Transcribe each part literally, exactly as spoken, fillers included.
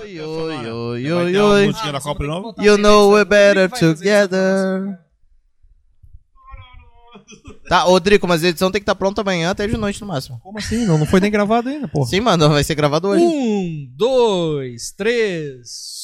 Oi, oi, oi, oi, oi. Música da Copa de novo? You know we're better together. Tá, ô Drico, mas a edição tem que estar pronta amanhã até de noite no máximo. Como assim? Não, não foi nem gravado ainda, pô. Sim, mano, vai ser gravado hoje. Um, dois, três.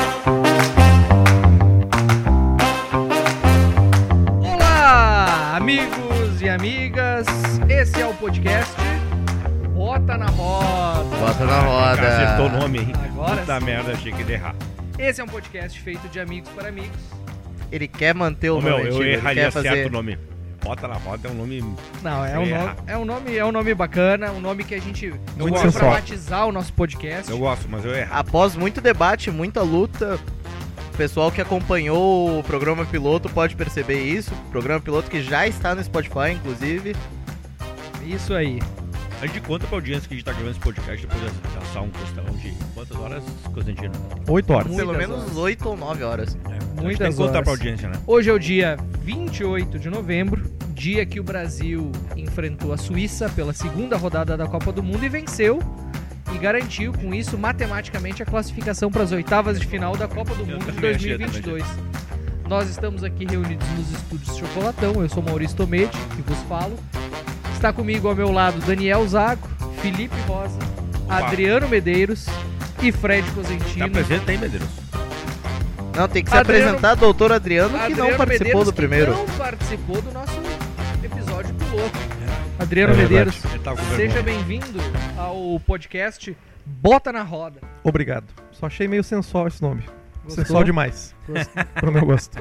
Olá, amigos e amigas. Esse é o podcast Bota na Roda. Bota na roda. Acertou o nome, hein? Agora Puta sim. merda, achei que ia errar. Esse é um podcast feito de amigos para amigos. Ele quer manter o Ô, nome meu, antigo, eu ele erraria quer certo fazer... o nome. Bota na roda é um nome... Não, é Eu um, ia nome, errar. é um nome, é um nome bacana, um nome que a gente Muito usa sensual. para batizar o nosso podcast. Eu gosto, mas eu ia errar. Após muito debate, muita luta, o pessoal que acompanhou o programa piloto pode perceber isso. Programa piloto que já está no Spotify, inclusive. Isso aí. A gente conta pra audiência que a gente tá gravando esse podcast depois de assar um costelão de quantas horas, Costantino? Oito horas. Muitas Pelo menos horas. oito ou nove horas. É, a gente tem Muitas que contar horas. pra audiência, né? Hoje é o dia vinte e oito de novembro, dia que o Brasil enfrentou a Suíça pela segunda rodada da Copa do Mundo e venceu e garantiu com isso matematicamente a classificação para as oitavas de final da Copa do Eu Mundo de também achei, dois mil e vinte e dois. Nós estamos aqui reunidos nos estúdios Chocolatão, eu sou Maurício Tomedi, que vos falo. Está comigo ao meu lado Daniel Zago, Felipe Rosa, Opa. Adriano Medeiros e Fred Tá Cosentino. presente aí, Medeiros? Não, tem que se Adriano- apresentar doutor Adriano, que Adriano não participou Medeiros, do que primeiro. não participou do nosso episódio piloto. Adriano É verdade. Medeiros, Ele tá com seja vergonha. bem-vindo ao podcast Bota na Roda. Obrigado. Só achei meio sensual esse nome. Gostou? Sensual demais. Gostou? Pro meu gosto.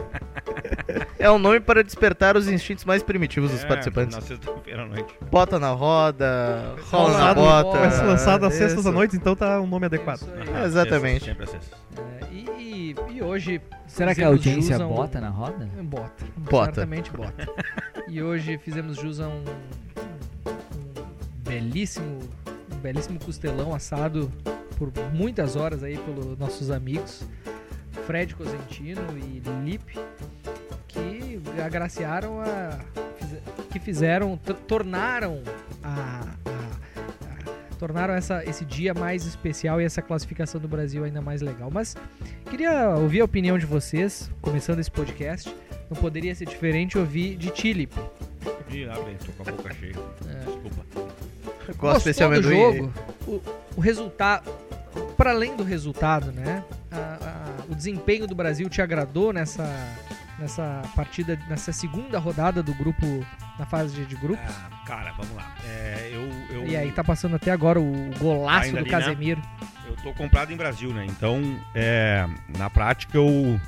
É um nome para despertar os instintos mais primitivos dos É, participantes. Na sexta-feira à noite. Bota na roda, rola na Lançado- bota. Vai ser lançado às Isso. sextas à noite, então tá um nome adequado. Isso aí. É, exatamente. Sempre às sextas. É, e, e hoje... Será que a fizemos audiência jus a um- bota na roda? Bota. Bota. Certamente bota. E hoje fizemos jus a um, um, um belíssimo, um belíssimo costelão assado por muitas horas aí pelos nossos amigos Fred Cosentino e Lipe, que agraciaram a... fize- que fizeram, tr- tornaram a... a- a- tornaram essa, esse dia mais especial e essa classificação do Brasil ainda mais legal. Mas queria ouvir a opinião de vocês, começando esse podcast. Não poderia ser diferente ouvir de ti, Lipe. Ih, abre aí, tô com a boca cheia. Desculpa. Gosto desse Gostou do amendoim. jogo? O, o resultado, para além do resultado, né? a- a- o desempenho do Brasil te agradou nessa, nessa partida, nessa segunda rodada do grupo, na fase de, de grupos? Ah, cara, vamos lá. É, eu, eu, E aí tá passando até agora o golaço Ainda do ali, né? Casemiro. eu tô comprado em Brasil, né? Então, é, na prática, eu...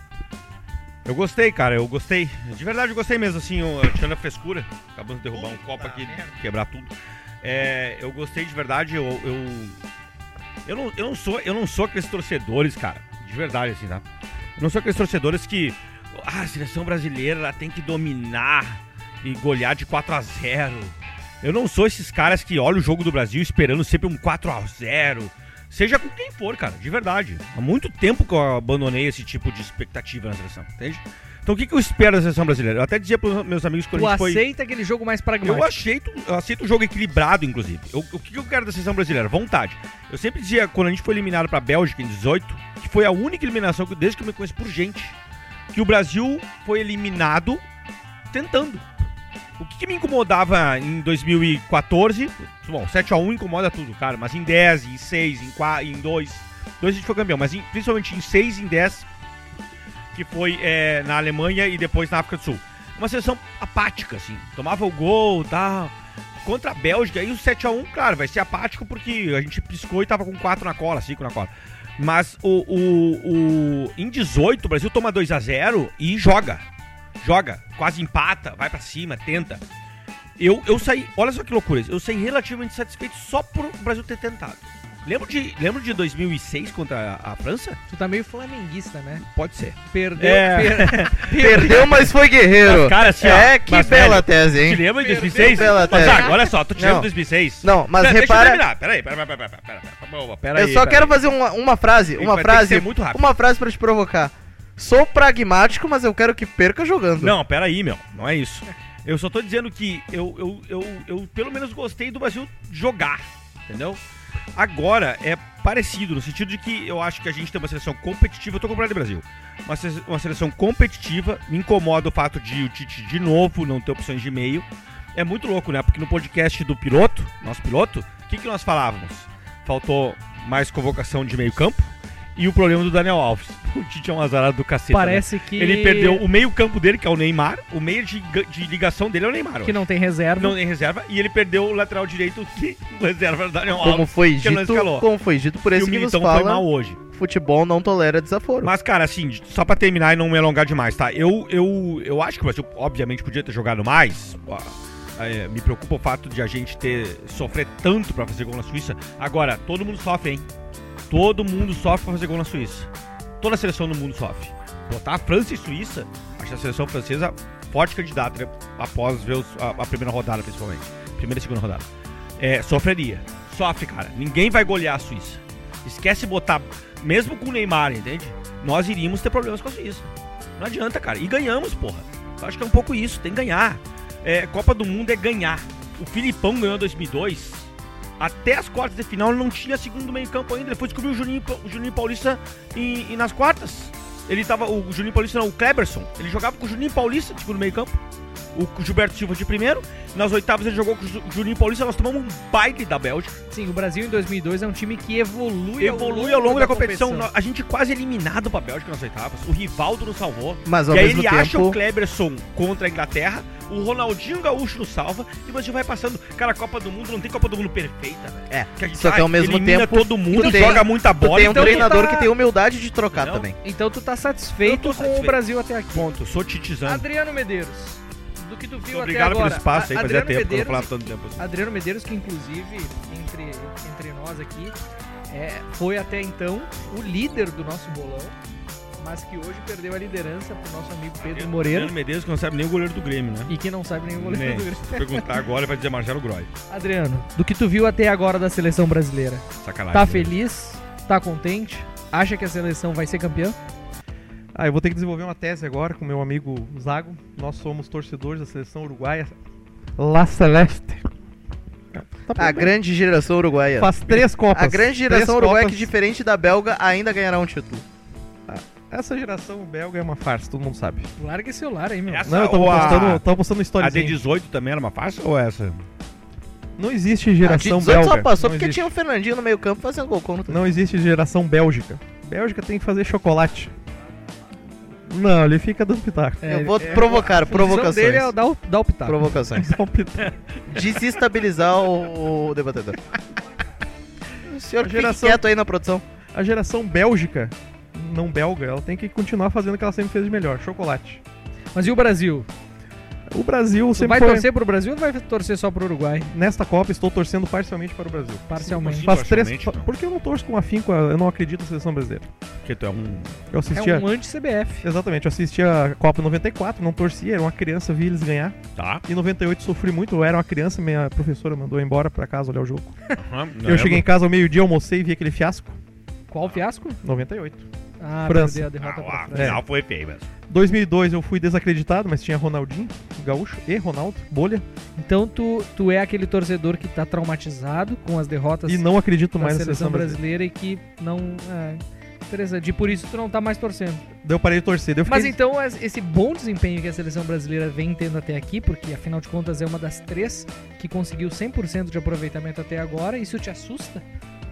Eu gostei, cara, eu gostei. De verdade, eu gostei mesmo, assim, eu, tirando a frescura. Acabamos de derrubar um copo aqui, quebrar tudo. É, eu gostei de verdade, eu... Eu, eu, não, eu, não sou, eu não sou aqueles torcedores, cara, de verdade, assim, tá? Eu não sou aqueles torcedores que... Ah, a seleção brasileira, ela tem que dominar e golear de quatro a zero. Eu não sou esses caras que olham o jogo do Brasil esperando sempre um quatro a zero. Seja com quem for, cara, de verdade. Há muito tempo que eu abandonei esse tipo de expectativa na seleção, entende? Então o que, que eu espero da seleção brasileira? Eu até dizia pros meus amigos quando Tu a gente foi... aceita aquele jogo mais pragmático? Eu aceito, eu aceito o jogo equilibrado, inclusive. Eu- o que, que eu quero da seleção brasileira? Vontade. Eu sempre dizia, quando a gente foi eliminado pra Bélgica em dezoito, que foi a única eliminação, que, desde que eu me conheço por gente, que o Brasil foi eliminado tentando. O que, que me incomodava em dois mil e quatorze? Bom, sete a um incomoda tudo, cara, mas em dez, em seis, em quatro, em dois, dois a gente foi campeão, mas em- principalmente em seis, em dez, que foi é, na Alemanha e depois na África do Sul. Uma seleção apática, assim, tomava o gol e tal. Contra a Bélgica, aí o sete a um, claro, vai ser apático porque a gente piscou e tava com quatro na cola, cinco na cola. Mas o, o, o, em dezoito, o Brasil toma dois a zero e joga. Joga, quase empata, vai pra cima, tenta. Eu, eu saí, olha só que loucura, eu saí relativamente satisfeito só por o Brasil ter tentado. Lembro de, lembro de dois mil e seis contra a, a França? Tu tá meio flamenguista, né? Pode ser. Perdeu, É. per- Perdeu, mas foi guerreiro. Mas, cara, assim, ó, é, que mas, bela velho, tese, Te hein? lembra de dois mil e Perdeu seis? pela Mas, tese. Zago, olha só, tu te lembra Não. de dois mil e seis? Não, mas Pera, repara... Deixa eu terminar, peraí, peraí, peraí, peraí, peraí, peraí, peraí, Eu só peraí. quero fazer uma, uma frase, Vai uma ter que frase, ser muito rápido. uma frase pra te provocar. Sou pragmático, mas eu quero que perca jogando. Não, peraí, meu, não é isso. Eu só tô dizendo que eu, eu, eu, eu pelo menos gostei do Brasil jogar, entendeu? Agora é parecido, no sentido de que eu acho que a gente tem uma seleção competitiva. Eu tô comprando o Brasil. Uma, se- uma seleção competitiva. Me incomoda o fato de o Tite, de novo, não ter opções de meio. É muito louco, né? Porque no podcast do piloto, nosso piloto, o que, que nós falávamos? Faltou mais convocação de meio campo. E o problema do Daniel Alves. O Tite é um azarado do cacete. Parece né? que... Ele perdeu o meio campo dele, que é o Neymar. O meio de, de ligação dele é o Neymar. Que hoje. não tem reserva. Não tem reserva. E ele perdeu o lateral direito, que o reserva do Daniel Como Alves. foi que não dito, escalou. como foi dito por E esse o que nos Militão foi mal fala, hoje. futebol não tolera desaforo. Mas, cara, assim, só pra terminar e não me alongar demais, tá? Eu, eu, eu acho que o Brasil, obviamente, podia ter jogado mais. É, me preocupa o fato de a gente ter sofrer tanto pra fazer gol na Suíça. Agora, todo mundo sofre, hein? Todo mundo sofre pra fazer gol na Suíça. Toda a seleção do mundo sofre. Botar a França e Suíça, acho a seleção francesa forte candidata, né? Após ver os, a, a primeira rodada, principalmente. Primeira e segunda rodada. É, sofreria. Sofre, cara. Ninguém vai golear a Suíça. Esquece botar, mesmo com o Neymar, entende? Nós iríamos ter problemas com a Suíça. Não adianta, cara. E ganhamos, porra. Eu acho que é um pouco isso, tem que ganhar. É, Copa do Mundo é ganhar. O Filipão ganhou em dois mil e dois. Até as quartas de final ele não tinha segundo meio campo ainda. Ele foi descobrir o Juninho, o Juninho Paulista e, e nas quartas. Ele tava. O Juninho Paulista não, o Kleberson. Ele jogava com o Juninho Paulista de segundo meio campo. O Gilberto Silva de primeiro. Nas oitavas ele jogou com o Juninho Paulista. Nós tomamos um baile da Bélgica. Sim, o Brasil em dois mil e dois é um time que evolui, Evolui ao longo da competição. A gente quase eliminado pra Bélgica nas oitavas. O Rivaldo nos salvou. Mas ao E aí mesmo ele tempo, acha o Kleberson contra a Inglaterra. O Ronaldinho Gaúcho nos salva. E você vai passando. Cara, a Copa do Mundo não tem Copa do Mundo perfeita, velho. É, Que a gente só que ao mesmo elimina tempo, todo mundo, tu tem- joga muita tu bola. tem um então tu treinador tá- que tem humildade de trocar Não. também. Então tu tá satisfeito Eu tô com satisfeito. o Brasil até aqui. Ponto, sou titizando. Adriano Medeiros, do que tu viu Muito até obrigado agora. pelo espaço aí, A- fazia Adriano tempo que eu não Medeiros, falava tanto tempo assim. Adriano Medeiros, que inclusive, entre, entre nós aqui, é, foi até então o líder do nosso bolão, mas que hoje perdeu a liderança pro nosso amigo Pedro Moreira. Adriano Medeiros que não sabe nem o goleiro do Grêmio, né? E que não sabe nem o goleiro Nem. do Grêmio. Se perguntar agora, vai dizer Marcelo Groy. Adriano, do que tu viu até agora da seleção brasileira, Sacanagem. tá né? feliz? Tá contente? Acha que a seleção vai ser campeã? Ah, eu vou ter que desenvolver uma tese agora com meu amigo Zago. Nós somos torcedores da seleção uruguaia. La Celeste. Tá A bem. grande geração uruguaia. Faz três copas. A grande geração Três uruguaia copas. que, diferente da belga, ainda ganhará um título. Essa geração belga é uma farsa, todo mundo sabe. Larga esse celular aí, meu. Essa Não, eu tava ou a- postando, tava postando A stories. D dezoito também era uma faixa ou essa? Não existe A geração de dezoito belga. só passou não porque existe. tinha o Fernandinho no meio campo fazendo gol contra. Não existe geração Bélgica. Bélgica tem que fazer chocolate. Não, ele fica dando pitaco. É, Eu vou é, provocar, a função provocações. dele é dar o, dar o pitaco. Provocações. Dá um pitaco. Desestabilizar o, o debatedor. O senhor A fique geração- quieto aí na produção. A geração Bélgica, não belga, ela tem que continuar fazendo o que ela sempre fez de melhor, chocolate. Mas e o Brasil? O Brasil Tu sempre vai foi... torcer pro Brasil ou vai torcer só pro Uruguai? Nesta Copa estou torcendo parcialmente para o Brasil. Parcialmente. Sim, Faz três... parcialmente, não. Porque eu não torço com afinco, eu não acredito na seleção brasileira. Porque tu é um... Eu assisti É a... um anti-C B F. Exatamente, eu assisti a Copa noventa e quatro, não torcia, era uma criança, vi eles ganhar. Tá. Em noventa e oito sofri muito, eu era uma criança, minha professora mandou eu embora pra casa olhar o jogo. Aham, Eu cheguei em casa ao meio-dia, almocei e vi aquele fiasco. Qual fiasco? noventa e oito. Ah, França. perdeu a derrota pra Ah, a França. final foi feio mesmo. dois mil e dois eu fui desacreditado, mas tinha Ronaldinho, Gaúcho e Ronaldo, bolha. Então tu, tu é aquele torcedor que tá traumatizado com as derrotas E não acredito da mais na seleção seleção brasileira. brasileira e que não... É, interessante. E por isso tu não tá mais torcendo. Daí eu parei de torcer. daí eu Mas fiquei... então as- esse bom desempenho que a seleção brasileira vem tendo até aqui, porque afinal de contas é uma das três que conseguiu cem por cento de aproveitamento até agora, isso te assusta?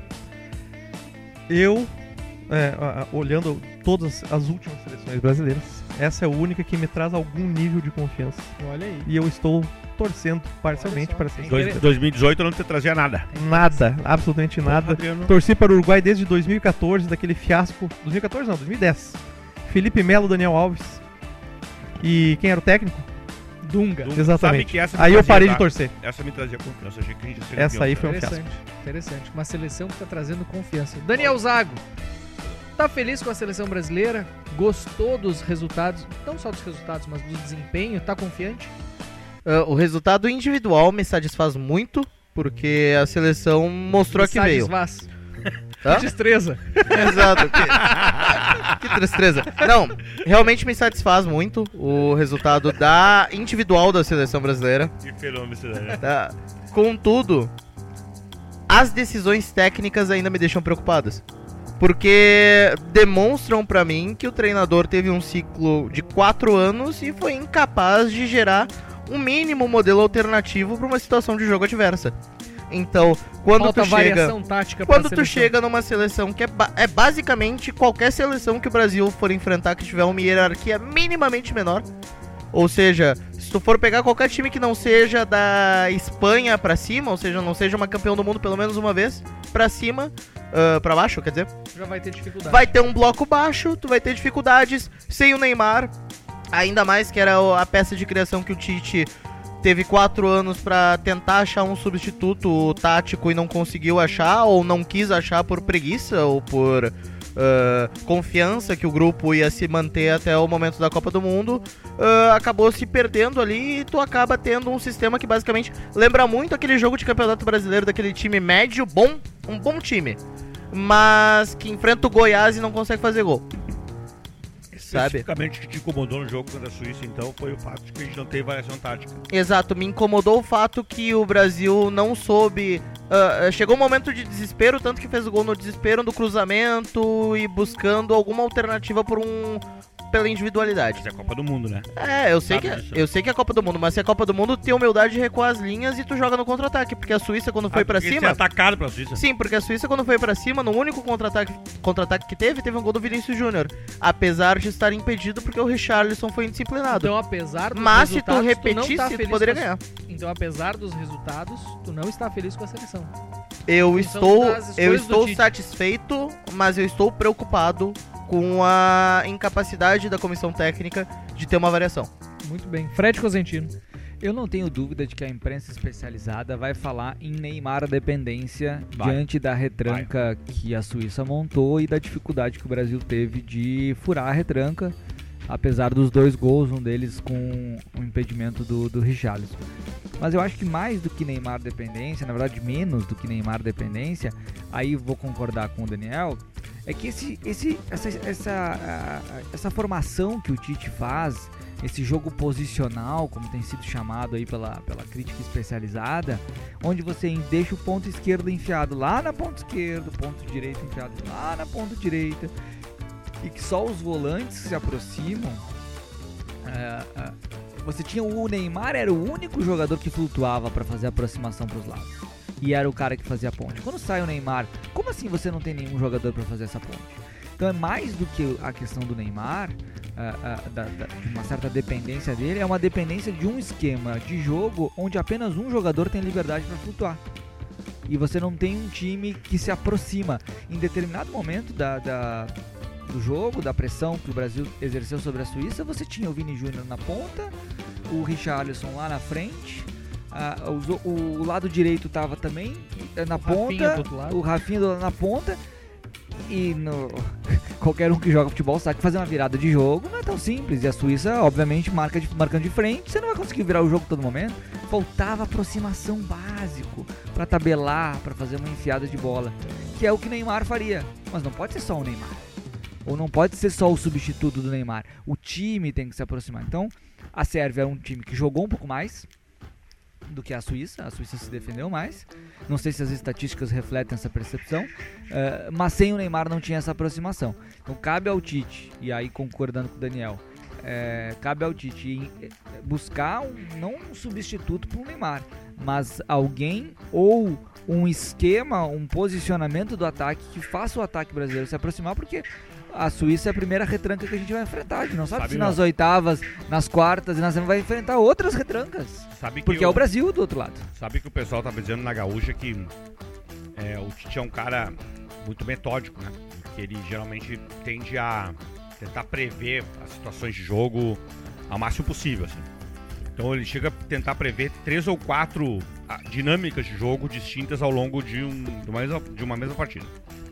Eu, é, a- a- olhando todas as últimas seleções brasileiras, essa é a única que me traz algum nível de confiança. Olha aí. E eu estou torcendo parcialmente Olha só, para a tem seleção. Dois- Inter- dois mil e dezoito eu não te trazia nada. Nada, absolutamente nada. Adriano. Torci para o Uruguai desde dois mil e quatorze, daquele fiasco. dois mil e quatorze não, dois mil e dez. Felipe Melo, Daniel Alves. E quem era o técnico? Dunga. Dunga. Exatamente. Sabe que essa me Aí eu trazia, parei tá? de torcer. Essa me trazia confiança. Achei que a gente ia ser Essa campeão, aí tá? foi um fiasco. Interessante, interessante. Uma seleção que tá trazendo confiança. Daniel Zago, tá feliz com a seleção brasileira? Gostou dos resultados? Não só dos resultados, mas do desempenho? Tá confiante? Ah, o resultado individual me satisfaz muito, porque a seleção mostrou que veio. Satisfaz. Hã? Que destreza. Exato. Que, que tristeza. Não, realmente me satisfaz muito o resultado da individual da seleção brasileira. Que fenômeno isso daí, né? Tá? Contudo, as decisões técnicas ainda me deixam preocupadas. Porque demonstram pra mim que o treinador teve um ciclo de quatro anos e foi incapaz de gerar um mínimo modelo alternativo para uma situação de jogo adversa. Então, quando Falta tu chega, variação tática pra quando tu seleção. chega numa seleção que é, ba- é basicamente qualquer seleção que o Brasil for enfrentar que tiver uma hierarquia minimamente menor, ou seja, se tu for pegar qualquer time que não seja da Espanha pra cima, ou seja, não seja uma campeão do mundo pelo menos uma vez, pra cima, uh, pra baixo, quer dizer, Já vai ter dificuldade. vai ter um bloco baixo, tu vai ter dificuldades sem o Neymar, ainda mais que era o- a peça de criação que o Tite teve quatro anos pra tentar achar um substituto tático e não conseguiu achar, ou não quis achar por preguiça, ou por uh, confiança que o grupo ia se manter até o momento da Copa do Mundo, uh, acabou se perdendo ali e tu acaba tendo um sistema que basicamente lembra muito aquele jogo de campeonato brasileiro daquele time médio, bom, um bom time, mas que enfrenta o Goiás e não consegue fazer gol. Sabe? Especificamente o que te incomodou no jogo contra a Suíça, então, foi o fato de que a gente não teve variação tática. Exato, me incomodou o fato que o Brasil não soube. ah, chegou um momento de desespero, tanto que fez o gol no desespero do cruzamento e buscando alguma alternativa por um. Pela individualidade. Mas é a Copa do Mundo, né? É, eu sei, Sabe que, disso. eu sei que é a Copa do Mundo, mas se é a Copa do Mundo, tem humildade de recuar as linhas e tu joga no contra-ataque, porque a Suíça quando foi Ah, pra porque cima. ser atacado pela Suíça. Sim, porque a Suíça quando foi pra cima, no único contra-ataque contra-ataque que teve, teve um gol do Vinícius Júnior. Apesar de estar impedido porque o Richarlison foi indisciplinado. Então, apesar dos Mas se tu resultados, repetisse, não tá tu feliz poderia com a- ganhar. Então, apesar dos resultados, tu não está feliz com a seleção. Eu Função estou, das eu escolhas do estou Tite. satisfeito, mas eu estou preocupado com a incapacidade da comissão técnica de ter uma variação. Muito bem. Fred Cosentino. Eu não tenho dúvida de que a imprensa especializada vai falar em Neymar dependência Vai. diante da retranca que a Suíça montou e da dificuldade que o Brasil teve de furar a retranca, apesar dos dois gols, um deles com o impedimento do, do Richarlison. Mas eu acho que mais do que Neymar dependência, na verdade menos do que Neymar dependência, aí vou concordar com o Daniel, é que esse, esse, essa, essa, a- a- essa formação que o Tite faz, esse jogo posicional, como tem sido chamado aí pela, pela crítica especializada, onde você deixa o ponto esquerdo enfiado lá na ponta esquerda, o ponto direito enfiado lá na ponta direita, e que só os volantes se aproximam. é, é, você tinha o Neymar, era o único jogador que flutuava para fazer a aproximação para os lados. E era o cara que fazia a ponte. Quando sai o Neymar, como assim você não tem nenhum jogador para fazer essa ponte? Então é mais do que a questão do Neymar, ah, ah, da- da- de uma certa dependência dele, é uma dependência de um esquema de jogo onde apenas um jogador tem liberdade para flutuar. E você não tem um time que se aproxima. Em determinado momento da, da- do jogo, da pressão que o Brasil exerceu sobre a Suíça, você tinha o Vini Júnior na ponta, o Richarlison lá na frente, ah, o, o lado direito estava também eh, na Rafinha ponta, do outro lado. o Rafinha do- na ponta, e no, qualquer um que joga futebol sabe que fazer uma virada de jogo não é tão simples. E a Suíça, obviamente, marca de, marcando de frente, você não vai conseguir virar o jogo todo momento. Faltava aproximação básico para tabelar, para fazer uma enfiada de bola, que é o que o Neymar faria. Mas não pode ser só o Neymar, ou não pode ser só o substituto do Neymar. O time tem que se aproximar. Então, a Sérvia é um time que jogou um pouco mais do que a Suíça. A Suíça se defendeu mais. Não sei se as estatísticas refletem essa percepção, eh, mas sem o Neymar não tinha essa aproximação. Então cabe ao Tite, e aí concordando com o Daniel, eh, cabe ao Tite em, eh, buscar um, não um substituto para o Neymar, mas alguém ou um esquema, um posicionamento do ataque que faça o ataque brasileiro se aproximar, porque a Suíça é a primeira retranca que a gente vai enfrentar. A gente não sabe, Sabe se não. nas oitavas, nas quartas e na semana vai enfrentar outras retrancas. Sabe que Porque é eu- o Brasil do outro lado. Sabe que o pessoal tá dizendo na Gaúcha que é, o Tite é um cara muito metódico, né? Que ele geralmente tende a tentar prever as situações de jogo ao máximo possível, assim. Então ele chega a tentar prever três ou quatro ah, dinâmicas de jogo distintas ao longo de, um, de, uma, mesma, de uma mesma partida.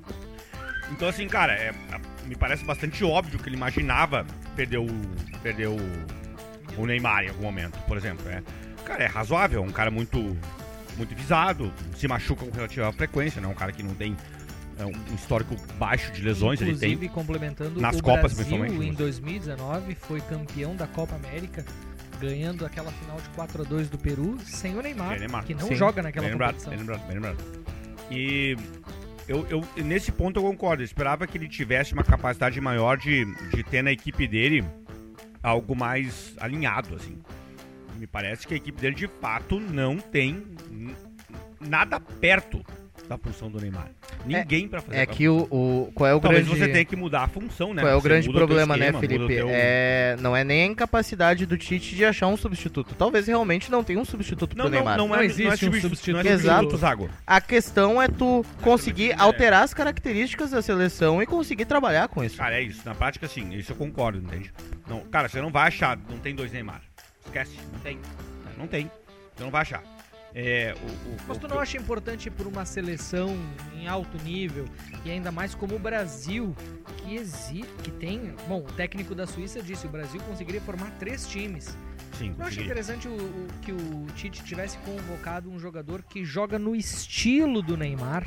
Então assim, cara, é, me parece bastante óbvio que ele imaginava perder o, perder o, o Neymar em algum momento, por exemplo. É, cara, é razoável, um cara muito, muito visado, se machuca com relativa frequência, né? Um cara que não tem é, um histórico baixo de lesões, ele Inclusive, tem. complementando, nas o Copas, Brasil principalmente. em dois mil e dezenove foi campeão da Copa América, ganhando aquela final de quatro a dois do Peru sem o Neymar, Bem lembrado. que não Sim. joga naquela Bem lembrado, competição. bem lembrado, bem lembrado. E eu, eu, nesse ponto eu concordo. Eu esperava que ele tivesse uma capacidade maior de, de ter na equipe dele algo mais alinhado, assim. Me parece que a equipe dele, de fato, não tem n- nada perto da função do Neymar. Ninguém pra fazer É aquela que o, função. o qual é o Talvez grande você tenha que mudar a função, né? qual é o Você grande muda o teu problema, esquema, né, muda o Felipe? teu- É, não é nem a incapacidade do Tite de achar um substituto. Talvez realmente não tenha um substituto Não, pro não, Neymar. não, Não é, existe não é um substitu- substituto. não é Exato. substituto, Zago. A questão é tu conseguir ideia. alterar as características da seleção e conseguir trabalhar com isso. Cara, é isso. Na prática, sim. Isso eu concordo, entende? Não, cara, você não vai achar. Não tem dois Neymar. Esquece. Não tem. Não tem. Você não vai achar. É, o, o, Mas tu o- não acha importante por uma seleção em alto nível, e ainda mais como o Brasil, que exi que tem... Bom, o técnico da Suíça disse, o Brasil conseguiria formar três times. Sim, Eu acho consegui. interessante o, o- que o Tite tivesse convocado um jogador que joga no estilo do Neymar,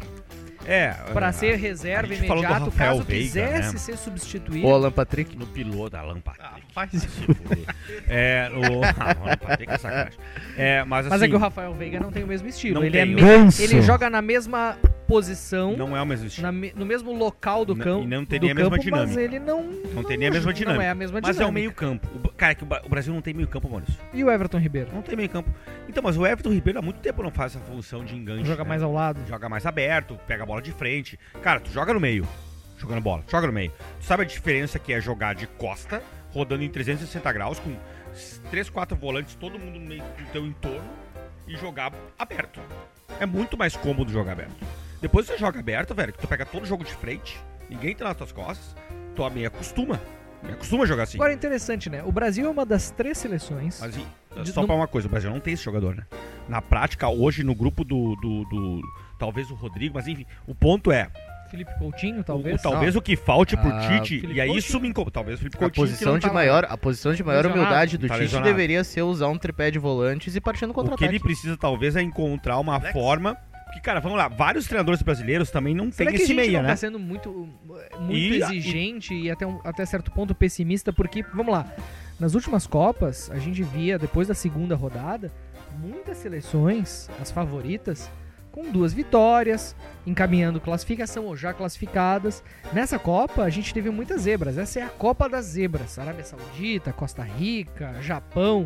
É. para é, ser a reserva gente falou do imediato, Rafael caso Veiga, quisesse né? ser substituído. O Alan Patrick. No piloto da Alan Patrick. Ah, faz isso. Se fuder. É, o ah, Alan Patrick é sacanagem. É, mas assim... Mas é que o Rafael Veiga não tem o mesmo estilo. Não ele, tem, é o- me- Ganso. ele joga na mesma posição, Não é o mesmo estilo. na me- no mesmo local do Não- campo. e não tem do nem a mesma campo, dinâmica. Mas ele não. Não tem nem a mesma dinâmica. Não é a mesma Mas dinâmica. é o meio campo. O, cara, é que o Ba- o Brasil não tem meio campo, Maurício. E o Everton Ribeiro? Não tem meio campo. Então, mas o Everton Ribeiro há muito tempo não faz essa função de enganche. Joga né? mais ao lado. Joga mais aberto, pega a bola de frente. Cara, tu joga no meio, jogando bola, joga no meio. Tu sabe a diferença que é jogar de costa, rodando em trezentos e sessenta graus, com três, quatro volantes, todo mundo no meio do teu entorno, e jogar aberto. É muito mais cômodo jogar aberto. Depois você joga aberto, velho, que tu pega todo o jogo de frente, ninguém tá nas tuas costas, tu meio acostuma. Me acostuma a jogar assim. Agora é interessante, né? O Brasil é uma das três seleções. Mas e, De- só no- pra uma coisa, o Brasil não tem esse jogador, né? Na prática, hoje, no grupo do, do, do- talvez o Rodrigo, mas enfim, o ponto é, Felipe Coutinho, o- talvez. o, talvez o que falte pro Ah, Tite, Felipe e aí Coutinho. isso me incomoda, talvez o Felipe A Coutinho que posição não de tá lá. maior, a posição de maior Lesionado. humildade do Tá Tite lesionado. deveria ser usar um tripé de volantes e partindo O contra que ele precisa, talvez, é encontrar uma forma... Porque, cara, vamos lá, vários treinadores brasileiros também não Será têm que a esse gente meia, não né? tá sendo muito, muito E- exigente e, até, um- até certo ponto pessimista? Porque, vamos lá, nas últimas Copas, a gente via, depois da segunda rodada, muitas seleções, as favoritas, com duas vitórias, encaminhando classificação ou já classificadas. Nessa Copa, a gente teve muitas zebras. Essa é a Copa das Zebras. Arábia Saudita, Costa Rica, Japão.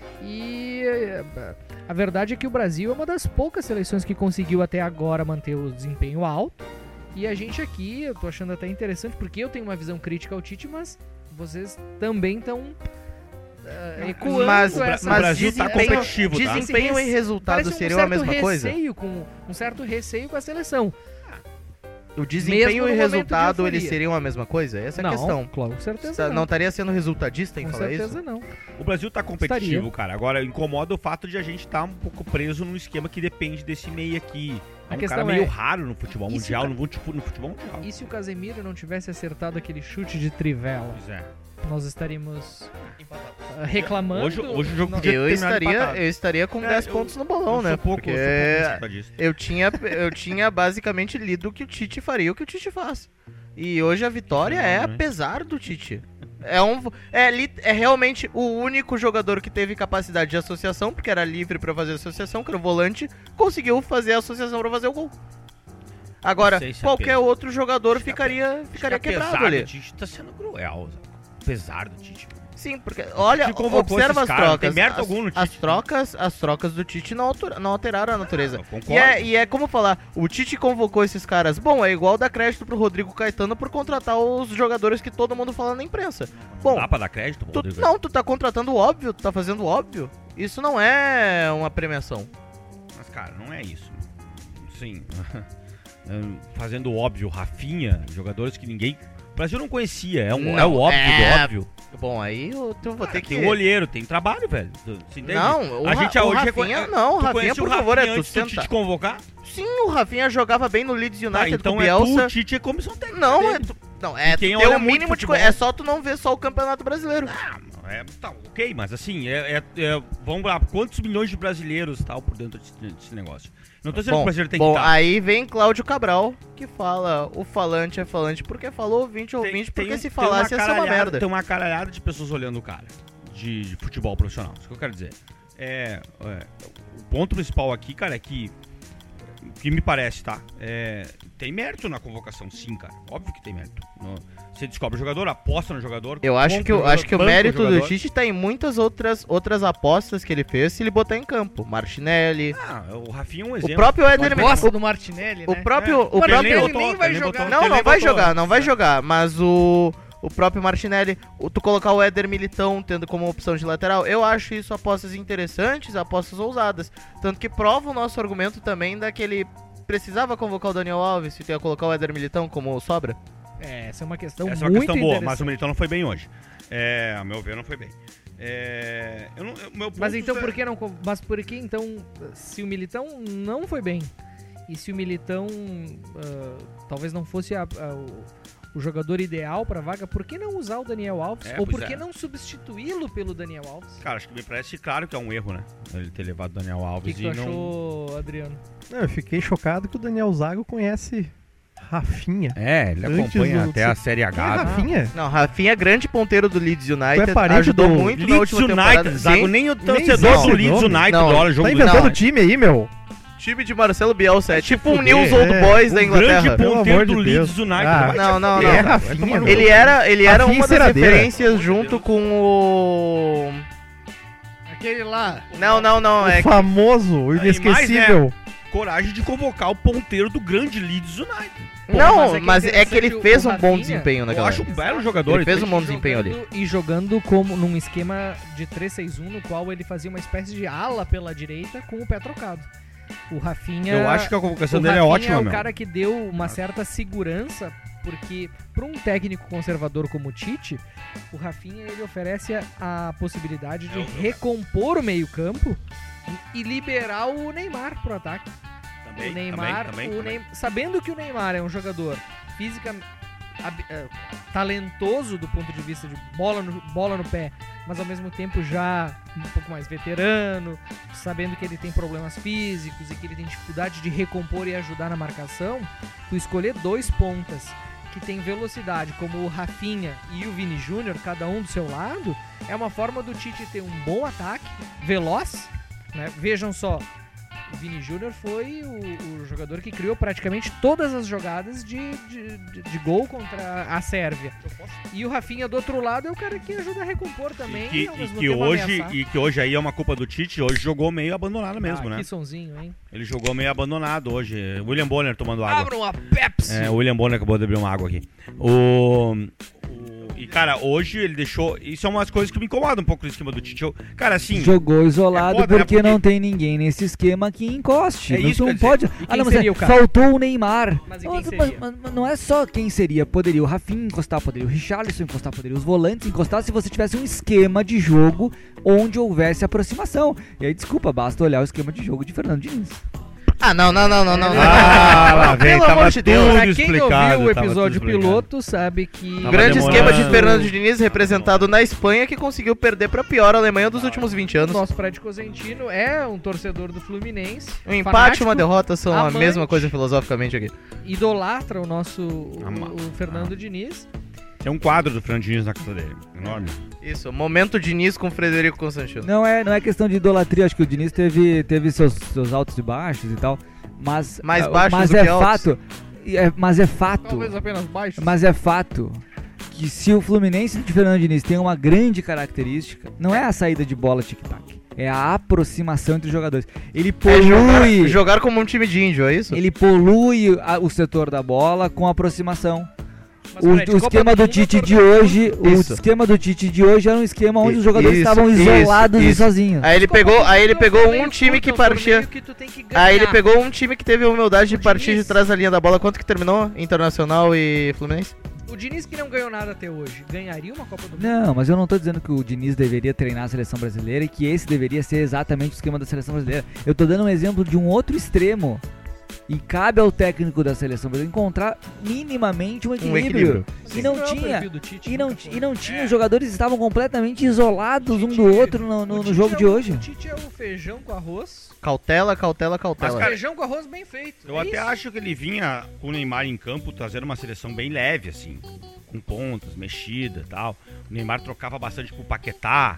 E eh, a verdade é que o Brasil é uma das poucas seleções que conseguiu até agora manter o desempenho alto. E a gente aqui, eu tô achando até interessante, porque eu tenho uma visão crítica ao Tite, mas vocês também estão uh, ecoando Mas, essa... o Brasil tá desempenho, competitivo, tá? desempenho e resultado Parece um seriam a certo mesma coisa? receio com, um certo receio com a seleção. O desempenho Mesmo no e momento de resultado, euforia. eles seriam a mesma coisa? Essa é a não, questão. claro, com certeza Tá- não. Não estaria sendo resultadista em com falar certeza isso? não. O Brasil tá competitivo, Estaria. cara. Agora, incomoda o fato de a gente estar um pouco preso num esquema que depende desse meio aqui. A É um questão cara meio é, raro no futebol e se mundial, o no, fute- no futebol mundial. E se o Casemiro não tivesse acertado aquele chute de trivela? Pois é. Nós estaríamos uh, reclamando. Hoje, hoje o jogo Não, podia Eu ter terminado estaria, empatado. eu estaria com É, dez eu- pontos no Eu bolão, sou né? pouco- Porque eu sou pouco resultadista. eu tinha, eu tinha basicamente lido que o Tite faria o que o Tite faz. E hoje a vitória é Exatamente. apesar do Tite. É, um, é, li- é realmente o único jogador que teve capacidade de associação, porque era livre pra fazer associação, que era o volante, conseguiu fazer a associação pra fazer o gol. Agora, Não sei se qualquer apesar- outro jogador acho que ficaria, ficaria Acho que quebrado apesar ali. do Tite tá sendo cruel, Zé. Apesar do Tite. Sim, porque, olha, Tite convocou observa esses as caras, não tem trocas. mérito as, algum no as Tite. trocas, as trocas do Tite não, altura- não alteraram a natureza. Eu concordo. E é, e é como falar, o Tite convocou esses caras. Bom, é igual dar crédito pro Rodrigo Caetano por contratar os jogadores que todo mundo fala na imprensa. Bom, Não dá pra dar crédito, tu, Rodrigo? não, tu tá contratando o óbvio, tu tá fazendo o óbvio. Isso não é uma premiação. Mas, cara, não é isso. Sim. Fazendo óbvio, Rafinha, jogadores que ninguém... O Brasil não conhecia, é, um, Não, é o óbvio é- do óbvio. Bom, aí eu, eu vou ter que... Tem um olheiro, tem trabalho, velho. Tu- Você entende? Não, o, a Ra- gente o hoje Rafinha, reconhe- não, o Tu Rafinha, conhece por o favor, é Rafinha tu antes do senta. Tite convocar? Sim, o Rafinha jogava bem no Leeds Tá, United então com o é Bielsa. tu, o Tite é comissão técnica. Não, é dele. tu, não, é E tu quem ter olha o muito mínimo de futebol- coisa. É só tu não ver só o Campeonato Brasileiro. Ah, é, tá, ok, mas assim, é, é- é- vamos lá, quantos milhões de brasileiros tal por dentro desse, desse negócio? Não tô dizendo que o Bom, brasileiro tem bom que estar. aí vem Cláudio Cabral, que fala o falante é falante porque falou, ouvinte é Tem- ouvinte, tem porque um- se tem falasse ia ser uma caralhada- merda. Tem uma caralhada de pessoas olhando o cara de, de futebol profissional. Isso que eu quero dizer. É, é, o ponto principal aqui, cara, é que que me parece, tá? É, tem mérito na convocação, sim, cara. Óbvio que tem mérito. No, você descobre o jogador, aposta no jogador. Eu acho compra que, o- jogador, acho que o banca mérito do jogador. Tite tá em muitas outras, outras apostas que ele fez se ele botar em campo. Martinelli. Ah, o Rafinha é um O exemplo. próprio Éder Gosta o, do Martinelli, o né? próprio. É. O Ele próprio botou, nem vai ele jogar. botou, Não, ele não vai botou jogar, antes, não vai né? jogar. Mas o, o próprio Martinelli, o- tu colocar o Éder Militão tendo como opção de lateral, eu acho isso apostas interessantes, apostas ousadas. Tanto que prova o nosso argumento também daquele. Precisava convocar o Daniel Alves se tu ia colocar o Éder Militão como sobra? É, essa é uma questão Essa é uma muito questão boa, mas o interessante. Militão não foi bem hoje. É, a meu ver, não foi bem. É, eu não, eu- meu ponto Mas então é- por que não. con- Mas por que então, se o Militão não foi bem, e se o Militão ah, talvez não fosse a- a- o, o jogador ideal pra vaga, por que não usar o Daniel Alves? É, Ou pois por que é. não substituí-lo pelo Daniel Alves? Cara, acho que me parece claro que é um erro, né? Ele ter levado o Daniel O que, Alves que tu e não. achou, Adriano? Não, eu fiquei chocado que o Daniel Zago conhece Rafinha. É, ele Antes acompanha do- até a Série Quem é H. né? Rafinha? Não, Rafinha é grande ponteiro do Leeds United. Tu é parente ajudou do muito na Leeds última temporada. United, Zago, Sim, nem o nem torcedor existe do o Leeds nome. United Não, olha o jogo Tá do inventando Não, time aí, meu? time de Marcelo Bielsa, é tipo um fuder, News Old é. Boys O da grande Inglaterra. Pelo ponteiro amor do de Leeds Deus. United. Ah, vai te não, não, fuder, não. cara, vai Rafinha, tomar no Ele cu. era, ele era Rafinha uma das enceradeira. referências junto com o... Aquele lá. Não, não, não, é O famoso, o Aí, mais, inesquecível. Coragem de convocar o ponteiro do grande Leeds United. Pô, não, mas é que mas é que ele interessante fez o um bom Rafinha, desempenho Eu naquela acho um época. belo jogador. Ele fez tem um bom que- desempenho ali. Jogando- E jogando como num esquema de três seis um, no qual ele fazia uma espécie de ala pela direita com o pé trocado. O Rafinha. Eu acho que a convocação o dele é Rafinha ótima, é o meu. cara que deu uma certa segurança, porque para um técnico conservador como o Tite, o Rafinha ele oferece a, a possibilidade de É o- recompor o meio-campo e, e liberar o Neymar pro ataque. Também, o Neymar, também, o também. Neym- sabendo que o Neymar é um jogador física hab- eh, talentoso do ponto de vista de bola no, bola no pé, mas ao mesmo tempo já um pouco mais veterano, sabendo que ele tem problemas físicos e que ele tem dificuldade de recompor e ajudar na marcação, tu escolher dois pontas que tem velocidade, como o Rafinha e o Vini Júnior, cada um do seu lado, é uma forma do Tite ter um bom ataque, veloz, né? Vejam só, o Vini Júnior foi o, o jogador que criou praticamente todas as jogadas de, de, de- de gol contra a Sérvia. E o Rafinha do outro lado é o cara que ajuda a recompor também. E que, ao e mesmo que tempo hoje, ameaçar. e que hoje aí é uma culpa do Tite, hoje jogou meio abandonado mesmo, ah, né? Que sonzinho, hein? Ele jogou meio abandonado hoje. William Bonner tomando água. Abra uma Pepsi! É, o William Bonner acabou de abrir uma água aqui. O, o- e, cara, hoje ele deixou... Isso é umas coisas que me incomodam um pouco no esquema do Tite. Eu- cara, assim... Jogou isolado é foda, né? porque, Porque- não tem ninguém nesse esquema que encoste. É não, isso, tu quer não dizer, pode. e Ah, quem não, mas seria é, o cara? faltou o Neymar. Mas e Não, quem mas- seria? mas- mas não é só quem seria. Poderia o Rafinha encostar, poderia o Richarlison encostar, poderia os volantes encostar se você tivesse um esquema de jogo onde houvesse aproximação. E aí, desculpa, basta olhar o esquema de jogo de Fernando Diniz. Ah, não, não, não, não, não. Ah, lá vem, Pelo tava amor de Deus. tudo Pra quem explicado, ouviu o tava episódio tudo explicado. piloto sabe que... Tava Grande demorando. esquema de Fernando Diniz, representado na Espanha, que conseguiu perder pra pior Alemanha dos últimos vinte O anos. nosso Fred Cosentino é um torcedor do Fluminense. Um empate e fanático, uma derrota são a amante. mesma coisa filosoficamente aqui. Idolatra o nosso o, Ama- o Fernando Diniz. Tem um quadro do Fernando Diniz na casa dele. Enorme. Isso, momento Diniz com Frederico Constantino. Não é, não é questão de idolatria, acho que o Diniz teve, teve seus, seus altos e baixos e tal. Mas, Mais ah, baixos mas do é que altos. fato. é- mas é fato. Talvez apenas baixo. Mas é fato que se o Fluminense de Fernando Diniz tem uma grande característica, não é a saída de bola tic-tac, é a aproximação entre os jogadores. Ele É jogar, polui, jogar como um time de índio, é isso? ele polui a- o setor da bola com aproximação. Mas, O, Fred, o Copa esquema do Mundo, Tite de torneio- hoje, o Isso. esquema do Tite de hoje era um esquema onde I- os jogadores isso, estavam isso, isolados e isso. sozinhos. Aí ele Copa pegou, Mundo aí ele é um pegou torneio um time curto, que é um torneio partia. que tu tem que ganhar. Aí ele pegou um time que teve a humildade de O partir de Diniz. trás da linha da bola. Quanto que terminou? Internacional e Fluminense? O Diniz que não ganhou nada até hoje, ganharia uma Copa do Mundo? Não, mas eu não tô dizendo que o Diniz deveria treinar a seleção brasileira e que esse deveria ser exatamente o esquema da seleção brasileira. Eu tô dando um exemplo de um outro extremo. E cabe ao técnico da seleção brasileira encontrar minimamente um equilíbrio. equilíbrio. E não Esse é o tinha. perfil do Tite, E não, nunca ti- foi. e não tinha, É. os jogadores estavam completamente isolados um Tite- do outro no, o no- no Tite jogo é de o- hoje. O Tite é o feijão com arroz. Cautela, cautela, Mas, cautela. cara, feijão com arroz bem feito. Eu é até isso. acho que ele vinha com o Neymar em campo trazendo uma seleção bem leve, assim, com pontas, mexida e tal. O Neymar trocava bastante pro Paquetá, que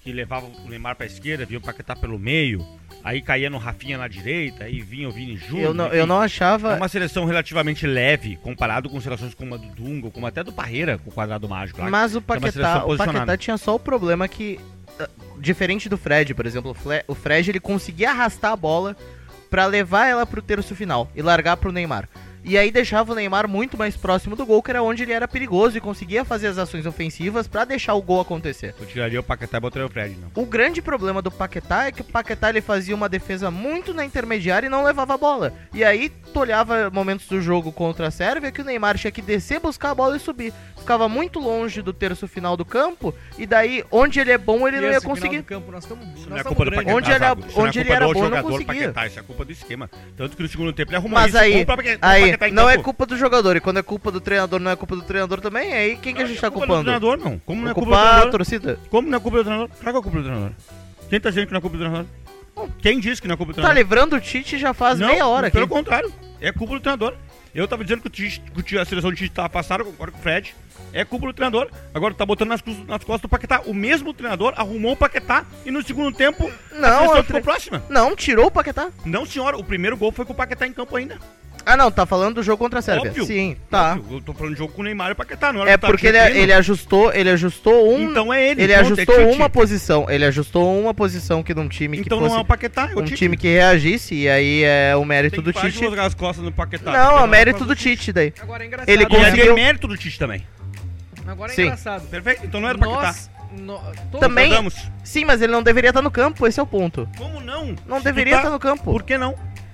que levava o Neymar pra esquerda, vinha o Paquetá pelo meio, aí caía no Rafinha na direita, aí vinha o Vini Júnior. Eu não, enfim. eu não achava... É uma seleção relativamente leve, comparado com seleções como a do Dunga, como até do Parreira, com o quadrado mágico lá. Mas o É uma Paquetá, seleção o posicionada. Paquetá tinha só o problema que, uh, diferente do Fred, por exemplo, o Fle- o Fred ele conseguia arrastar a bola pra levar ela pro terço final e largar pro Neymar. E aí deixava o Neymar muito mais próximo do gol, que era onde ele era perigoso e conseguia fazer as ações ofensivas pra deixar o gol acontecer. Eu tiraria o Paquetá e botaria o Fred, não. O grande problema do Paquetá é que o Paquetá ele fazia uma defesa muito na intermediária e não levava a bola. E aí tu olhava momentos do jogo contra a Sérvia que o Neymar tinha que descer, buscar a bola e subir. Ficava muito longe do terço final do campo e daí onde ele é bom ele não ia Esse final conseguir. do campo, nós estamos Isso nós não é estamos culpa do grandes. Paquetá, Onde ele- Zago. Isso não é onde ele culpa era do bom, não jogador conseguia. Paquetá, isso é culpa do esquema. Tanto que no segundo tempo ele arrumou Mas isso. aí, Culpa do Paquetá- do aí Paquetá em não é campo. culpa do jogador e quando é culpa do treinador não é culpa do treinador também, aí quem que a Não, gente é tá culpa do culpando? treinador, não. Como não é culpa do Culpar a treinador? torcida? Como não é culpa do treinador? Claro que é culpa do treinador. Quem tá dizendo que não é culpa do treinador? Quem disse que não é culpa do Tá treinador? livrando o Tite já faz Não, meia hora aqui. pelo contrário. É culpa do treinador. Eu tava dizendo que, o Tite, que o Tite- a seleção do Tite tava passada, agora com o Fred. É culpa do treinador. Agora tá botando nas, cus- nas costas do Paquetá. O mesmo treinador arrumou o Paquetá e no segundo tempo a Não, seleção eu ficou tre- próxima. Não, tirou o Paquetá. Não, senhora. O primeiro gol foi com o Paquetá em campo ainda. Ah, não, tá falando do jogo contra a Sérvia. Óbvio. Sim, tá. Óbvio, eu tô falando de jogo com o Neymar e o Paquetá. Não É porque ele, ele ajustou, ele ajustou um, Então é ele. ele pronto, ajustou é Tite. uma posição, ele ajustou uma posição que num time que Então fosse não é o Paquetá, é o um Tite. time que reagisse e aí é o mérito Tem do que parar de Tite. jogar as costas no Paquetá. Não, porque é o mérito por do causa Tite daí. Agora é engraçado. Ele E aí conseguiu- é mérito do Tite também. Agora é Sim. engraçado. Perfeito? Então não era o Paquetá. Nós, no, todos Também- Jogamos. Sim, mas ele não deveria estar no campo, esse é o ponto. Como não? Não Se tu deveria tá- estar no campo. Por que não?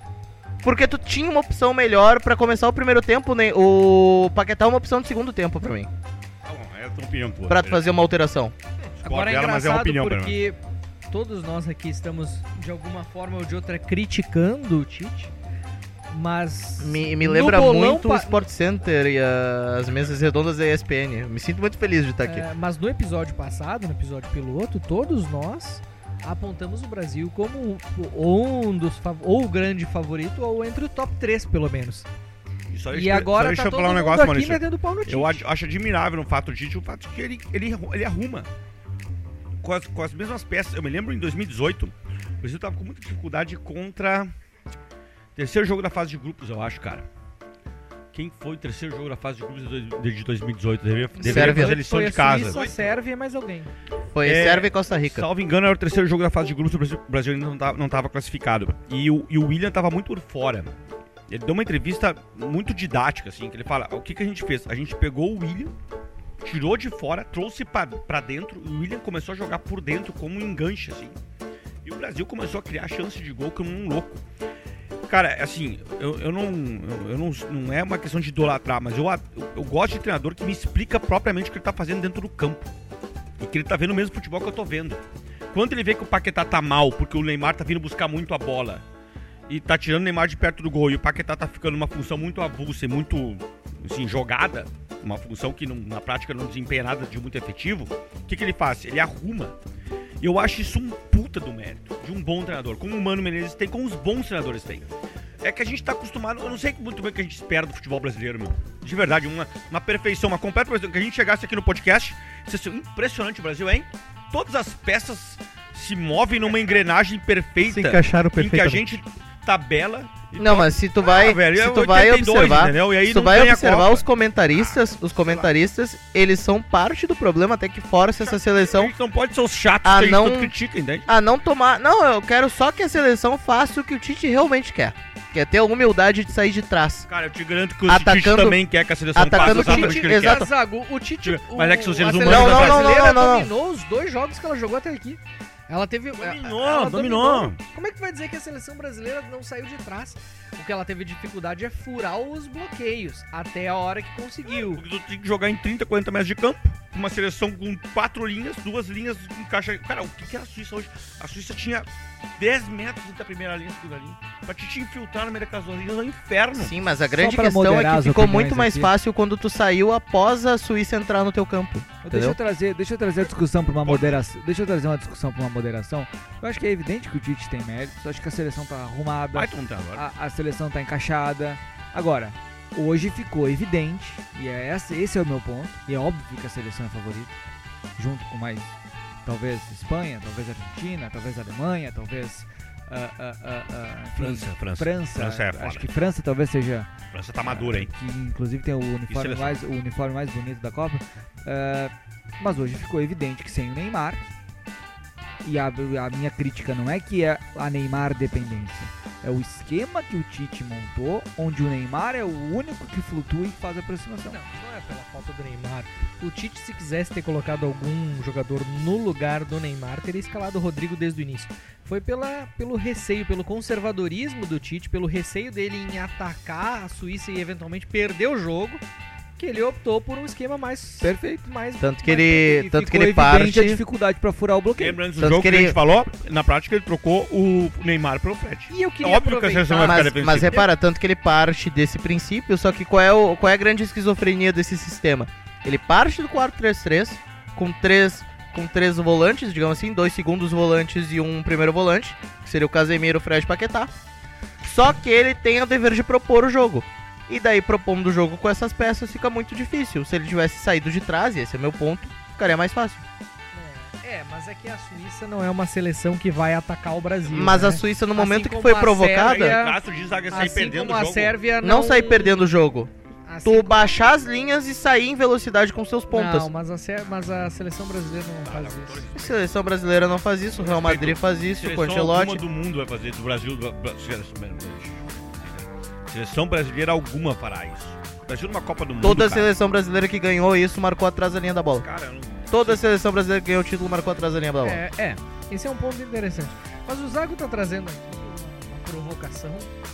Porque tu tinha uma opção melhor pra começar o primeiro tempo, né? O Paquetá é uma opção de segundo tempo pra mim, Tá bom, é a tua opinião tua. pra tu fazer uma alteração. Agora é dela, mas é uma engraçado opinião, pelo porque todos nós aqui estamos, de alguma forma ou de outra, criticando o Tite, mas... Me, me no lembra bolão muito o pa- Sport Center e as mesas redondas da E S P N. Eu me sinto muito feliz de estar aqui. É, mas no episódio passado, no episódio piloto, todos nós apontamos o Brasil como um, um dos fav- ou o grande favorito, ou entre o top três, pelo menos. Só E deixa- agora só deixa tá eu todo falar um mundo negócio, aqui Maurício. metendo pau no Tite. Eu ad- acho admirável no fato do Tite o fato de que ele, ele, ele arruma. Com as, com as mesmas peças. Eu me lembro em dois mil e dezoito, o Brasil tava com muita dificuldade contra. Terceiro jogo da fase de grupos, eu acho, cara. Quem foi o terceiro jogo da fase de grupos de dois- de dois mil e dezoito? Deveria, deveria Sérvia. fazer lição Foi de a casa. Suíça, a Sérvia e mais alguém. Foi É, Sérvia e Costa Rica. Salvo engano, era o terceiro jogo da fase de grupos, o Brasil, o Brasil ainda não tava, não tava classificado. E o, e o William tava muito por fora. Ele deu uma entrevista muito didática, assim, que ele fala, o que, que a gente fez? A gente pegou o William, tirou de fora, trouxe pra, pra dentro, e o William começou a jogar por dentro como um enganche, assim. E o Brasil começou a criar chance de gol como um louco. Cara, assim, eu, eu, não, eu, eu não. Não é uma questão de idolatrar, mas eu, eu, eu gosto de treinador que me explica propriamente o que ele tá fazendo dentro do campo. E que ele tá vendo o mesmo futebol que eu tô vendo. Quando ele vê que o Paquetá tá mal, porque o Neymar tá vindo buscar muito a bola e tá tirando o Neymar de perto do gol, e o Paquetá tá ficando numa função muito avulsa e muito, assim, jogada, uma função que não, na prática não desempenha nada de muito efetivo, o que, que ele faz? Ele arruma. E eu acho isso um puta do mérito de um bom treinador, como o Mano Menezes tem, como os bons treinadores têm. É que a gente tá acostumado, eu não sei muito bem o que a gente espera do futebol brasileiro, meu. De verdade, uma, uma perfeição, uma completa perfeição. Que a gente chegasse aqui no podcast, isso é impressionante o Brasil, hein? Todas as peças se movem numa engrenagem perfeita. Se encaixaram em que a perfeitamente. gente tabela. e Não, to- mas se tu vai, Ah, velho, se é tu vai oitenta e dois, observar, entendeu? E aí se tu não vai ganha a observar Copa. os comentaristas, os comentaristas, eles são parte do problema até que força essa A seleção gente não pode ser os chatos Ah, que a gente não- tanto critica, entende? a não tomar. Não, eu quero só que a seleção faça o que o Tite realmente quer. Que é ter a humildade de sair de trás. Cara, eu te garanto que o Atacando- Tite também quer que a seleção atacando faça o exatamente o Tite, que ele quer. exato. Zago, o Tite... Mas é que são o- seres a humanos seleção da Não, não, não, brasileira não, não. dominou os dois jogos que ela jogou até aqui. Ela teve... Dominou, ela dominou. Como é que vai dizer que a seleção brasileira não saiu de trás? O que ela teve dificuldade é furar os bloqueios, até a hora que conseguiu. Porque tu tem que jogar em trinta, quarenta metros de campo. Uma seleção com quatro linhas, duas linhas encaixa. Cara, o que, que era a Suíça hoje? A Suíça tinha dez metros entre a primeira linha e a segunda linha. Pra te, te infiltrar no meio daquelas duas linhas é um inferno. Sim, mas a grande pra questão é moderar que as ficou opiniões muito mais aqui. fácil quando tu saiu após a Suíça entrar no teu campo. Deixa Entendeu? eu trazer, deixa eu trazer a discussão para uma moderação. Deixa eu trazer uma discussão para uma moderação. Eu acho que é evidente que o Tite tem méritos. Eu acho que a seleção tá arrumada, Vai tu não tá agora. a, a seleção tá encaixada. Agora, hoje ficou evidente, e é esse, esse é o meu ponto, e é óbvio que a seleção é favorita, junto com mais talvez Espanha, talvez Argentina, talvez Alemanha, talvez ah, ah, ah, ah, enfim, França, França. França, França é acho foda. que França talvez seja França tá madura, hein? que inclusive tem o uniforme seleção? mais, o uniforme mais bonito da Copa. Ah, mas hoje ficou evidente que sem o Neymar, e a, a minha crítica não é que é a Neymar dependência, é o esquema que o Tite montou, onde o Neymar é o único que flutua e faz a aproximação. Não, não é pela falta do Neymar. O Tite, se quisesse ter colocado algum jogador no lugar do Neymar, teria escalado o Rodrigo desde o início. Foi pela, pelo receio, pelo conservadorismo do Tite, pelo receio dele em atacar a Suíça e eventualmente perder o jogo, que ele optou por um esquema mais... Perfeito. Mais, Tanto que mais ele, E tanto que ficou ele evidente parte... a dificuldade pra furar o bloqueio. Lembrando do Tanto jogo que que, ele- a gente falou, na prática ele trocou o Neymar pelo Fred. E eu É queria óbvio que a seleção vai aproveitar... ficar Mas, defensiva. mas repara, tanto que ele parte desse princípio, só que qual é, o, qual é a grande esquizofrenia desse sistema? Ele parte do quatro três três com três, com três volantes, digamos assim, dois segundos volantes e um primeiro volante, que seria o Casemiro, o Fred e o Paquetá. Só que ele tem o dever de propor o jogo. E daí, propondo o jogo com essas peças, fica muito difícil. Se ele tivesse saído de trás, e esse é meu ponto, ficaria mais fácil. É, mas é que a Suíça não é uma seleção que vai atacar o Brasil. Mas né? a Suíça, no Assim momento que como foi a provocada, Sérvia- Aí o Castro diz que sair Assim perdendo como o a jogo. Sérvia não sair perdendo o jogo. assim Tu como- baixar as linhas e sair em velocidade com seus pontas. Não, mas a, Sé- mas a seleção brasileira não faz isso. A seleção brasileira não faz isso, o Real Madrid faz isso, com o Seleção Ancelotti. alguma do mundo vai fazer, do Brasil. Do, Bra- seleção brasileira alguma fará isso. O Brasil numa Copa do Mundo, Toda a cara. seleção brasileira que ganhou isso marcou atrás da linha da bola. Cara, eu não... Toda a seleção brasileira que ganhou o título marcou atrás da linha da bola. É, é, esse é um ponto interessante. Mas o Zago tá trazendo aqui uma provocação.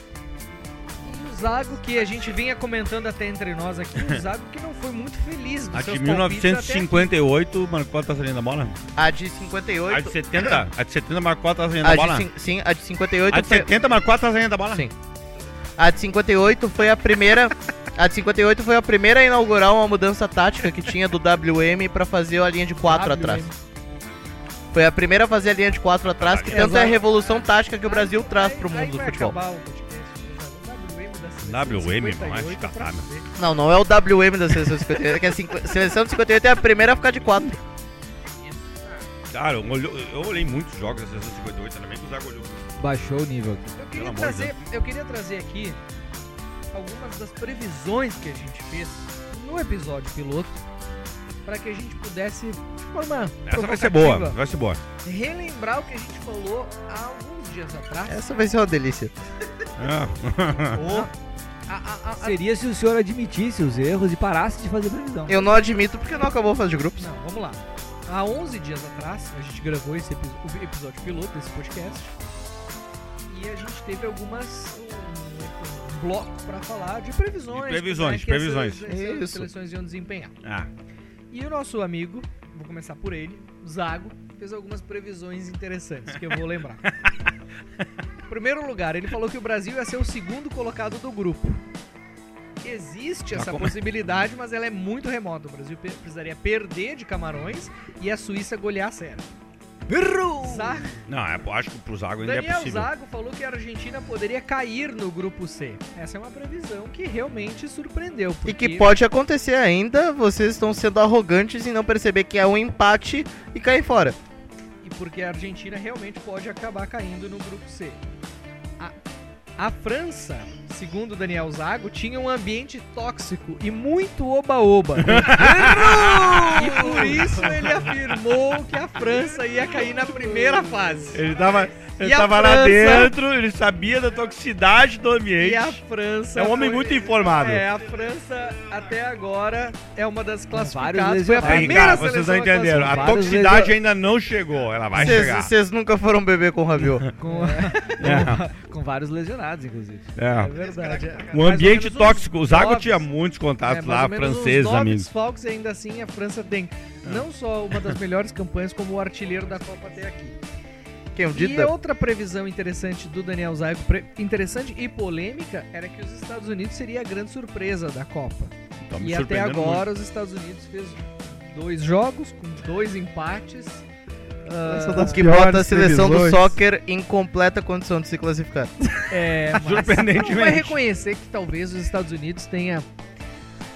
E o Zago, que a gente vinha comentando até entre nós aqui, o Zago que não foi muito feliz dos A seus de mil novecentos e cinquenta e oito marcou a taça linha da bola? A de cinquenta e A oito. de setenta? A de setenta marcou a taça linha A da de bola? cin- sim, a de cinquenta e oito A de foi. setenta marcou a taça linha da bola? Sim. A de cinquenta e oito foi a primeira. A de cinquenta e oito foi a primeira a inaugurar uma mudança tática que tinha do W M pra fazer a linha de quatro atrás. Foi a primeira a fazer a linha de quatro atrás, que É, tanto é a exato. revolução tática que o Brasil Aí- traz aí- pro aí mundo do vai futebol. acabar o podcast, o W M da seleção W M, de cinquenta e vai te oito catar, pra meu. fuder. Não, não é o W M da seleção de cinquenta e oito, é que a cinqu- seleção de cinquenta e oito é a primeira a ficar de quatro. Cara, eu, olho- eu olhei muitos jogos da seleção de cinquenta e oito, também que o Zago olhou. Baixou o nível aqui. Eu Pelo queria, amor de trazer, eu queria trazer aqui algumas das previsões que a gente fez no episódio piloto para que a gente pudesse, de forma Essa vai ser boa, provocativa, vai ser boa. relembrar o que a gente falou há alguns dias atrás. Essa vai ser uma delícia. É. A- a- a- a- Seria se o senhor admitisse os erros e parasse de fazer previsão. Eu não admito porque não acabou a fase de grupos. Não, vamos lá. Há onze dias atrás, a gente gravou esse epi- o episódio piloto desse podcast e a gente teve algumas um, um bloco para falar de previsões. De previsões, como é que previsões. As, as, as Isso. seleções iam desempenhar. Ah, E o nosso amigo, vou começar por ele, Zago, fez algumas previsões interessantes que eu vou lembrar. Em primeiro lugar, ele falou que o Brasil ia ser o segundo colocado do grupo. Existe essa como- possibilidade, mas ela é muito remota. O Brasil pe- precisaria perder de Camarões e a Suíça golear a Sérvia. Zago, não, é, eu acho que pro Zago ainda é Daniel possível. Zago falou que a Argentina poderia cair no grupo C. Essa é uma previsão que realmente surpreendeu. E porque- que pode acontecer ainda, vocês estão sendo arrogantes em não perceber que é um empate e cair fora. E porque a Argentina realmente pode acabar caindo no grupo C. A, a França, segundo Daniel Zago, tinha um ambiente tóxico e muito oba-oba. E por isso ele afirmou que a França ia cair na primeira fase. Ele tava, ele E a tava lá França? dentro, ele sabia da toxicidade do ambiente. E a França. É um homem foi- muito informado. É, a França até agora é uma das vários classificadas. Foi a lesionados. Aí, primeira cara, vocês não seleção a entenderam. A classificar. Vários toxicidade lesio- ainda não chegou. Ela vai chegar. Vocês nunca foram beber com o Rabiot. Com, É. com vários lesionados, inclusive. É É. verdade. é. Um Mais ou ambiente menos uns tóxico. O Zago nove- tinha muitos é, contatos mais lá, ou menos uns franceses, nove amigos. desfalques e ainda assim a França tem não só uma das melhores campanhas, como o artilheiro da Copa até aqui. Quem o E dita? outra previsão interessante do Daniel Zago, pre- interessante e polêmica, era que os Estados Unidos seria a grande surpresa da Copa. Tá me E até surpreendendo agora os Estados Unidos fez dois jogos com dois empates. Ah, Essa das O que bota a piores seleção do previsões. soccer em completa condição de se classificar. É, mas Surpreendentemente. não vai reconhecer que talvez os Estados Unidos tenha um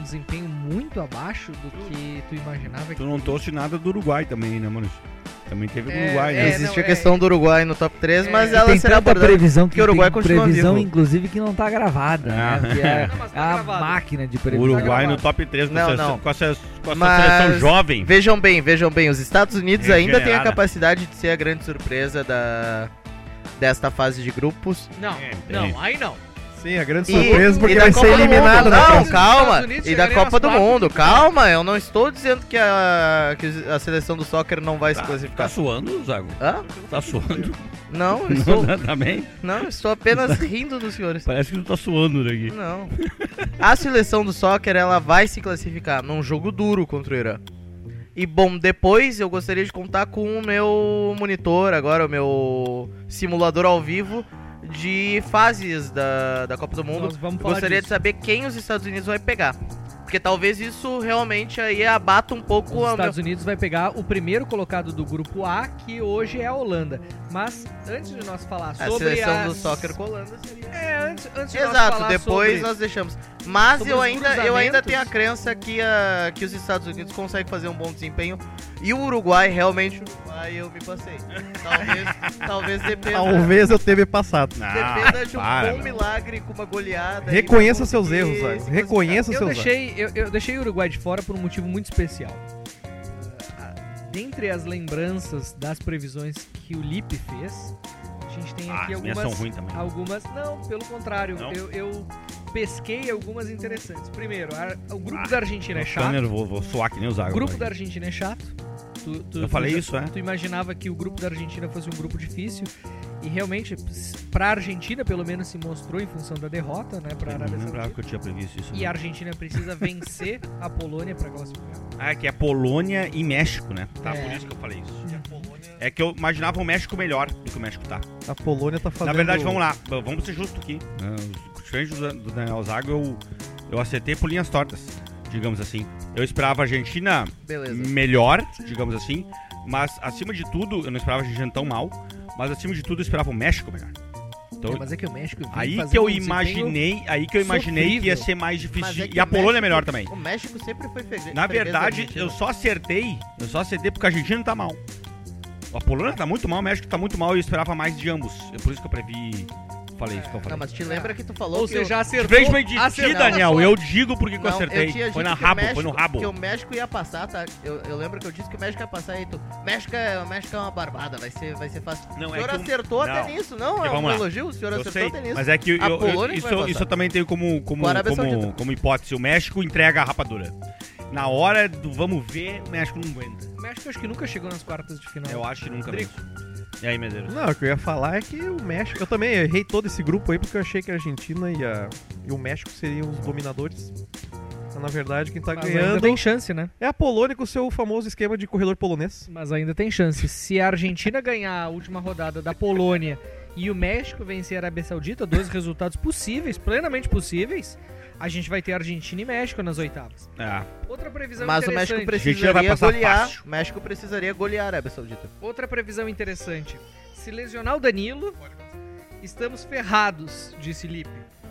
desempenho muito abaixo do que tu imaginava que Tu não trouxe nada do Uruguai também, né, mano? Também teve do É, Uruguai, né? é, Existe não, a questão é- do Uruguai no top três, É, mas e ela tem será tanta abordada. previsão porque o Uruguai tem continua previsão, vivo. inclusive, que não tá gravada, Ah. né? Porque é, Não, mas tá é a gravado. máquina de O previsão. Uruguai gravado. no top três com, Não, a, não. com, essa, com essa Mas- seleção jovem. Vejam bem, vejam bem, os Estados Unidos ainda têm a Regenerada. capacidade de ser a grande surpresa da desta fase de grupos. Não, É, tem. não, aí não. Sim, a grande E, surpresa porque e da vai Copa ser do eliminado Mundo. na Não, próxima. calma. Estados Unidos E da chegaria Copa do nas quartas Mundo. de final. Calma, eu não estou dizendo que a, que a seleção do soccer não vai se Tá classificar. suando, Zago? Hã? Tá suando? Não, estou, Não, também? não, estou apenas rindo dos senhores. Parece que tu tá suando daqui. Não. A seleção do soccer, ela vai se classificar num jogo duro contra o Irã. E, bom, depois eu gostaria de contar com o meu monitor, agora o meu simulador ao vivo de fases da, da Copa do Mundo. Nós vamos Eu falar gostaria de disso. saber quem os Estados Unidos vai pegar. Porque talvez isso realmente aí abata um pouco Os a Estados meu... Unidos vai pegar o primeiro colocado do grupo A, que hoje é a Holanda. Mas antes de nós falar a sobre seleção as... do soccer com a Holanda seria... É, antes, antes de nós Exato, falar depois sobre... nós deixamos. Mas sobre eu os ainda, eu ainda cruzamentos. tenho a crença que, a, que os Estados Unidos conseguem fazer um bom desempenho. E o Uruguai, realmente, o Uruguai eu me passei. Talvez, talvez dependa, Talvez eu tenha me passado. dependa de um para, bom meu. milagre com uma goleada. aí Reconheça pra seus conseguir erros, se Zago. classificar. Reconheça Eu seus erros. deixei, eu, eu deixei o Uruguai de fora por um motivo muito especial. Ah, Dentre as lembranças das previsões que o Lipe fez, a gente tem Ah, aqui as minhas algumas... são ruins também. Algumas, não, pelo contrário, Não? eu, eu pesquei algumas interessantes. Primeiro, a- o grupo Ah, da Argentina é Tô chato. nervoso, vou suar que nem o Zago. O grupo agora. da Argentina é chato. Tu, tu- Eu tu falei já- isso, é? Tu imaginava que o grupo da Argentina fosse um grupo difícil e realmente, pra Argentina, pelo menos, se mostrou em função da derrota, né, pra Eu Arábia não lembrava Saudita. que eu tinha previsto isso. E a Argentina precisa vencer a Polônia pra classificar. Ah, que é Polônia e México, né? Tá, É. por isso que eu falei isso. É que eu imaginava o México melhor do que o México tá. A Polônia tá fazendo... Na verdade, vamos lá, b- vamos ser justos aqui. né? Os diferente do, do Daniel Zago, eu, eu acertei por linhas tortas, digamos assim. Eu esperava a Argentina Beleza. melhor, digamos assim, mas acima de tudo, eu não esperava a Argentina tão mal, mas acima de tudo eu esperava o México melhor. Então, É, mas é que o México vem aí fazendo que eu um desempenho- imaginei, aí que eu imaginei que ia sofrível. ser mais difícil. Mas é de- que e a o Polônia é México- melhor também. O México sempre foi freguês. Na freguês da verdade, Argentina. eu só acertei, eu só acertei porque a Argentina tá mal. A Polônia tá muito mal, o México tá muito mal e eu esperava mais de ambos. É por isso que eu previ. Falei isso que eu falei. Não, mas te lembra que tu falou Ou que seja, o... acertou. Diferentemente de ti, acertou Daniel, na eu digo porque que eu Não, acertei. tinha Foi dito na que o rabo, México- foi no rabo. Que o México ia passar, tá? Eu, eu lembro que eu disse que o México ia passar e tu. México é, o México é uma barbada, vai ser, vai ser fácil. Não, o é senhor que o- acertou não. até nisso, não? E É um vamos lá. elogio, o senhor Eu acertou sei, até nisso. mas é que eu- A eu- Polônia que isso, vai passar. isso eu também tenho como, como, Com a Arábia como, Saudita. como hipótese. O México entrega a rapadura. Na hora do vamos ver, o México não aguenta. O México acho que nunca chegou nas quartas de final. Eu acho que nunca Rodrigo. mesmo. E aí, Medeiros? Não, o que eu ia falar é que o México... Eu também errei todo esse grupo aí porque eu achei que a Argentina e, a, e o México seriam os dominadores. Mas, na verdade, quem tá Mas ainda ganhando tem chance, né? é a Polônia com o seu famoso esquema de corredor polonês. Mas ainda tem chance. Se a Argentina ganhar a última rodada da Polônia e o México vencer a Arábia Saudita, dois resultados possíveis, plenamente possíveis, a gente vai ter Argentina e México nas oitavas. É. Outra previsão Mas o interessante. México Argentina vai precisaria passar golear. fácil. O México precisaria golear a Arábia Saudita. Outra previsão interessante. Se lesionar o Danilo, estamos ferrados, disse Lipe.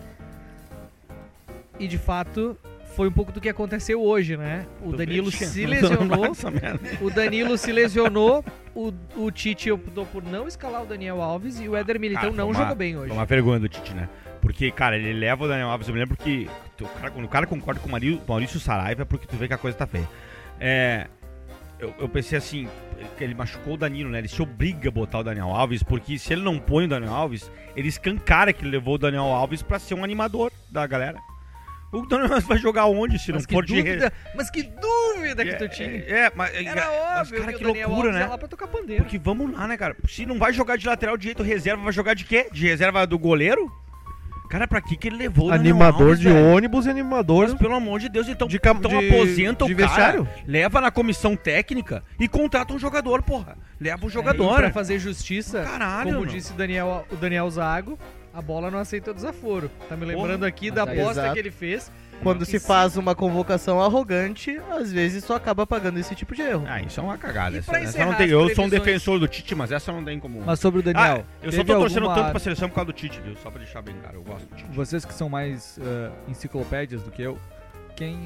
E de fato, foi um pouco do que aconteceu hoje, né? O Tô Danilo vendo, se não lesionou. vai essa merda. O Danilo se lesionou, o, o Tite optou por não escalar o Daniel Alves e o Éder Militão Cara, não foi uma- jogou bem hoje. É uma vergonha do Tite, né? Porque, cara, ele leva o Daniel Alves. Eu me lembro que o cara, quando o cara concorda com o Maurício, Maurício Saraiva é porque tu vê que a coisa tá feia. É. Eu, eu pensei assim, que ele machucou o Danilo, né? Ele se obriga a botar o Daniel Alves, porque se ele não põe o Daniel Alves, ele escancara que ele levou o Daniel Alves pra ser um animador da galera. O Daniel Alves vai jogar onde se mas, não que for de... dúvida, mas que dúvida que tu tinha. É, é, mas, Era mas, óbvio cara, que, que o Daniel loucura, Alves né? ia lá pra tocar pandeiro. Porque vamos lá, né, cara? Se não vai jogar de lateral direito reserva, vai jogar de quê? De reserva do goleiro? Cara, pra que que ele levou o Daniel Animador Alves, de velho? ônibus e animador Mas, pelo amor de Deus, então, de, cam... então de, aposenta de o cara, vestiário. leva na comissão técnica e contrata um jogador, porra. Leva o É, e jogador. pra fazer justiça, Caralho, como meu. disse o Daniel, o Daniel Zago, a bola não aceita desaforo. Tá me lembrando aqui da mas aí- aposta Exato. que ele fez. Quando E se se- faz uma convocação arrogante, às vezes só acaba pagando esse tipo de erro. Ah, isso é uma cagada. E Essa, pra essa encerrar não tem, as eu sou um previsões- defensor do Tite, mas essa não tem como... Mas sobre o Daniel, Ah, eu só teve tô torcendo alguma- tanto pra seleção por causa do Tite, viu? Só pra deixar bem claro, eu gosto do Tite. Vocês que são mais eh, enciclopédias do que eu, quem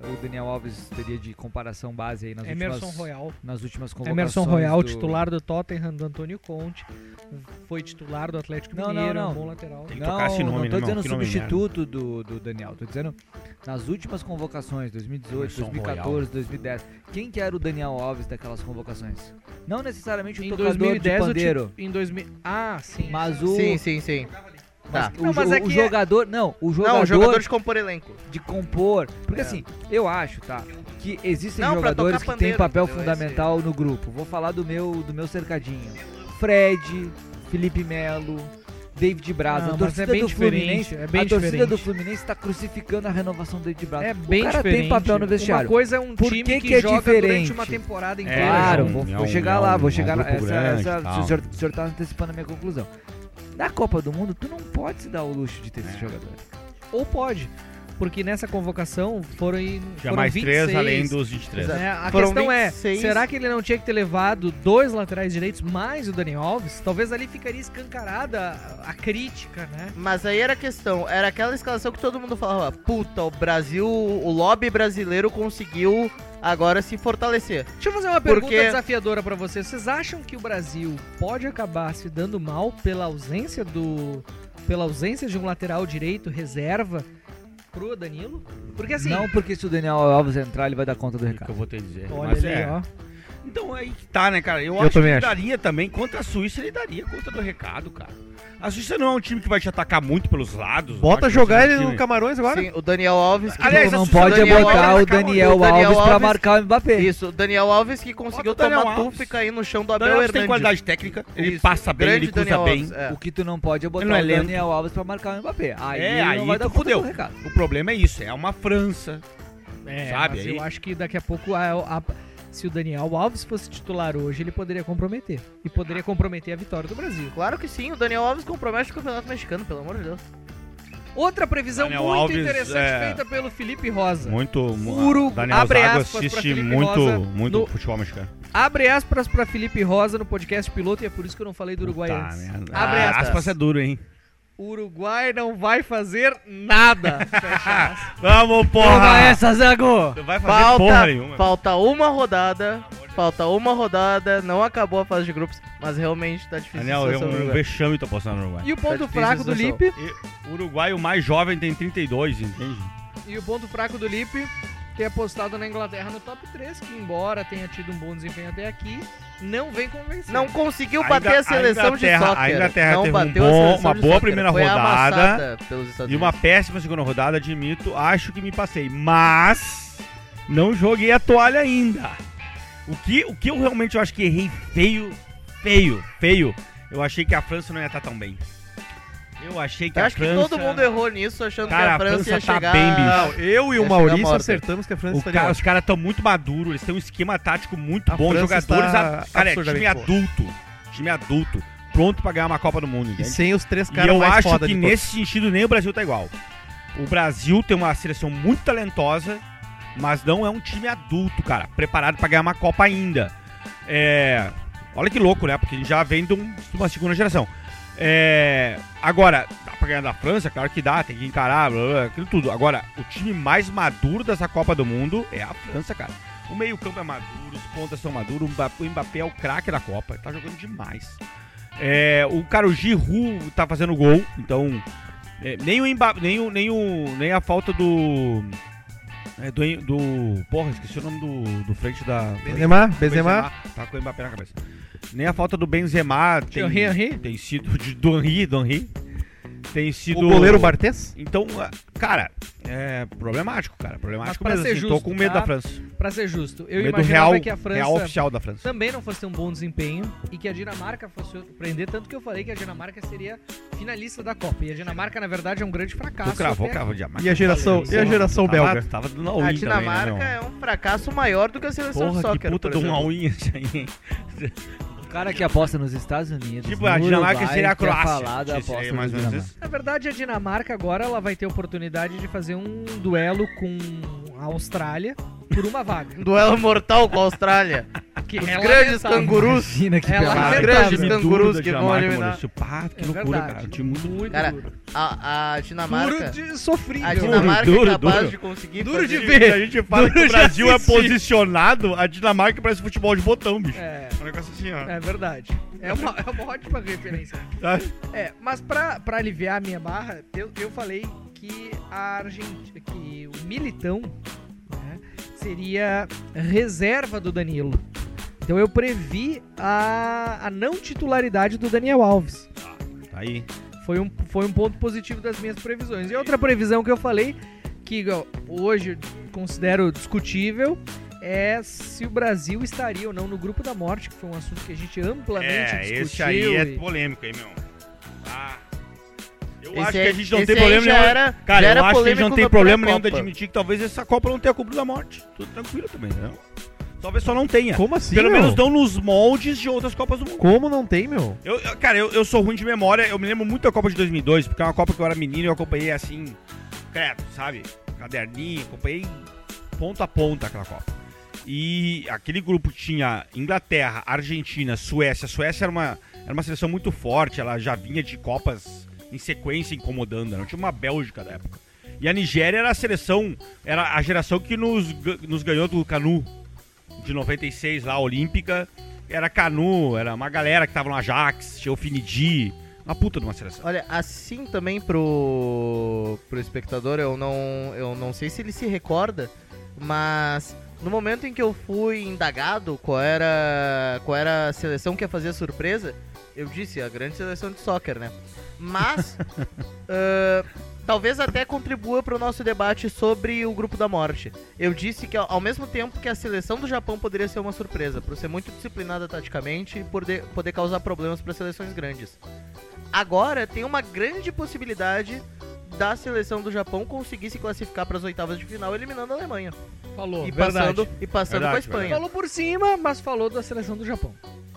o Daniel Alves teria de comparação base aí nas Emerson últimas, Royal. nas últimas convocações. Emerson Royal, do... titular do Tottenham, do Antônio Conte. Foi titular do Atlético Não, Mineiro, não, não. um bom lateral. Tem que Não, tocar esse nome, não tô né, dizendo meu? Que nome substituto do, do Daniel, tô dizendo nas últimas convocações, dois mil e dezoito, Emerson dois mil e quatorze, dois mil e dez. Quem que era o Daniel Alves daquelas convocações? Não necessariamente o Em tocador dois mil e dez, de pandeiro, o ti- em dois mil... Ah, sim. mas o, Sim, sim, sim. mas Tá. o, Não, mas jo- é o que é- jogador, não, o jogador, Não, o jogador de compor elenco. de compor, porque É. assim, eu acho, tá, que existem Não, pra jogadores tocar que têm pandeiro, papel entendeu? fundamental no grupo. Vou falar do meu, do meu cercadinho. Fred, Felipe Melo, David Braz. Não, a mas torcida é bem do diferente, Fluminense, é bem a torcida diferente. do Fluminense tá crucificando a renovação do David Braz. É o bem cara diferente. tem papel no vestiário. Uma coisa é um Por time que que, que é joga diferente? durante uma temporada inteira. É, Claro, é um- vou, é vou um- chegar é lá, um- vou é um chegar lá. grupo Essa, grande essa- e tal. o, senhor, o senhor tá antecipando a minha conclusão. Na Copa do Mundo, tu não pode se dar o luxo de ter esse jogador. Ou pode. Porque nessa convocação foram, em- Tinha foram mais vinte e três seis. além dos vinte e três. Exato. Né? A Foram questão vinte e seis. é, será que ele não tinha que ter levado dois laterais direitos mais o Daniel Alves? Talvez ali ficaria escancarada a, a crítica, né? Mas aí era a questão, era aquela escalação que todo mundo falava, puta, o Brasil, o lobby brasileiro conseguiu agora se fortalecer. Deixa eu fazer uma pergunta Porque- desafiadora pra vocês. Vocês acham que o Brasil pode acabar se dando mal pela ausência do pela ausência de um lateral direito reserva pro Danilo? Porque assim, Não porque se o Daniel Alves entrar, ele vai dar conta do É o que recado. eu vou te dizer. olha Mas ali, é. ó. Então aí que tá, né, cara? Eu, Eu acho que também ele acho. daria também. Contra a Suíça, ele daria conta do recado, cara. A Suíça não é um time que vai te atacar muito pelos lados. Bota Eu acho jogar que ele é um no time- Camarões agora? Sim, o Daniel Alves que Aliás, Tu não se o pode é Daniel botar Alves- o Daniel, o Daniel Alves pra Alves- marcar o Mbappé. Isso, o Daniel Alves que conseguiu Bota o Daniel tomar Alves. tufa e cair no chão do O Abel Daniel Alves tem Hernandes. qualidade técnica, ele Isso, passa bem, grande ele cruza Daniel bem. Alves, é. O que tu não pode é botar Ele não é o lento. Daniel Alves pra marcar o Mbappé. Aí É, ele aí não vai dar tu conta fudeu. do recado. O problema é isso, é uma França. É, Sabe, mas aí- eu acho que daqui a pouco a- a- se o Daniel Alves fosse titular hoje, ele poderia comprometer. E poderia comprometer a vitória do Brasil. Claro que sim, o Daniel Alves compromete o campeonato mexicano, pelo amor de Deus. Outra previsão Daniel muito Alves, interessante é, feita pelo Felipe Rosa. Muito. Uro- Daniel abre Zago aspas pra assiste Felipe muito, Rosa muito no- futebol mexicano. Abre aspas pra Felipe Rosa no podcast piloto e é por isso que eu não falei do Uruguai Tá, antes. merda. Abre Ah, aspas. aspas é duro, hein? O Uruguai não vai fazer nada. Fecha aspas. Vamos, Toma porra! essa, Zago! Não vai fazer porra Falta, nenhuma. falta uma rodada, falta uma rodada, não acabou a fase de grupos, mas realmente tá difícil. Daniel, a é situação do um Uruguai. vexame tô postando no Uruguai. E o ponto Tá difícil fraco do a situação. Lipe. E o Uruguai, o mais jovem, tem trinta e dois, entende? E o ponto fraco do Lipe, ter apostado na Inglaterra no top três, que embora tenha tido um bom desempenho até aqui, não vem convencer. Não conseguiu A bater Inga- a seleção a Inglaterra- de soccer. a Inglaterra não teve um bateu bom- a seleção uma de boa soccer. primeira Foi rodada amassada pelos Estados E uma Unidos. péssima segunda rodada, admito. Acho que me passei. Mas não joguei a toalha ainda. O que, o que eu realmente eu acho que errei feio, feio, feio. Eu achei que a França não ia estar tão bem. Eu achei que Eu a acho França... que todo mundo errou nisso, achando Cara, que a a França, França ia tá chegar... bem, bicho. Não, eu e Ia o chegar Maurício morta. acertamos que a França O estaria ca- lá. os caras estão muito maduros, eles têm um esquema tático muito A bom. França Jogadores, está a- cara, é time absurdamente boa. adulto. Time adulto. Pronto pra ganhar uma Copa do Mundo, E entende? sem os três E caras eu mais acho foda que de todos. nesse sentido nem o Brasil tá igual. O Brasil tem uma seleção muito talentosa, mas não é um time adulto, cara, preparado pra ganhar uma Copa ainda. É... Olha que louco, né? Porque a gente já vem de, um- de uma segunda geração. É... Agora, dá pra ganhar da França? Claro que dá, tem que encarar, blá, blá, aquilo tudo. Agora, o time mais maduro dessa Copa do Mundo é a França, cara. O meio-campo é maduro, os pontas são maduros, o Mbappé- o Mbappé é o craque da Copa, tá jogando demais. É, o cara, o Giroud tá fazendo gol, então é, nem o Mbappé, nem o, nem o, nem a falta do, é, do, do, porra, esqueci o nome do, do frente da Benzema, do Benzema. tá com o Mbappé na cabeça. Nem a falta do Benzema tem, Henry, Henry? tem sido de, do Henry, do Henry, tem sido O goleiro Barthez? Então, cara, é problemático, cara, problemático Mas pra mesmo. ser Assim, tô justo, com medo tá? da França. Pra ser justo, eu medo imaginava real, que a França real oficial da França. também não fosse ter um bom desempenho e que a Dinamarca fosse surpreender, tanto que eu falei que a Dinamarca seria finalista da Copa. E a Dinamarca, na verdade, é um grande fracasso. Tu cravou, até cravou aqui. diamante. E a geração, e a geração Tava- belga? Tava dando A all-in Dinamarca também, né, é um fracasso maior do que a seleção meu? de Porra, soccer. que puta por de um exemplo. all-in esse aí, hein? O cara que aposta nos Estados Unidos. Tipo, a no Dinamarca Uruguai, seria a quer Croácia. falar da Esse aí é aposta mais do ou menos Dinamarca. isso. Na verdade, a Dinamarca agora ela vai ter a oportunidade de fazer um duelo com a Austrália por uma vaga. Um duelo mortal com a Austrália. Que Os é grandes lamentável. cangurus. Imagina que É pelada. lá- Os lamentável. grandes Time duro cangurus da que vão Dinamarca, eliminar. Maurício. Pá, que É loucura, verdade. cara. Um time muito Muito Cara, duro. A, a Dinamarca. Duro de sofrível. A Dinamarca Duro, é capaz duro. de conseguir. Duro de fazer- ver. Se a gente fala Duro que o de Brasil é assistir. posicionado, a Dinamarca parece futebol de botão, bicho. É, Um negócio assim, ó. é verdade. É uma, é uma ótima referência. Tá? É, mas pra, pra aliviar a minha barra, eu, eu falei que a Argentina, que o Militão, né, seria reserva do Danilo. Então eu previ a, a não titularidade do Daniel Alves. Tá aí. Foi um, foi um ponto positivo das minhas previsões. E outra previsão que eu falei, que ó, hoje considero discutível, é se o Brasil estaria ou não no grupo da morte, que foi um assunto que a gente amplamente É, discutiu. esse aí é e- polêmico aí, meu. Ah. Eu Esse acho aí- que a gente não esse tem aí problema já nenhum. era- Cara, já eu era acho que a gente não polêmico tem na problema nenhum de pré-copa. admitir que talvez essa Copa não tenha cúmulo da morte. Tudo tranquilo também, né? Talvez só não tenha. Como assim, Pelo meu? menos não nos moldes de outras Copas do Mundo. Como não tem, meu? Eu, eu- cara, eu, eu sou ruim de memória. Eu me lembro muito da Copa de dois mil e dois, porque é uma Copa que eu era menino e eu acompanhei assim, credo, sabe? Caderninho, acompanhei ponto a ponta aquela Copa. E aquele grupo tinha Inglaterra, Argentina, Suécia. A Suécia era uma, era uma seleção muito forte, ela já vinha de Copas em sequência incomodando, não tinha uma Bélgica da época. E a Nigéria era a seleção, era a geração que nos, ga- nos ganhou do Canu de noventa e seis lá, Olímpica. Era Canu, era uma galera que tava no Ajax, tinha o Finidi, uma puta de uma seleção. Olha, assim também pro, pro espectador, eu não, eu não sei se ele se recorda, mas no momento em que eu fui indagado qual era, qual era a seleção que ia fazer a surpresa, eu disse, a grande seleção de soccer, né? Mas, ah, talvez até contribua para o nosso debate sobre o Grupo da Morte. Eu disse que ao ao mesmo tempo que a seleção do Japão poderia ser uma surpresa, por ser muito disciplinada taticamente e poder, poder causar problemas para seleções grandes. Agora tem uma grande possibilidade da seleção do Japão conseguir se classificar para as oitavas de final eliminando a Alemanha Falou, e verdade. passando, e passando com a Verdade, Espanha. Falou por cima, mas falou da seleção do Japão.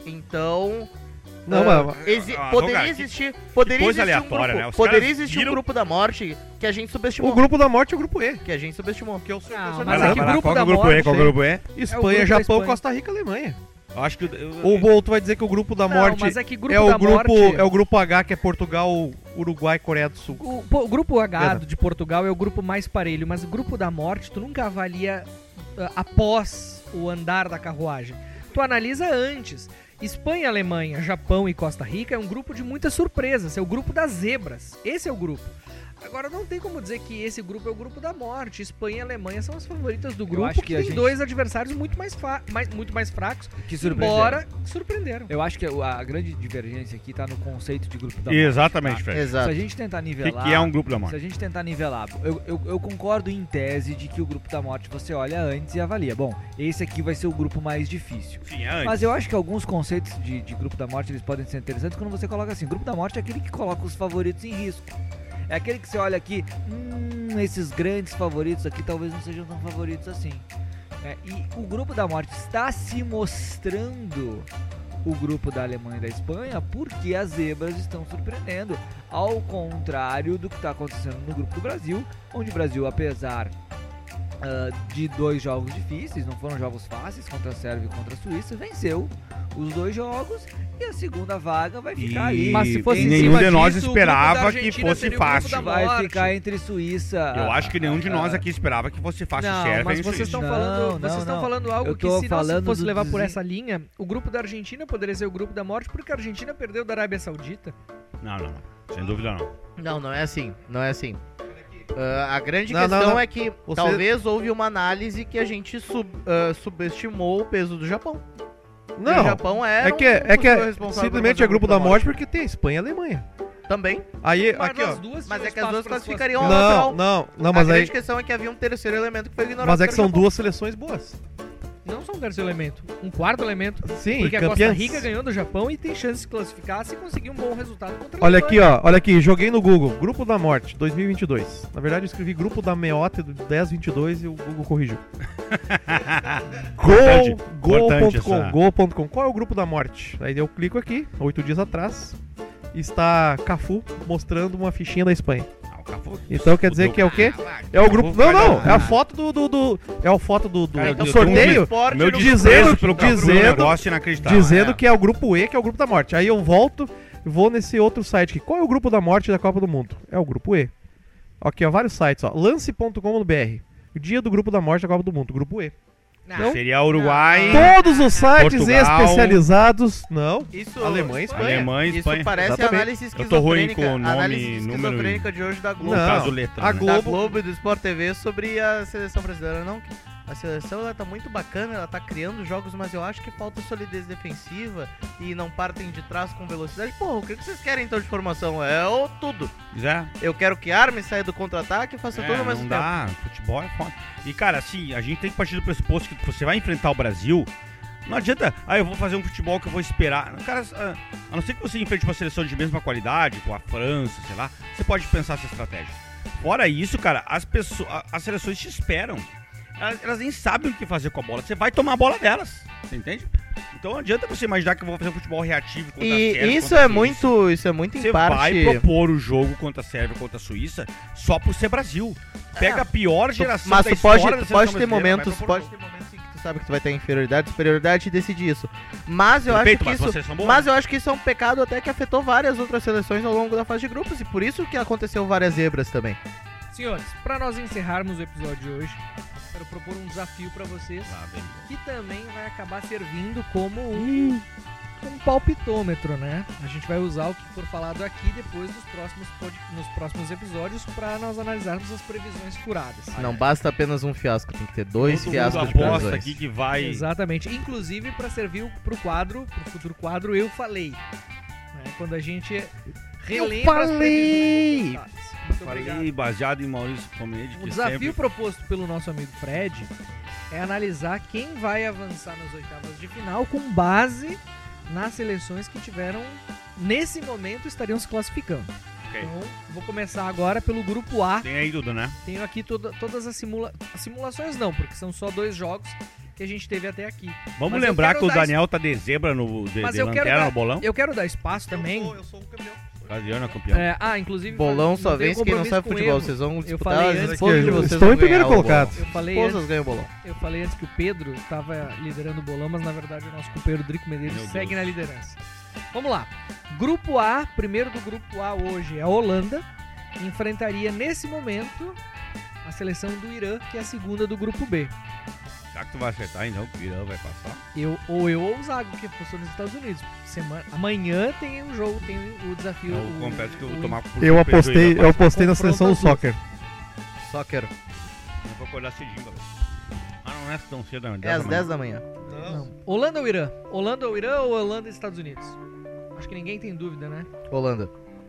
Então, Não, ah, mas... exi- Ah, poderia Rogar, que- existir, poderia coisa existir um aleatória, grupo, né? Os poderia caras existir um viram- grupo da morte que a gente subestimou, O grupo da morte é o grupo E. que a gente subestimou. Que eu sou, Não, eu sou mas Vai lá, é que vai lá. grupo Qual que é da o grupo E? morte, Qual que é o grupo E? Espanha, grupo da Japão, Espanha. Costa Rica, Alemanha. Eu acho que... eu- Ou, ou tu vai dizer que o grupo da Não, morte mas é que grupo é o da grupo morte... é o grupo H, que é Portugal, Uruguai, Coreia do Sul. O, pô, o grupo H Verdade. de Portugal é o grupo mais parelho, mas o grupo da morte tu nunca avalia ah, após o andar da carruagem. Tu analisa antes. Espanha, Alemanha, Japão e Costa Rica é um grupo de muitas surpresas. É o grupo das zebras. Esse é o grupo. Agora não tem como dizer que esse grupo é o grupo da morte. Espanha e Alemanha são as favoritas do grupo, acho que, que a tem gente- dois adversários muito mais, fa- mais- muito mais fracos, Que surpresa. embora surpreenderam. Eu acho que a grande divergência aqui tá no conceito de grupo da morte. Exatamente, tá? Fred. Se Exato. a gente tentar O que, nivelar... que é um grupo da Se morte? a gente tentar nivelar, eu, eu, eu concordo em tese de que o grupo da morte você olha antes e avalia. Bom, esse aqui vai ser o grupo mais difícil. Sim, é antes. Mas eu acho que alguns conceitos de, de grupo da morte eles podem ser interessantes quando você coloca assim: grupo da morte é aquele que coloca os favoritos em risco. É aquele que você olha aqui, hum, esses grandes favoritos aqui talvez não sejam tão favoritos assim. É, e o grupo da morte está se mostrando o grupo da Alemanha e da Espanha porque as zebras estão surpreendendo, ao contrário do que está acontecendo no grupo do Brasil, onde o Brasil, apesar ah, de dois jogos difíceis, não foram jogos fáceis contra a Sérvia e contra a Suíça, venceu os dois jogos e a segunda vaga vai ficar E- ali. Mas se fosse e em nenhum cima de nós disso, o esperava grupo da que Argentina fosse seria o grupo fácil. da Vai morte. ficar entre Suíça. Eu acho que nenhum de nós ah, aqui esperava que fosse fácil Não, Sérvia mas e vocês Suíça. estão Não, falando, não, vocês estão não. falando algo Eu que tô se nós falando fosse do levar por desen- essa linha, o grupo da Argentina poderia ser o grupo da morte porque a Argentina perdeu da Arábia Saudita. Não, não, não. Sem dúvida não. Não, não é assim, não é assim. Ah, a grande Não, questão não, não. é que Você- talvez houve uma análise que a gente sub- ah, subestimou o peso do Japão. E o Não, Japão era é que, um é, que possível é, responsável por simplesmente fazer é o grupo da morte porque tem Espanha e Alemanha. Também. Aí, Mas aqui ó. nas duas Mas tinha é que as espaço duas pra se classificariam Não, ao natural. não, não, a mas grande aí, questão é que havia um terceiro elemento que foi ignorado. mas é pelo que são Japão. duas seleções boas. Não só um terceiro elemento, um quarto elemento. Sim, Porque a Costa campeãs. Rica ganhou do Japão e tem chance de se classificar se conseguir um bom resultado contra a Olha Alemanha. aqui, ó, olha aqui, joguei no Google, Grupo da Morte, dois mil e vinte e dois. Na verdade eu escrevi Grupo da Meota do dez vinte e dois e o Google corrigiu. Importante, Gol, importante gol ponto com, essa- gol ponto com. Qual é o Grupo da Morte? Aí eu clico aqui, oito dias atrás, está Cafu mostrando uma fichinha da Espanha. Ah, o Então quer dizer que é o quê? É o grupo. Não, não, é a foto do. do, do é a foto do, do, Cara, do eu sorteio. tenho um- meu dizendo, desprezo pelo dizendo, negócio inacreditável. dizendo É. que é o grupo E, que é o grupo da morte. Aí eu volto e vou nesse outro site aqui. Qual é o grupo da morte da Copa do Mundo? É o grupo E. Aqui, ó, vários sites, ó. lance ponto com ponto b r. O dia do grupo da morte da Copa do Mundo, grupo E. Não. Seria Uruguai, Todos os sites Portugal. especializados. Não. Isso, Alemanha e Espanha. Alemanha, Isso Espanha. parece Exatamente. análise Eu tô ruim esquizofrênica. com o nome, análise número e- esquizofrênica de hoje da Globo. no Não. caso letra, A né? Globo- Da Globo e do Sport T V sobre a seleção brasileira. Não, que a seleção ela tá muito bacana, ela tá criando jogos, mas eu acho que falta solidez defensiva e não partem de trás com velocidade. Porra, o que que vocês querem então de formação? É o tudo. É. Eu quero que arme, saia do contra-ataque e faça É, tudo ao mesmo não tempo. dá, futebol é foda. E cara, assim, a gente tem que partir do pressuposto que você vai enfrentar o Brasil. Não adianta, ah, eu vou fazer um futebol que eu vou esperar. Cara, a a não ser que você enfrente uma seleção de mesma qualidade, com a França, sei lá, você pode pensar essa estratégia. Fora isso, cara, as pessoas, a- as seleções te esperam. Elas, elas nem sabem o que fazer com a bola. Você vai tomar a bola delas, você entende? Então não adianta você imaginar que eu vou fazer um futebol reativo contra a E Sérvia, isso contra a é Suíça. muito, isso é muito Você em parte. vai propor o jogo contra a Sérvia, contra a Suíça, só por ser Brasil. Pega Ah, a pior Tu- geração Mas da tu pode, história da tu seleção pode ter brasileira, momentos, vai propor pode o ter jogo. momentos em que tu sabe que tu vai ter inferioridade, superioridade e decide isso. Mas eu Perfeito, acho mas que uma isso, seleção boa. mas eu acho que isso é um pecado até que afetou várias outras seleções ao longo da fase de grupos e por isso que aconteceu várias zebras também. Senhores, pra nós encerrarmos o episódio de hoje, quero propor um desafio pra vocês, Ah, bem. que também vai acabar servindo como um, um palpitômetro, né? A gente vai usar o que for falado aqui depois dos próximos, pod- nos próximos episódios pra nós analisarmos as previsões furadas. Não basta apenas um fiasco, tem que ter dois Todo fiascos mundo de aposta previsões. aqui que vai... Exatamente. Inclusive pra servir pro quadro, pro futuro quadro, eu falei. Né? Quando a gente relembra as falei! previsões resultados. Muito obrigado. Falei baseado em Maurício Comede, O que desafio sempre... proposto pelo nosso amigo Fred é analisar quem vai avançar nas oitavas de final com base nas seleções que tiveram, nesse momento, estariam se classificando. Ok. Então, vou começar agora pelo grupo A. Tem aí tudo, né? Tenho aqui toda- todas as, simula as simulações, não, porque são só dois jogos que a gente teve até aqui. Vamos Mas eu lembrar quero que o dar Daniel tá de zebra no de, Mas de eu quero lanterna dar- no bolão. Eu quero dar espaço também. Eu sou o campeão. Adriano é campeão. É, ah, inclusive. Bolão não só tenho vence quem não compromisso sabe com futebol. erro. Vocês vão falei disputar, as antes esposas de que vocês estou vão em primeiro ganhar o colocado. bolão. Eu falei Esposas antes, ganham o bolão. eu falei antes que o Pedro estava liderando o bolão, mas na verdade o nosso companheiro Drico Medeiros Meu segue Deus. na liderança. Vamos lá. Grupo A, primeiro do grupo A hoje é a Holanda. Enfrentaria nesse momento a seleção do Irã, que é a segunda do grupo B. Será que tu vai acertar então que o Irã vai passar? Eu, ou eu ou o Zago, que apostou nos Estados Unidos. Semana, amanhã tem o jogo, tem o desafio. Eu o- confesso que eu vou o- tomar por Eu surpresa, apostei, o Irã eu apostei na Confronto seleção do azul. soccer. Só quero. passa. Eu vou acordar cedinho, galera. Ah, não é tão cedo, não. É às dez da manhã. Não. Holanda ou Irã? Holanda ou Irã ou Holanda e Estados Unidos? Acho que ninguém tem dúvida, né? Holanda.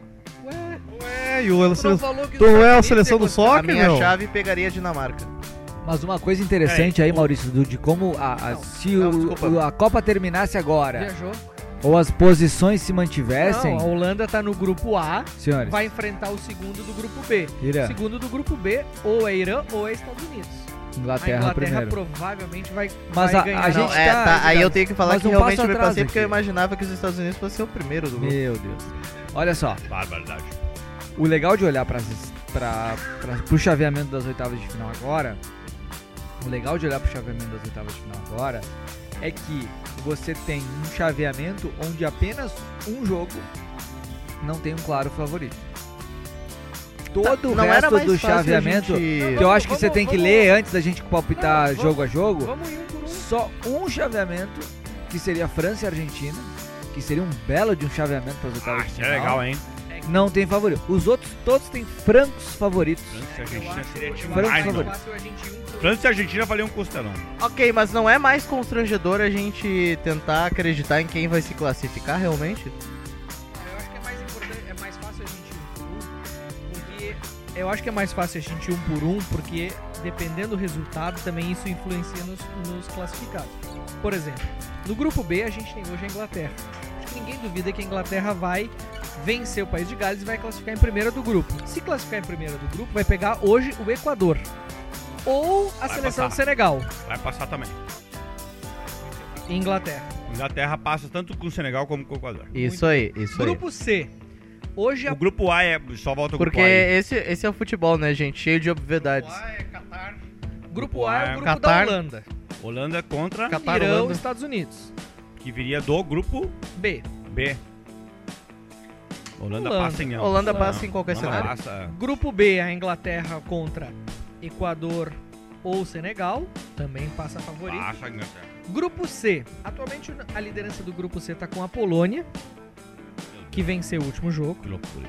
Ué, Ué, e o tu não seleção, falou que tu os não é a Estados Unidos seleção ia do conseguir- A soccer, minha meu? chave pegaria a Dinamarca. Mas uma coisa interessante É, aí, o- Maurício, do- de como a, a- Não, se não, o- desculpa. o- a Copa terminasse agora, Viajou? ou as posições se mantivessem, Não, a Holanda tá no grupo A, senhores, vai enfrentar o segundo do grupo B. Irã, O segundo do grupo B, ou é Irã ou é Estados Unidos. Inglaterra, a Inglaterra primeiro. provavelmente vai, Mas vai a- ganhar. a gente Não, é, tá- tá, aí eu tenho que falar mas que um realmente passo eu me atrás passei porque eu aqui. imaginava que os Estados Unidos fossem o primeiro do grupo. Meu Deus. Olha só, Barbaridade. o legal de olhar para o chaveamento das oitavas de final agora, o legal de olhar para o chaveamento das oitavas de final agora é que você tem um chaveamento onde apenas um jogo não tem um claro favorito. Todo o Não era resto mais do fácil a chaveamento, gente- que eu acho que você Vamos- tem que vamos- ler antes da gente palpitar Não, vamos- jogo a jogo, Vamos ir um por um. só um chaveamento, que seria França e Argentina, que seria um belo de um chaveamento para as oitavas Ah, de isso é final. legal, hein? Não tem favorito. Os outros todos têm francos favoritos. França e Eu Argentina acho- seria eu demais, acho França mano. favorito. fácil a gente ir um por um. França e Argentina valiam um costelão. Ok, mas não é mais constrangedor a gente tentar acreditar em quem vai se classificar realmente? Eu acho que é mais importante, é mais fácil a gente ir um por um, porque eu acho que é mais fácil a gente ir um por um, porque dependendo do resultado também isso influencia nos, nos classificados. Por exemplo, no grupo B a gente tem hoje a Inglaterra. Acho que ninguém duvida que a Inglaterra vai vencer o País de Gales e vai classificar em primeira do grupo. Se classificar em primeira do grupo, vai pegar hoje o Equador ou a Vai seleção passar. do Senegal Vai passar também. e Inglaterra. Inglaterra passa tanto com o Senegal como com o Equador. Isso aí, isso aí. Grupo C. Hoje a O grupo A é. Só volta o Porque grupo A. aí. esse, esse é o futebol, né, gente? Cheio de obviedades. é Qatar. grupo A é o grupo Qatar. da Holanda. Holanda contra. Qatar, Irã, Holanda. Estados Unidos. Que viria do grupo B. B. Holanda, Holanda. passa em ambos. Holanda Não, passa em qualquer Holanda cenário. passa- Grupo B, a Inglaterra contra Equador ou Senegal. Também passa favorito. Passa a Inglaterra. Grupo C. Atualmente a liderança do grupo C tá com a Polônia, que venceu o último jogo. Que loucura.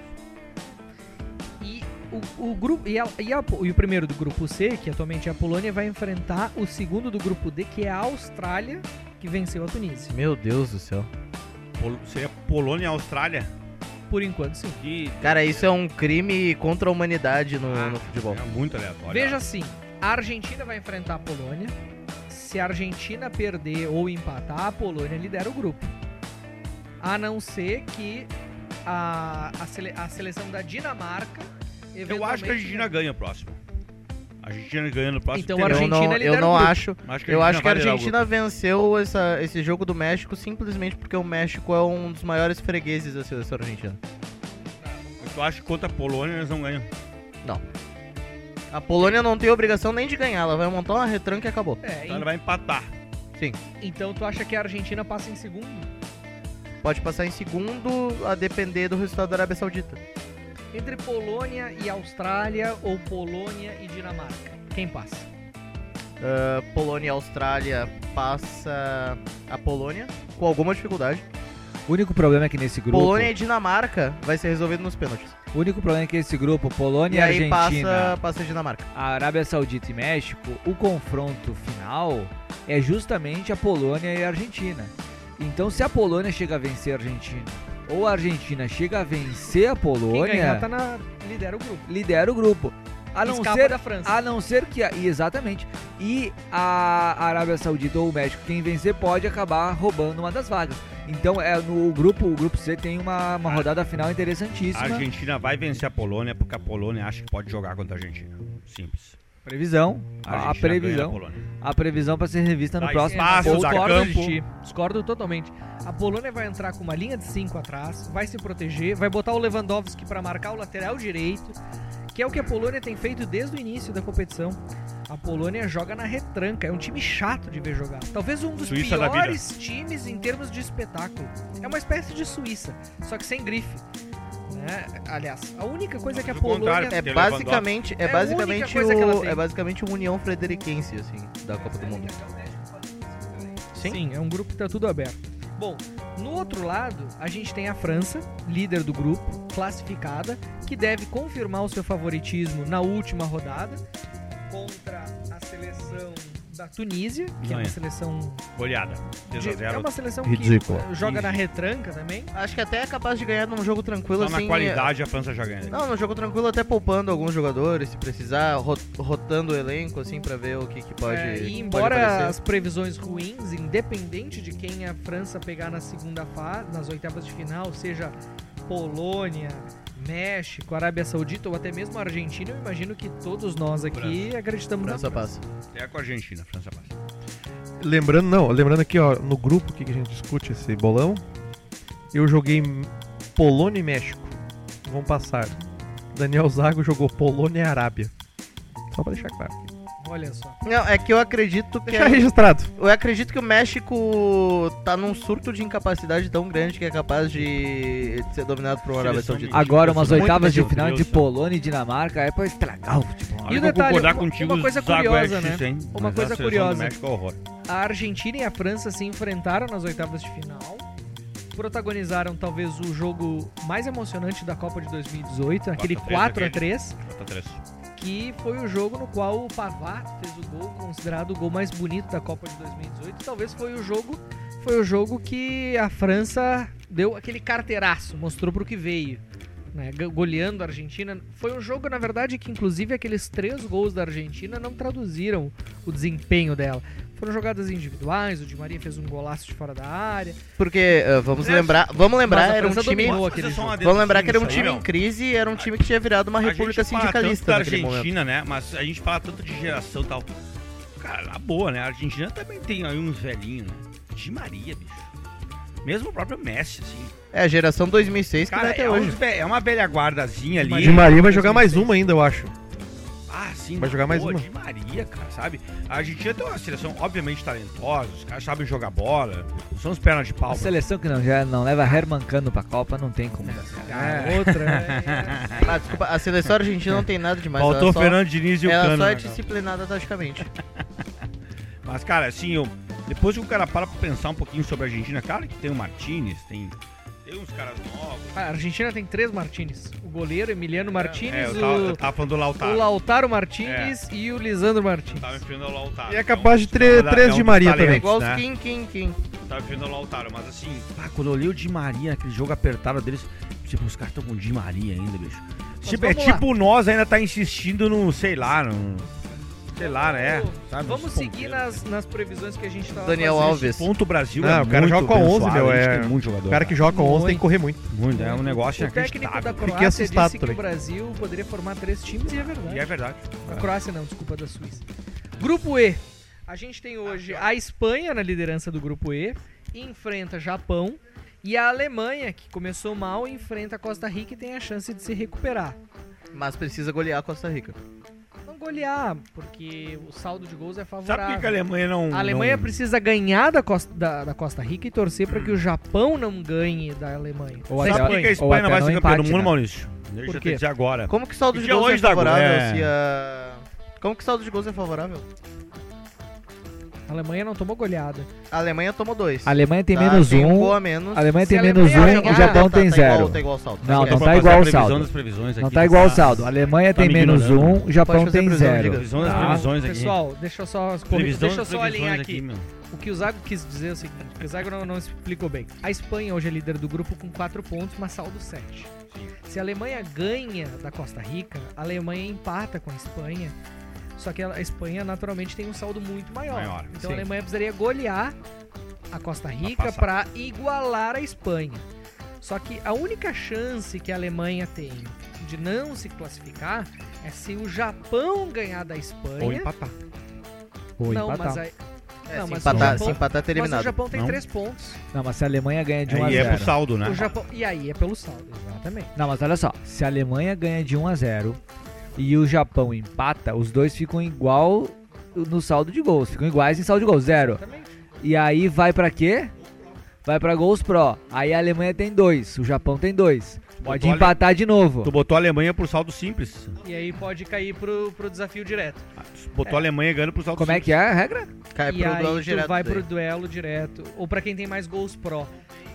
E o, o grupo e, a- e a- e o primeiro do grupo C, que atualmente é a Polônia, vai enfrentar o segundo do grupo D, que é a Austrália, que venceu a Tunísia. Meu Deus do céu. Pol- Seria Polônia e Austrália? Por enquanto, sim. Que Cara, isso é um crime contra a humanidade no, Ah, no futebol. é muito aleatório. Veja assim, a Argentina vai enfrentar a Polônia. Se a Argentina perder ou empatar, a Polônia lidera o grupo. A não ser que a, a, sele- a seleção da Dinamarca Eu eventualmente... acho que a Argentina ganha o próximo. A Argentina ganha no próximo. Então, terá- a Eu Argentina não, eu lidera não o grupo. acho. Acho que Eu acho que a vai liderar o Argentina venceu essa, esse jogo do México simplesmente porque o México é um dos maiores fregueses da seleção argentina. grupo. Eu acho que contra a Polônia eles não ganham. Não. A Polônia não tem obrigação nem de ganhar, ela vai montar uma retranca e acabou. É, Então ela vai empatar. Sim. então tu acha que a Argentina passa em segundo? Pode passar em segundo a depender do resultado da Arábia Saudita. Entre Polônia e Austrália ou Polônia e Dinamarca? Quem passa? Ah, Polônia e Austrália passa a Polônia com alguma dificuldade. O único problema é que nesse grupo. Polônia e Dinamarca vai ser resolvido nos pênaltis. O único problema é que esse grupo, Polônia E e aí Argentina, passa, passa a Dinamarca. a Arábia Saudita e México, o confronto final é justamente a Polônia e a Argentina. Então, se a Polônia chega a vencer a Argentina, ou a Argentina chega a vencer a Quem ganhar Polônia, tá na... lidera o grupo. lidera o grupo. A não Escapa ser da França. A não ser que. a- e Exatamente. E a Arábia Saudita ou o México, quem vencer, pode acabar roubando uma das vagas. Então, é, no grupo, o grupo C tem uma, uma rodada final A interessantíssima. Argentina vai vencer a Polônia porque a Polônia acha que pode jogar contra a Argentina. Simples. Previsão. A, a Argentina ganha previsão. a Polônia. A previsão para ser revista no Dá próximo. espaço, Ou- dá Discordo campo. de ti. Discordo totalmente. A Polônia vai entrar com uma linha de cinco atrás, vai se proteger, vai botar o Lewandowski pra marcar o lateral direito, que é o que a Polônia tem feito desde o início da competição. A Polônia joga na retranca, é um time chato de ver jogar. Talvez um dos Suíça da piores times em termos de espetáculo. É uma espécie de Suíça, só que sem grife. Né? Aliás, a única coisa que a Do contrário, Polônia... É Tem basicamente, é É a única basicamente coisa que ela o, tem. é basicamente uma União Frederiquense assim da Copa do Mundo. Sim. Sim, é um grupo que tá tudo aberto. Bom, no outro lado, a gente tem a França, líder do grupo, classificada, que deve confirmar o seu favoritismo na última rodada contra a seleção da Tunísia, que é Ganha. uma seleção Goleada. de- seis a zero. é uma seleção Ridícula. que eh, joga na retranca também. Acho que até é capaz de ganhar num jogo tranquilo Só assim. na qualidade a França já ganha. Não, no jogo tranquilo até poupando alguns jogadores, se precisar, ro- rotando o elenco assim pra ver o que, que pode. É, e pode embora aparecer. as previsões ruins, independente de quem a França pegar na segunda fase, nas oitavas de final, seja Polônia, México, Arábia Saudita ou até mesmo a Argentina, eu imagino que todos nós aqui acreditamos França na França. passa. É com a Argentina, a França passa. Lembrando, não, lembrando aqui, ó, no grupo que a gente discute esse bolão, eu joguei Polônia e México. Vão passar. Daniel Zago jogou Polônia e Arábia. Só pra deixar claro. Olha só. Não, é que eu acredito que. Deixar é- registrado. Eu acredito que o México tá num surto de incapacidade tão grande que é capaz de ser dominado por uma Arábia Seleção Saudita. Agora, umas Muito oitavas de medíocre, final Deus de do céu. Polônia e Dinamarca é pra estragar o futebol. Olha E o que eu detalhe, concordar uma- contigo, uma coisa Zago é curiosa, difícil, né? hein? Uma Mas a coisa seleção curiosa. do México é horror. A Argentina e a França se enfrentaram nas oitavas de final. Protagonizaram talvez o jogo mais emocionante da Copa de dois mil e dezoito, aquele quatro a três, quatro a três. que foi o jogo no qual o Pavard fez o gol considerado o gol mais bonito da Copa de dois mil e dezoito. Talvez foi o jogo, foi o jogo que a França deu aquele carteiraço, mostrou pro que veio, né, go- goleando a Argentina. Foi um jogo, na verdade, que inclusive aqueles três gols da Argentina não traduziram o desempenho dela. Foram jogadas individuais, o Di Maria fez um golaço de fora da área. Porque, uh, vamos lembrar, vamos Mas lembrar, a era um França time. dominou Posso aquele fazer só um jogo. adendo Vamos lembrar que era um nisso aí, time em meu? crise e era um time que tinha virado uma A república gente fala tanto sindicalista da naquele momento. Argentina, né? Mas a gente fala tanto de geração e tal. Cara, na boa, né? A Argentina também tem aí uns velhinhos, né? Di Maria, bicho. Mesmo o próprio Messi, assim. É, a geração dois mil e seis que Cara, vai até é, hoje. uns ve- é uma velha guardazinha ali. Di Maria vai jogar mais uma ainda, eu acho. Ah, sim. Vai jogar mais Pô, uma. Di Maria, cara, sabe? A Argentina tem uma seleção, obviamente, talentosa. Os caras sabem jogar bola. Não são os pernas de pau. A seleção que não, já não leva Herman Cano pra Copa não tem como dar certo. Ah, outra, né? Ah, desculpa, a seleção argentina não tem nada demais. Faltou ela o só, Fernando Diniz e o ela Cano. só é né, cara? disciplinada taticamente. Mas, cara, assim, eu, depois que o cara para pra pensar um pouquinho sobre a Argentina, cara, que tem o Martinez, tem, tem uns caras novos. A Argentina tem três Martínez. O goleiro Emiliano Martínez, É, eu tava, eu o, tava falando do o Lautaro. Lautaro Martínez e o Lisandro Martínez. Tava enfrentando o Lautaro. E é capaz de tre- É um dos- três é um de dos Maria talentos, também. Igual né? os Kim, Kim, Kim. Tava enfrentando o Lautaro, mas assim, ah, quando eu olhei o Di Maria, aquele jogo apertado deles, tipo, os caras estão com o Di Maria ainda, bicho. Tipo, é vamos lá. tipo nós ainda tá insistindo no, sei lá, no... Sei lá, né? Sabe, Vamos nos seguir ponteiros. nas, nas previsões que a gente tava Daniel fazendo. Alves. Ponto Brasil Não, é o cara muito joga com a onze, abençoado, meu, a gente é- tem muito jogador. O cara que joga com onze tem que correr muito. Muito, é um negócio O técnico da inacreditável. Fiquei Croácia assustado disse que também. o Brasil poderia formar três times e é verdade. E é verdade. A Croácia não, desculpa, da Suíça. Grupo E. A gente tem hoje a Espanha na liderança do Grupo E, enfrenta Japão, e a Alemanha, que começou mal, enfrenta a Costa Rica e tem a chance de se recuperar. Mas precisa golear a Costa Rica. Não golear, porque o saldo de gols é Sabe favorável. por que que a Alemanha não... A Alemanha não... precisa ganhar da Costa, da, da Costa Rica e torcer para que o Japão não ganhe da Alemanha. Ou Da até- Sabe por que que a ou Espanha não até vai não ser campeã do empate, mundo, né? Maurício? Deixa Por eu quê? te dizer agora. Como que o saldo Que de dia gols é hoje da- favorável é. se a... Como que o saldo de gols é favorável? A Alemanha não tomou goleada. A Alemanha tomou dois. A Alemanha tem Tá? menos Tem um, gol a menos. a Alemanha Se tem a menos Alemanha um, ganhar, o Japão tá, tem tá zero. Igual, tá igual o saldo. Não, Ok. não Pra tá fazer igual a o previsão saldo. das previsões Não aqui, tá igual o tá? saldo. A Alemanha Tá tem me menos ignorando. um, o Japão Pode fazer tem previsão, zero. diga. Previsão das Tá? previsões aqui. Pessoal, deixa eu só, Previsão deixa eu das só previsões alinhar aqui. meu. O que o Zago quis dizer é o seguinte, que o Zago não, não explicou bem. A Espanha hoje é líder do grupo com quatro pontos, mas saldo sete. Se a Alemanha ganha da Costa Rica, a Alemanha empata com a Espanha, só que a Espanha naturalmente tem um saldo muito maior. Maior, então sim. a Alemanha precisaria golear a Costa Rica passar. para igualar a Espanha. Só que a única chance que a Alemanha tem de não se classificar é se o Japão ganhar da Espanha. Ou empatar. Ou não, empatar. mas aí, É, Não, se mas empatar, o Japão- se empatar, tá mas o eliminado. Japão tem Não? três pontos. Não, mas se a Alemanha ganha de um a E é pro zero. saldo, né? O Japão, e aí é pelo saldo, exatamente. Não, mas olha só, se a Alemanha ganha de um a zero e o Japão empata, os dois ficam igual no saldo de gols, ficam iguais em saldo de gols, zero. Exatamente. E aí vai pra quê? Vai pra gols pro. Aí a Alemanha tem dois, o Japão tem dois. Pode Botou a empatar de novo. Tu botou a Alemanha pro saldo simples. E aí pode cair pro, pro desafio direto. Tu botou a Alemanha ganhando pro saldo Como é simples. que é a regra? Cai e pro aí duelo tu direto. vai daí. pro duelo direto. Ou pra quem tem mais gols pró.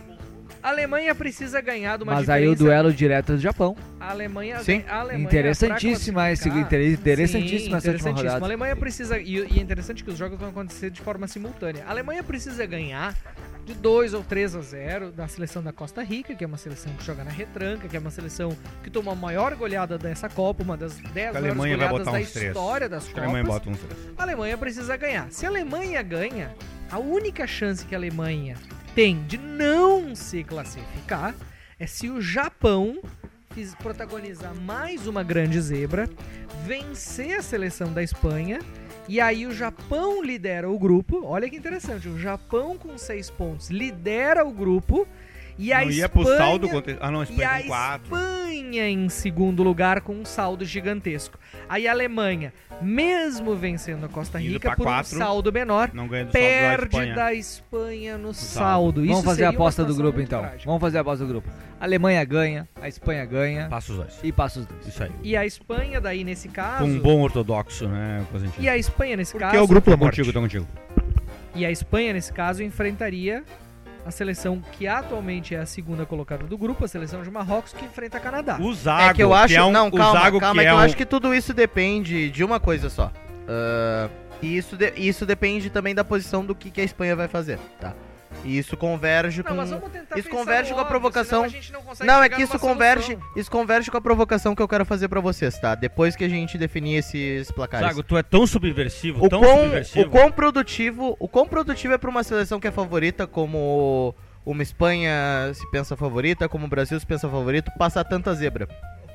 A Alemanha precisa ganhar de uma Mas aí o diferença- duelo direto é do Japão. A Alemanha, Sim. a Alemanha Interessantíssima pra esse- classificar- inter- interessantíssima Sim, essa última interessantíssima. rodada. A Alemanha precisa, e, e é interessante que os jogos vão acontecer de forma simultânea. A Alemanha precisa ganhar de dois ou três a zero da seleção da Costa Rica, que é uma seleção que joga na retranca, que é uma seleção que tomou a maior goleada dessa Copa, uma das dez A maiores Alemanha vai goleadas botar da uns três. história das Acho que a Alemanha Copas. bota uns três. A Alemanha precisa ganhar. Se a Alemanha ganha, a única chance que a Alemanha tem de não se classificar é se o Japão fiz- protagonizar mais uma grande zebra, vencer a seleção da Espanha, e aí o Japão lidera o grupo. Olha que interessante, o Japão com seis pontos lidera o grupo, e a Não ia Espanha... pro saldo contra... Ah, não, a E Espanha a com quatro. Espanha em segundo lugar com um saldo gigantesco. Aí a Alemanha, mesmo vencendo a Costa Indo Rica pra por quatro, um saldo menor, Não ganha do saldo da perde Espanha. da Espanha no saldo. saldo. Vamos Isso fazer a seria uma aposta do situação grupo muito então. trágica. Vamos fazer a aposta do grupo. A Alemanha ganha, a Espanha ganha Passa os dois. e passa os dois. Isso aí. E a Espanha daí nesse caso... Com um bom ortodoxo, né, Cosentino? E a Espanha nesse Porque caso... é o grupo da Tô morte. contigo, tô contigo. E a Espanha nesse caso enfrentaria a seleção que atualmente é a segunda colocada do grupo, a seleção de Marrocos, que enfrenta a Canadá. O Zago, É que eu acho. é um, não, o calma, Zago calma, que é que é eu um... acho que tudo isso depende de uma coisa só. Ah, e isso, de- isso depende também da posição do que, que a Espanha vai fazer, tá? E isso converge Não, com. mas vamos tentar Isso pensar converge no com a óbvio, provocação. senão a gente não consegue Não, é chegar que isso numa converge, solução. isso converge com a provocação que eu quero fazer pra vocês, tá? Depois que a gente definir esses placares. Zago, tu é tão subversivo, O tão quão, subversivo. o quão produtivo, o quão produtivo é pra uma seleção que é favorita, como uma Espanha se pensa favorita, como o Brasil se pensa favorito, passar tanta zebra.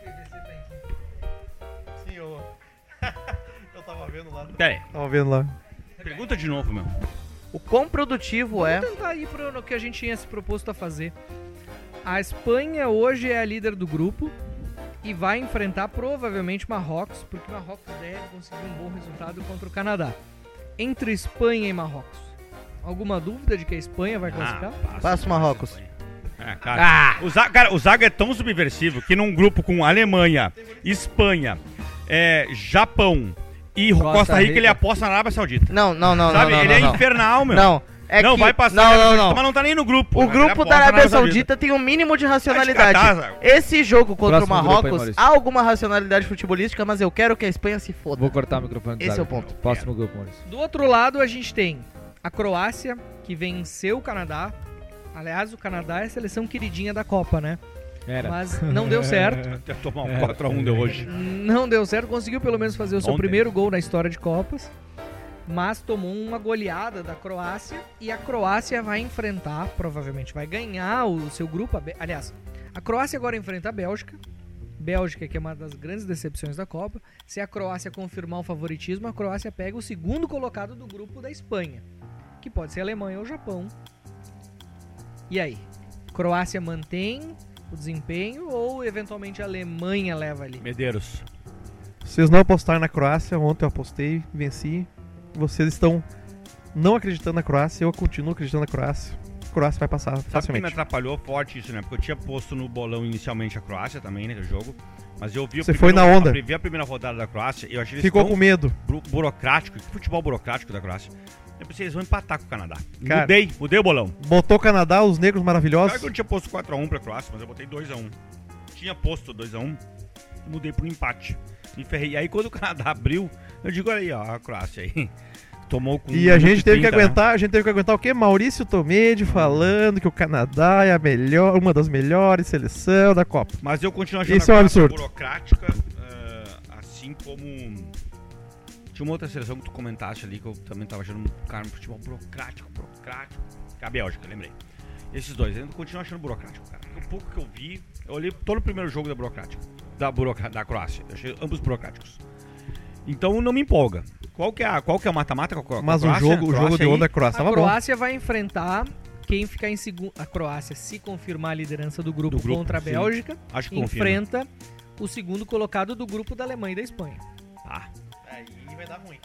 Sim, eu... eu tava vendo lá. Pera aí, Tava vendo lá. pergunta de novo, meu. O quão produtivo é... Vamos tentar ir pro que a gente tinha se proposto a fazer. A Espanha hoje é a líder do grupo e vai enfrentar provavelmente Marrocos, porque Marrocos deve conseguir um bom resultado contra o Canadá. Entre Espanha e Marrocos, alguma dúvida de que a Espanha vai classificar? Ah, Passa o Marrocos. É, cara, o Zaga, cara, o Zaga é tão subversivo que num grupo com Alemanha, Espanha, é, Japão e Costa Costa Rica, Rica. ele aposta na Arábia Saudita. Não, não, não, Sabe? não, não, ele é não, não. infernal, meu. Não, é não, que... vai passar não, na Arábia não, Saudita, não. mas não tá nem no grupo. O Mas ele grupo aposta da na Arábia Saudita tem um mínimo de racionalidade. Vai te catar, Zaga. Esse jogo contra Próximo o grupo aí, Marrocos, Maurício. há alguma racionalidade futebolística, mas eu quero que a Espanha se foda. Vou cortar o microfone do Esse Zaga. é o ponto. Próximo grupo, Maurício. Do outro lado, a gente tem a Croácia, que venceu o Canadá. Aliás, o Canadá é a seleção queridinha da Copa, né? Era. Mas não deu certo. Até tomar um quatro a um de hoje. Não deu certo, conseguiu pelo menos fazer o seu Ontem. primeiro gol na história de Copas, mas tomou uma goleada da Croácia e a Croácia vai enfrentar, provavelmente vai ganhar o seu grupo. a Bé- Aliás, a Croácia agora enfrenta a Bélgica. Bélgica, que é uma das grandes decepções da Copa. Se a Croácia confirmar o favoritismo, a Croácia pega o segundo colocado do grupo da Espanha, que pode ser a Alemanha ou o Japão. E aí? Croácia mantém o desempenho ou eventualmente a Alemanha leva ali? Medeiros. Vocês não apostaram na Croácia, ontem eu apostei, venci. Vocês estão não acreditando na Croácia, eu continuo acreditando na Croácia. A Croácia vai passar Sabe que me facilmente. atrapalhou forte isso, né? Porque eu tinha posto no bolão inicialmente a Croácia também, né? O jogo. Mas eu vi o Você primeiro- foi na onda. Eu vi a primeira rodada da Croácia e eu achei eles Ficou tão com medo. buro- burocrático. Que futebol burocrático da Croácia. Eu pensei, eles vão empatar com o Canadá. Cara, mudei, mudei o bolão. Botou o Canadá, os negros Claro maravilhosos. que eu não tinha posto quatro a um pra Croácia, mas eu botei dois a um. Tinha posto dois a um, mudei pro empate. Me ferrei. E aí quando o Canadá abriu, eu digo, olha aí, ó, a Croácia aí. Tomou com E a um gente minuto teve que trinta, né? aguentar, a gente teve que aguentar o quê? Maurício Tomedi falando que o Canadá é a melhor, uma das melhores seleções da Copa. Mas eu continuo achando Isso é um a Croácia absurdo. burocrática, ah, assim como... Tinha uma outra seleção que tu comentaste ali, que eu também tava achando um cara um futebol burocrático, burocrático. Que é a Bélgica, lembrei. Esses dois, eu continuo achando burocrático, cara. Porque o pouco que eu vi, eu olhei todo o primeiro jogo da burocrática, da, burocra- da Croácia. Eu achei ambos burocráticos. Então não me empolga. Qual que é a, qual que é o mata-mata com a com a Mas o Croácia? jogo, o jogo Croácia de aí? onda da Croácia A tava bom. Croácia vai enfrentar quem ficar em segundo. A Croácia, se confirmar a liderança do grupo, Do grupo, contra a sim. Bélgica, Acho que confirma. enfrenta o segundo colocado do grupo da Alemanha e da Espanha. Ah, Aí vai dar ruim.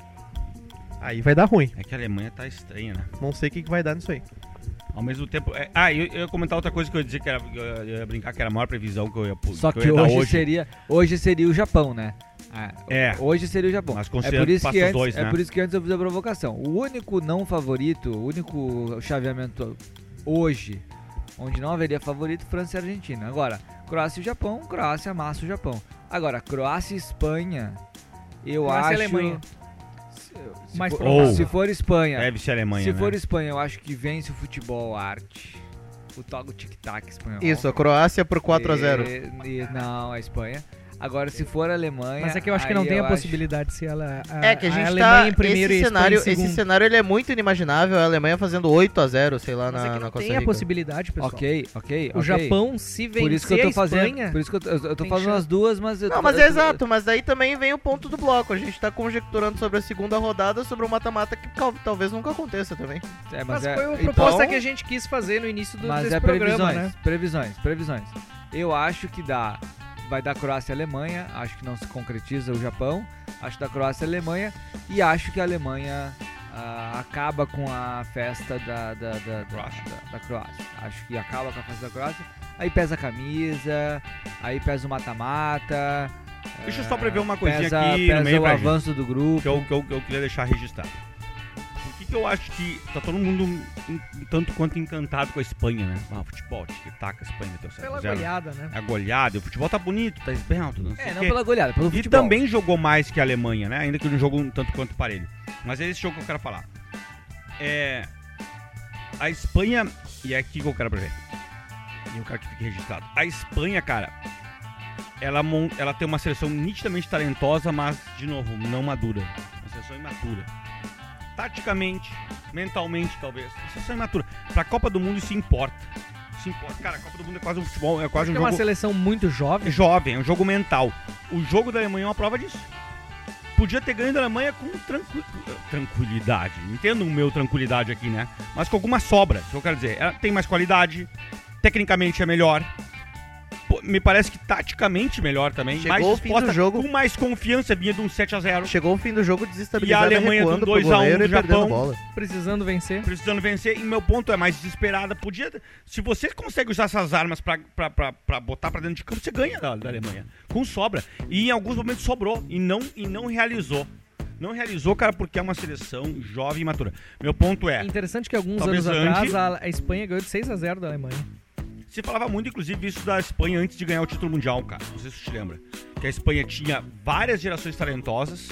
Aí vai dar ruim. é que a Alemanha tá estranha, né? Não sei o que, que vai dar nisso aí. Ao mesmo tempo... é- ah, eu, eu ia comentar outra coisa que eu ia dizer que era... Eu ia brincar que era a maior previsão que eu ia, Só que que eu ia dar hoje, hoje. seria hoje seria o Japão, né? Ah, É. Hoje seria o Japão. Mas É considerando por isso que que passa os antes, dois, é né? por isso que antes eu fiz a provocação. O único não favorito, o único chaveamento hoje onde não haveria favorito, França e Argentina. Agora, Croácia e Japão, Croácia amassa o Japão. Agora, Croácia e Espanha, eu Croácia e acho Alemanha. Se, se Mais for, provável. se for Espanha, Deve ser a Alemanha, se né? for Espanha, eu acho que vence o futebol arte. O tal do tic-tac espanhol. Isso, a Croácia por quatro a zero. E- e- não, a Espanha. Agora, se for a Alemanha. Mas é que eu acho que aí não tem a eu acho- possibilidade se ela. A, É que a gente Alemanha tá... em primeiro esse e a Espanha cenário, em segundo. esse cenário ele é muito inimaginável. A Alemanha fazendo oito a zero, sei lá, Mas na, é que na não Costa tem a Rica. possibilidade, pessoal. Ok, ok. O ok. Japão, se vencer Por isso que eu tô a fazendo. Espanha, Por isso que eu, tô- eu, eu tô tem fazendo chance. as duas, mas eu Não, tô, mas eu é tô- exato, mas daí também vem o ponto do bloco. A gente tá conjecturando sobre a segunda rodada, sobre o mata-mata que cal- talvez nunca aconteça também. É, mas é, foi a então, proposta que a gente quis fazer no início do, Mas desse é programa, previsões, né? previsões, previsões. Eu acho que dá. Vai dar Croácia e Alemanha. Acho que não se concretiza o Japão. Acho que dá Croácia e Alemanha. E acho que a Alemanha ah, acaba com a festa da, da, da, da, Croácia. da- da Croácia. Acho que acaba com a festa da Croácia. Aí pesa a camisa. Aí pesa o mata-mata. Deixa eu ah, só prever uma coisinha pesa, aqui no pesa meio o pra gente. avanço do grupo. que eu, que, eu, que eu queria deixar registrado. Por que, que eu acho que tá todo mundo um, um tanto quanto encantado com a Espanha, né? Ah, futebol, tic-tac, a Espanha meteu Pela sete a zero. goleada, né? A goleada, e o futebol tá bonito, tá esbelto, não sei É, o não quê. pela goleada, pelo E futebol. também jogou mais que a Alemanha, né? Ainda que não jogou um tanto quanto parelho. Mas é esse jogo que eu quero falar. É... A Espanha... E é aqui que eu quero prever. E eu quero que fique registrado. A Espanha, cara... Ela, mon- ela tem uma seleção nitidamente talentosa, mas, de novo, não madura. Uma seleção imatura. Taticamente, mentalmente, talvez. Uma seleção imatura. Pra Copa do Mundo isso importa. Isso importa. Cara, a Copa do Mundo é quase um futebol, é quase Acho um que é uma jogo seleção muito jovem. jovem, é um jogo mental. O jogo da Alemanha é uma prova disso. podia ter ganho da Alemanha com tranqui... tranquilidade. Entendo o meu tranquilidade aqui, né? Mas com alguma sobra. O que eu quero dizer, ela tem mais qualidade, tecnicamente é melhor. Pô, me parece que taticamente melhor também. Chegou mais o fim disposta, do jogo. com mais confiança, vinha de um sete a zero. Chegou o fim do jogo E a desestabilizado, Alemanha recuando com pro dois a um goleiro do e perdendo Japão. bola. Precisando vencer. Precisando vencer, e meu ponto é mais desesperada. Podia, se você consegue usar essas armas pra, pra, pra, pra botar pra dentro de campo, você ganha da, da Alemanha. Com sobra. E em alguns momentos sobrou. E não, e não realizou. Não realizou, cara, porque é uma seleção jovem e matura. Meu ponto é... Interessante que alguns Talvez anos antes- atrás a, a Espanha ganhou de seis a zero da Alemanha. Se falava muito, inclusive, isso da Espanha antes de ganhar o título mundial, cara. Não sei se você te lembra. Que a Espanha tinha várias gerações talentosas.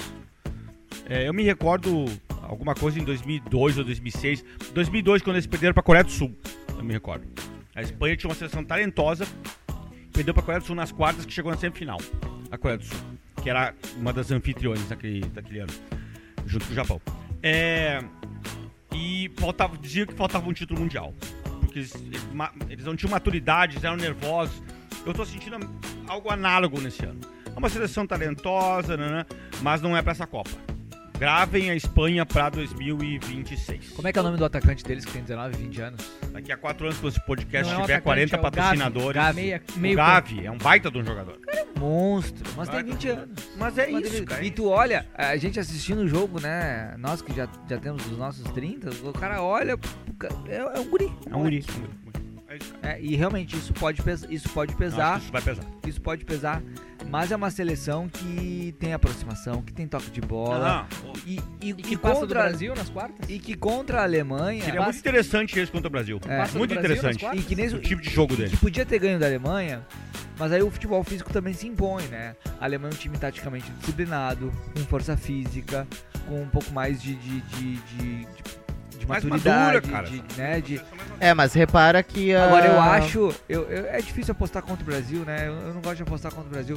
É, eu me recordo alguma coisa em dois mil e dois ou dois mil e seis. dois mil e dois, quando eles perderam pra Coreia do Sul. Eu me recordo. A Espanha tinha uma seleção talentosa. Perdeu pra Coreia do Sul nas quartas, que chegou na semifinal. A Coreia do Sul. Que era uma das anfitriões daquele, daquele ano. Junto com o Japão. É... E faltava, dizia que faltava um título mundial. Porque eles, eles, ma- eles não tinham maturidade, eles eram nervosos. Eu tô sentindo algo análogo nesse ano. É uma seleção talentosa, né, mas não é pra essa Copa. Gravem a Espanha pra dois mil e vinte e seis. Como é que é o nome do atacante deles que tem dezenove, vinte anos? Daqui a quatro anos, quando esse podcast Não é um tiver atacante, quarenta é o patrocinadores, Gavi. Meia, o meio Gavi é um baita de um jogador. Monstro, mas Vai, tem vinte anos. Mas é Mas isso, ele- cara. E tu olha, a gente assistindo o jogo, né? Nós que já, já temos os nossos trinta, o cara olha, o ca- é, é um guri. É um guri. É um guri. É isso, cara. É, e realmente isso pode, pes- isso pode Eu pesar, acho que isso vai pesar. isso pode pesar, mas é uma seleção que tem aproximação, que tem toque de bola. Não, E, e, E que e passa do contra, Brasil nas quartas? e que contra a Alemanha, seria muito interessante esse contra o Brasil. É. Passa do Muito Brasil nas interessante. quartas? e que nem O tipo de jogo e dele. que podia ter ganho da Alemanha, mas aí o futebol físico também se impõe, né? A Alemanha é um time taticamente disciplinado, com força física, com um pouco mais de, de, de, de, de- de Mais maturidade, madura, cara. de, né? De, É, mas repara que... a- Agora eu acho, eu, eu- é difícil apostar contra o Brasil, né? Eu, eu não gosto de apostar contra o Brasil,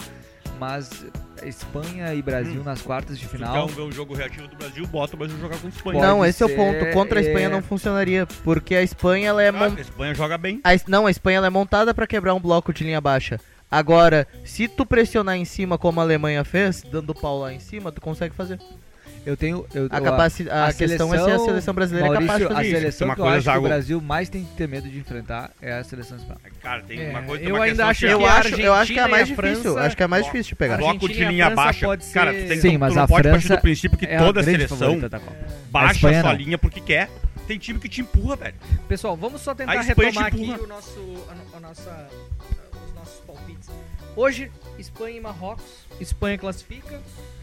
mas Espanha e Brasil Hum. nas quartas de Se tu final. quer ver o jogo reativo do Brasil, bota o Brasil jogar com a Espanha. Pode Não, esse é o ser, ponto. Contra a Espanha é. não funcionaria. Porque a Espanha, ela é... Claro, mon- a Espanha joga bem. a es- Não, a Espanha ela é montada pra quebrar um bloco de linha baixa. Agora, se tu pressionar em cima como a Alemanha fez, dando pau lá em cima, tu consegue fazer. Eu tenho. Eu, A, eu- capaci... a, a questão é se a seleção- seleção brasileira Maurício, é capaz de a fazer isso. seleção Uma que eu coisa, acho que o Zago. Brasil mais tem que ter medo de enfrentar é a seleção espanhola. Cara, tem É, uma coisa, tem eu uma ainda questão acho que que Eu a acho, eu acho que é a Argentina mais e a difícil. França- Acho que é a mais difícil de pegar. Argentina bloco de e a linha França baixa. pode Cara, ser- tu, tem, Sim, tu mas não a pode partir França do princípio que é a toda grande seleção favorita da Copa. A baixa Espanha sua não. linha porque quer. Tem time que te empurra, velho. Pessoal, vamos só tentar A Espanha retomar te aqui empurra. o nosso, a, no- a nossa, os nossos palpites. Hoje, Espanha e Marrocos. Espanha classifica.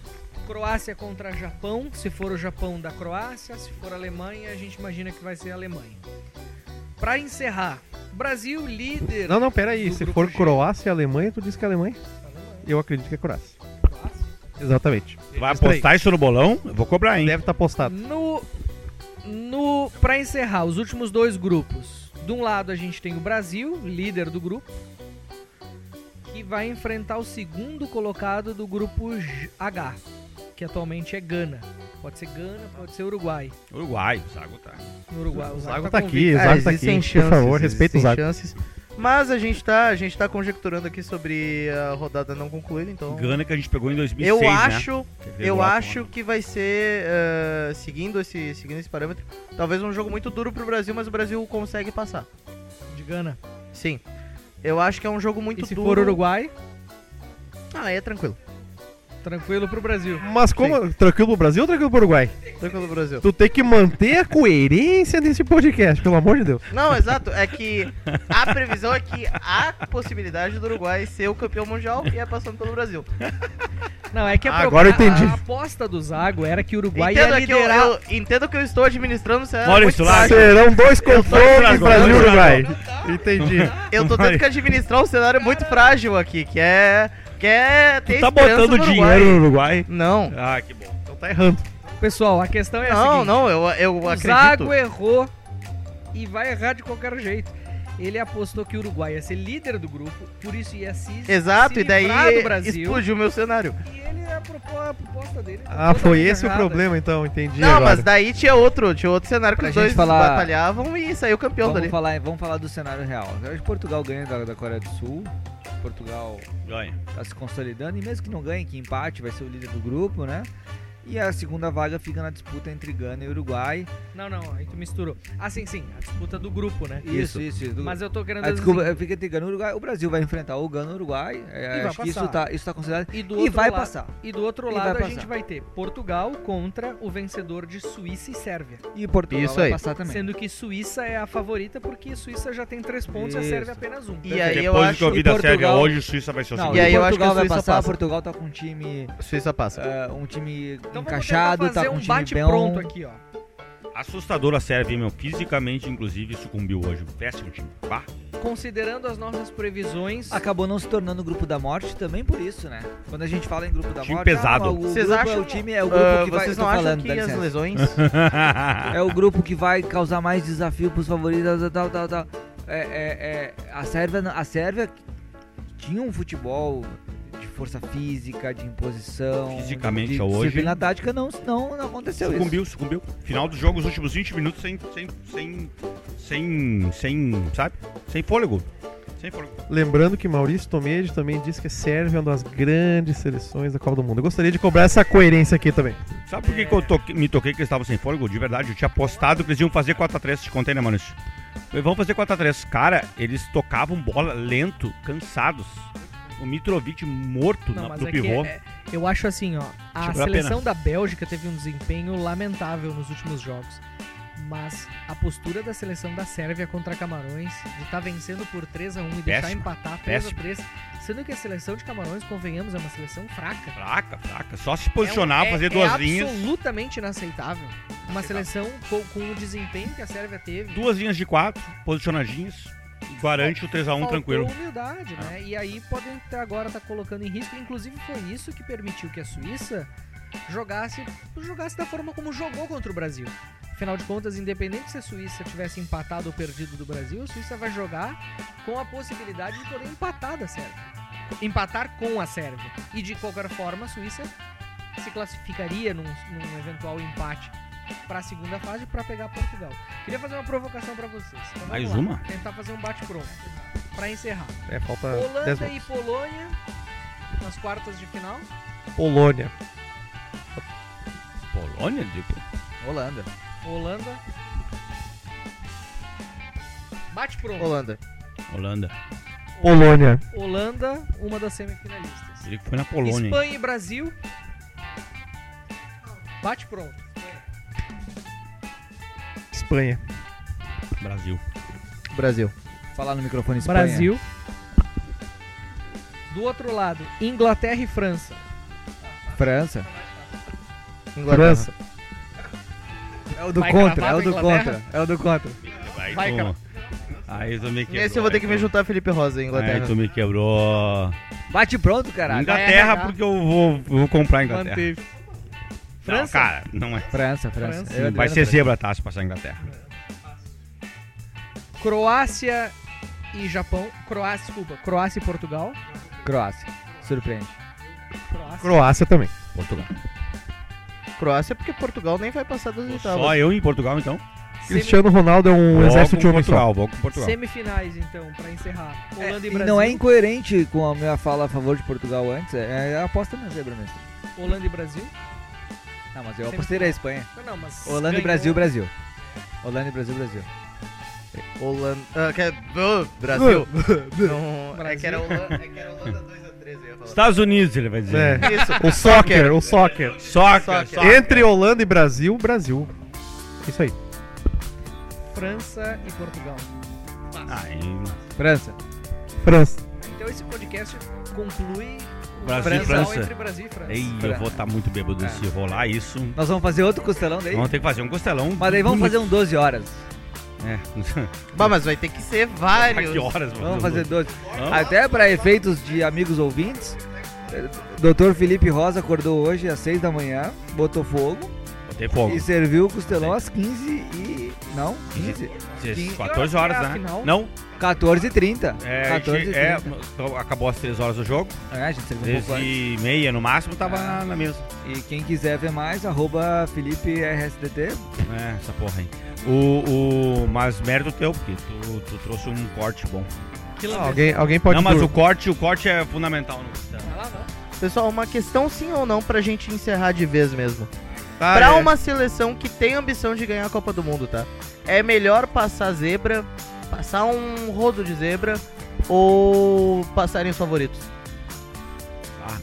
Croácia contra Japão. Se for o Japão, da Croácia. Se for a Alemanha, a gente imagina que vai ser a Alemanha. Pra encerrar, Brasil líder. Não, não, pera aí. do Se grupo for G. Croácia e Alemanha, tu disse que é Alemanha? Eu acredito que é Croácia. Croácia. Exatamente. Tu vai Esses três. apostar isso no bolão? Eu vou cobrar, hein? Deve estar postado. No, no, pra encerrar, os últimos dois grupos. De um lado a gente tem o Brasil, líder do grupo, que vai enfrentar o segundo colocado do grupo J- H, que atualmente é Gana. Pode ser Gana, pode ser Uruguai. Uruguai, o Zago tá. No Uruguai, O Zago tá aqui, convicto. o Zago tá existem aqui. chances, Por favor, respeita o existem Zago. chances. Mas a gente tá, a gente tá conjecturando aqui sobre a rodada não concluída, então... Gana que a gente pegou em dois mil e Eu seis, né? acho, Teve eu lá, acho que vai ser, eh, seguindo, esse, seguindo esse parâmetro, talvez um jogo muito duro pro Brasil, mas o Brasil consegue passar. De Gana. Sim. Eu acho que é um jogo muito E se duro. for Uruguai, Ah, aí é tranquilo. tranquilo pro Brasil. Mas como. Tranquilo pro Brasil ou tranquilo pro Uruguai? Tranquilo pro Brasil. Tu tem que manter a coerência desse podcast, pelo amor de Deus. Não, exato. É que a previsão é que há possibilidade do Uruguai ser o campeão mundial e é passando pelo Brasil. Não, é que a, Ah, agora eu a- entendi. a aposta do Zago era que o Uruguai Entendo ia que eu, liderar. eu entendo que eu estou administrando, você é Maurício, muito lá, frágil. Serão dois confrontos Dragão, Brasil e Dragão. Uruguai. Entendi. Eu tô tendo que administrar um cenário muito frágil aqui, que é. Que é ter Tu tá esperança botando no dinheiro no Uruguai? Não. Ah, que bom. Então tá errando. Pessoal, a questão é a Não, seguinte. não, eu, eu O acredito. Zago errou e vai errar de qualquer jeito. Ele apostou que o Uruguai ia ser líder do grupo, por isso ia se Exato, se e daí livrar do Brasil. explodiu o meu cenário. E ele a, propo- a proposta dele. tá Ah, foi totalmente esse o errada. problema então, entendi Não, agora. mas daí tinha outro, tinha outro cenário que Pra os gente dois falar- batalhavam e saiu campeão Vamos dali. falar, vamos falar do cenário real. Eu acho que Portugal ganha da, da Coreia do Sul. Portugal Ganha. tá se consolidando. E mesmo que não ganhe, que empate, vai ser o líder do grupo, né? E a segunda vaga fica na disputa entre Gana e Uruguai. Não, não, aí tu misturou. Ah, sim, sim, a disputa do grupo, né? Isso, isso. isso. Mas eu tô querendo Ah, dizer desculpa, assim, fica entre Gana e Uruguai. O Brasil vai enfrentar o Gana e o Uruguai. É, E vai acho que isso passar. tá, isso tá considerado. E, do E outro vai lado- passar. E do outro E lado vai a gente passar. vai ter Portugal contra o vencedor de Suíça e Sérvia. E Portugal Isso vai aí. passar também. Sendo que Suíça é a favorita porque Suíça já tem três pontos e a Isso. Sérvia apenas um. E aí eu Depois acho que eu vi e da Portugal- Sérvia hoje, Suíça vai ser o Não, segundo. E aí e eu acho que Portugal a vai Suíça passar. passa. Portugal tá com um time, Suíça passa. é, um time Então encaixado, vamos tentar tá fazer com um um time bate-pronto bem. aqui, ó. Assustadora a Sérvia, meu. Fisicamente, inclusive, sucumbiu hoje. Péssimo time. Bah. Considerando as nossas previsões, Acabou não se tornando o grupo da morte também por isso, né? Quando a gente fala em grupo da Time morte, pesado. ah, o Vocês grupo acham- é o time, é o grupo Ah, que vai. vocês eu tô não acham falando, que dá as licença. lesões... É o grupo que vai causar mais desafio pros favoritos, tal, tal, tal. É, é, é, a Sérvia, a Sérvia tinha um futebol de força física, de imposição, Fisicamente, de hoje- disciplina tática, não, não, não aconteceu isso. Sucumbiu, sucumbiu. Final dos jogos, os últimos vinte minutos sem, sem, sem, sem, sem, sabe? Sem fôlego. Sem fôlego. Lembrando que Maurício Tomedi também disse que a Sérvia é uma das grandes seleções da Copa do Mundo. Eu gostaria de cobrar essa coerência aqui também. Sabe por que, que eu toquei- me toquei que eles estavam sem fôlego? De verdade, eu tinha apostado que eles iam fazer quatro a três. Te contei, né, Maurício? Eles vão fazer quatro a três. Cara, eles tocavam bola lento, cansados. O Mitrovic morto não, na, mas do é que pivô. é- eu acho assim, ó, a Chegou a seleção pena. da Bélgica teve um desempenho lamentável nos últimos jogos. Mas a postura da seleção da Sérvia contra Camarões, de estar vencendo por três a um e deixar Péssimo, empatar três a péssimo. três, sendo que a seleção de Camarões, convenhamos, é uma seleção fraca. Fraca, fraca. Só se posicionar, É um- fazer é, duas é linhas. absolutamente inaceitável. Uma seleção com, com o desempenho que a Sérvia teve. Duas linhas de quatro, posicionadinhas. Garante o três a um faltou tranquilo. humildade, né? E aí podem ter agora estar colocando em risco. Inclusive foi isso que permitiu que a Suíça jogasse, jogasse da forma como jogou contra o Brasil. Afinal de contas, independente se a Suíça tivesse empatado ou perdido do Brasil, a Suíça vai jogar com a possibilidade de poder empatar da Sérvia. Empatar com a Sérvia. E de qualquer forma, a Suíça se classificaria num, num eventual empate para a segunda fase para pegar Portugal. Queria fazer uma provocação para vocês. Então, vamos Mais lá. uma? Tentar fazer um bate-pronto para encerrar. É, falta Holanda dez e minutos. Polônia nas quartas de final. Polônia. Polônia, tipo. Holanda. Holanda. Bate pronto. Holanda. Holanda. Polônia. Holanda, uma das semifinalistas. Ele que foi na Polônia. hein? Espanha e Brasil. Bate pronto. Espanha. Brasil. Brasil. Falar no microfone Espanha. Brasil. Do outro lado, Inglaterra e França. França. Inglaterra. França. É o do Vai contra, cravar é o pra do Inglaterra? contra. É o do contra. Aí, Vai, tu... cara. Aí tu me quebrou. Nesse eu vou ter que me juntar a Felipe Rosa, Inglaterra. Aí tu me quebrou. Bate pronto, caralho. Inglaterra, Vai arregar. porque eu vou, vou comprar a Inglaterra. Manteve. Não, França? cara, não é. França, França. França. Eu Vai adoro ser França. zebra, tá? Se passar a Inglaterra. Croácia e Japão. Croácia, desculpa. Croácia e Portugal. Croácia. Surpreende. Croácia. Croácia também. Portugal. Croácia, porque Portugal nem vai passar das oitavas. Só eu em Portugal, então? Cristiano Ronaldo é um Vou exército com de homem só. Portugal, vou com Portugal. Semifinais, então, pra encerrar. Holanda É, e e Brasil. não é incoerente com a minha fala a favor de Portugal antes. É, é a aposta na zebra mesmo. Holanda e Brasil. Não, mas eu apostei na Espanha. Não, não, mas Holanda e ganhou. Brasil, Brasil. Holanda e Brasil, Brasil. Holanda. Ah, que é... oh, Brasil. Não, é que era Holanda, é que era Holanda dois a três, eu ia falar. Estados Unidos, ele vai dizer. É. Isso. O soccer, o soccer. Soccer, Soccer. soccer. Entre Holanda e Brasil, Brasil. Isso aí. França e Portugal. Aí, França. França. Então esse podcast conclui o Brasil e casal França. entre Brasil e França. Ei, eu vou estar muito bêbado É. se rolar isso. Nós vamos fazer outro costelão daí? Vamos ter que fazer um costelão. Mas daí vamos fazer um doze horas. É. Bah, mas vai ter que ser vários. Que horas, mano? Vamos fazer doze. Vamos? Até para efeitos de amigos ouvintes, eh, doutor Felipe Rosa acordou hoje às seis da manhã, botou fogo Botei fogo. e serviu o costelão às quinze e, Não? quinze? Às quatorze horas, Que é a né? final? Não, quatorze e trinta. é, a quatorze gente- e é, trinta. então, acabou às três horas do jogo, É, a gente serviu um três pouco antes. e meia no máximo, tava Ah. na, na mesa. E quem quiser ver mais, arroba Felipe R S D T. É, essa porra aí. O, o, mas mérito teu, porque tu, tu trouxe um corte bom. Que Ah, lamento. alguém, alguém pode... não, mas dur- o corte, o corte é fundamental no sistema. Vai lá, vai lá. Pessoal, uma questão sim ou não pra gente encerrar de vez mesmo. Tá, Pra é. uma seleção que tem ambição de ganhar a Copa do Mundo, tá? É melhor passar zebra, passar um rodo de zebra ou passarem os favoritos? Ah,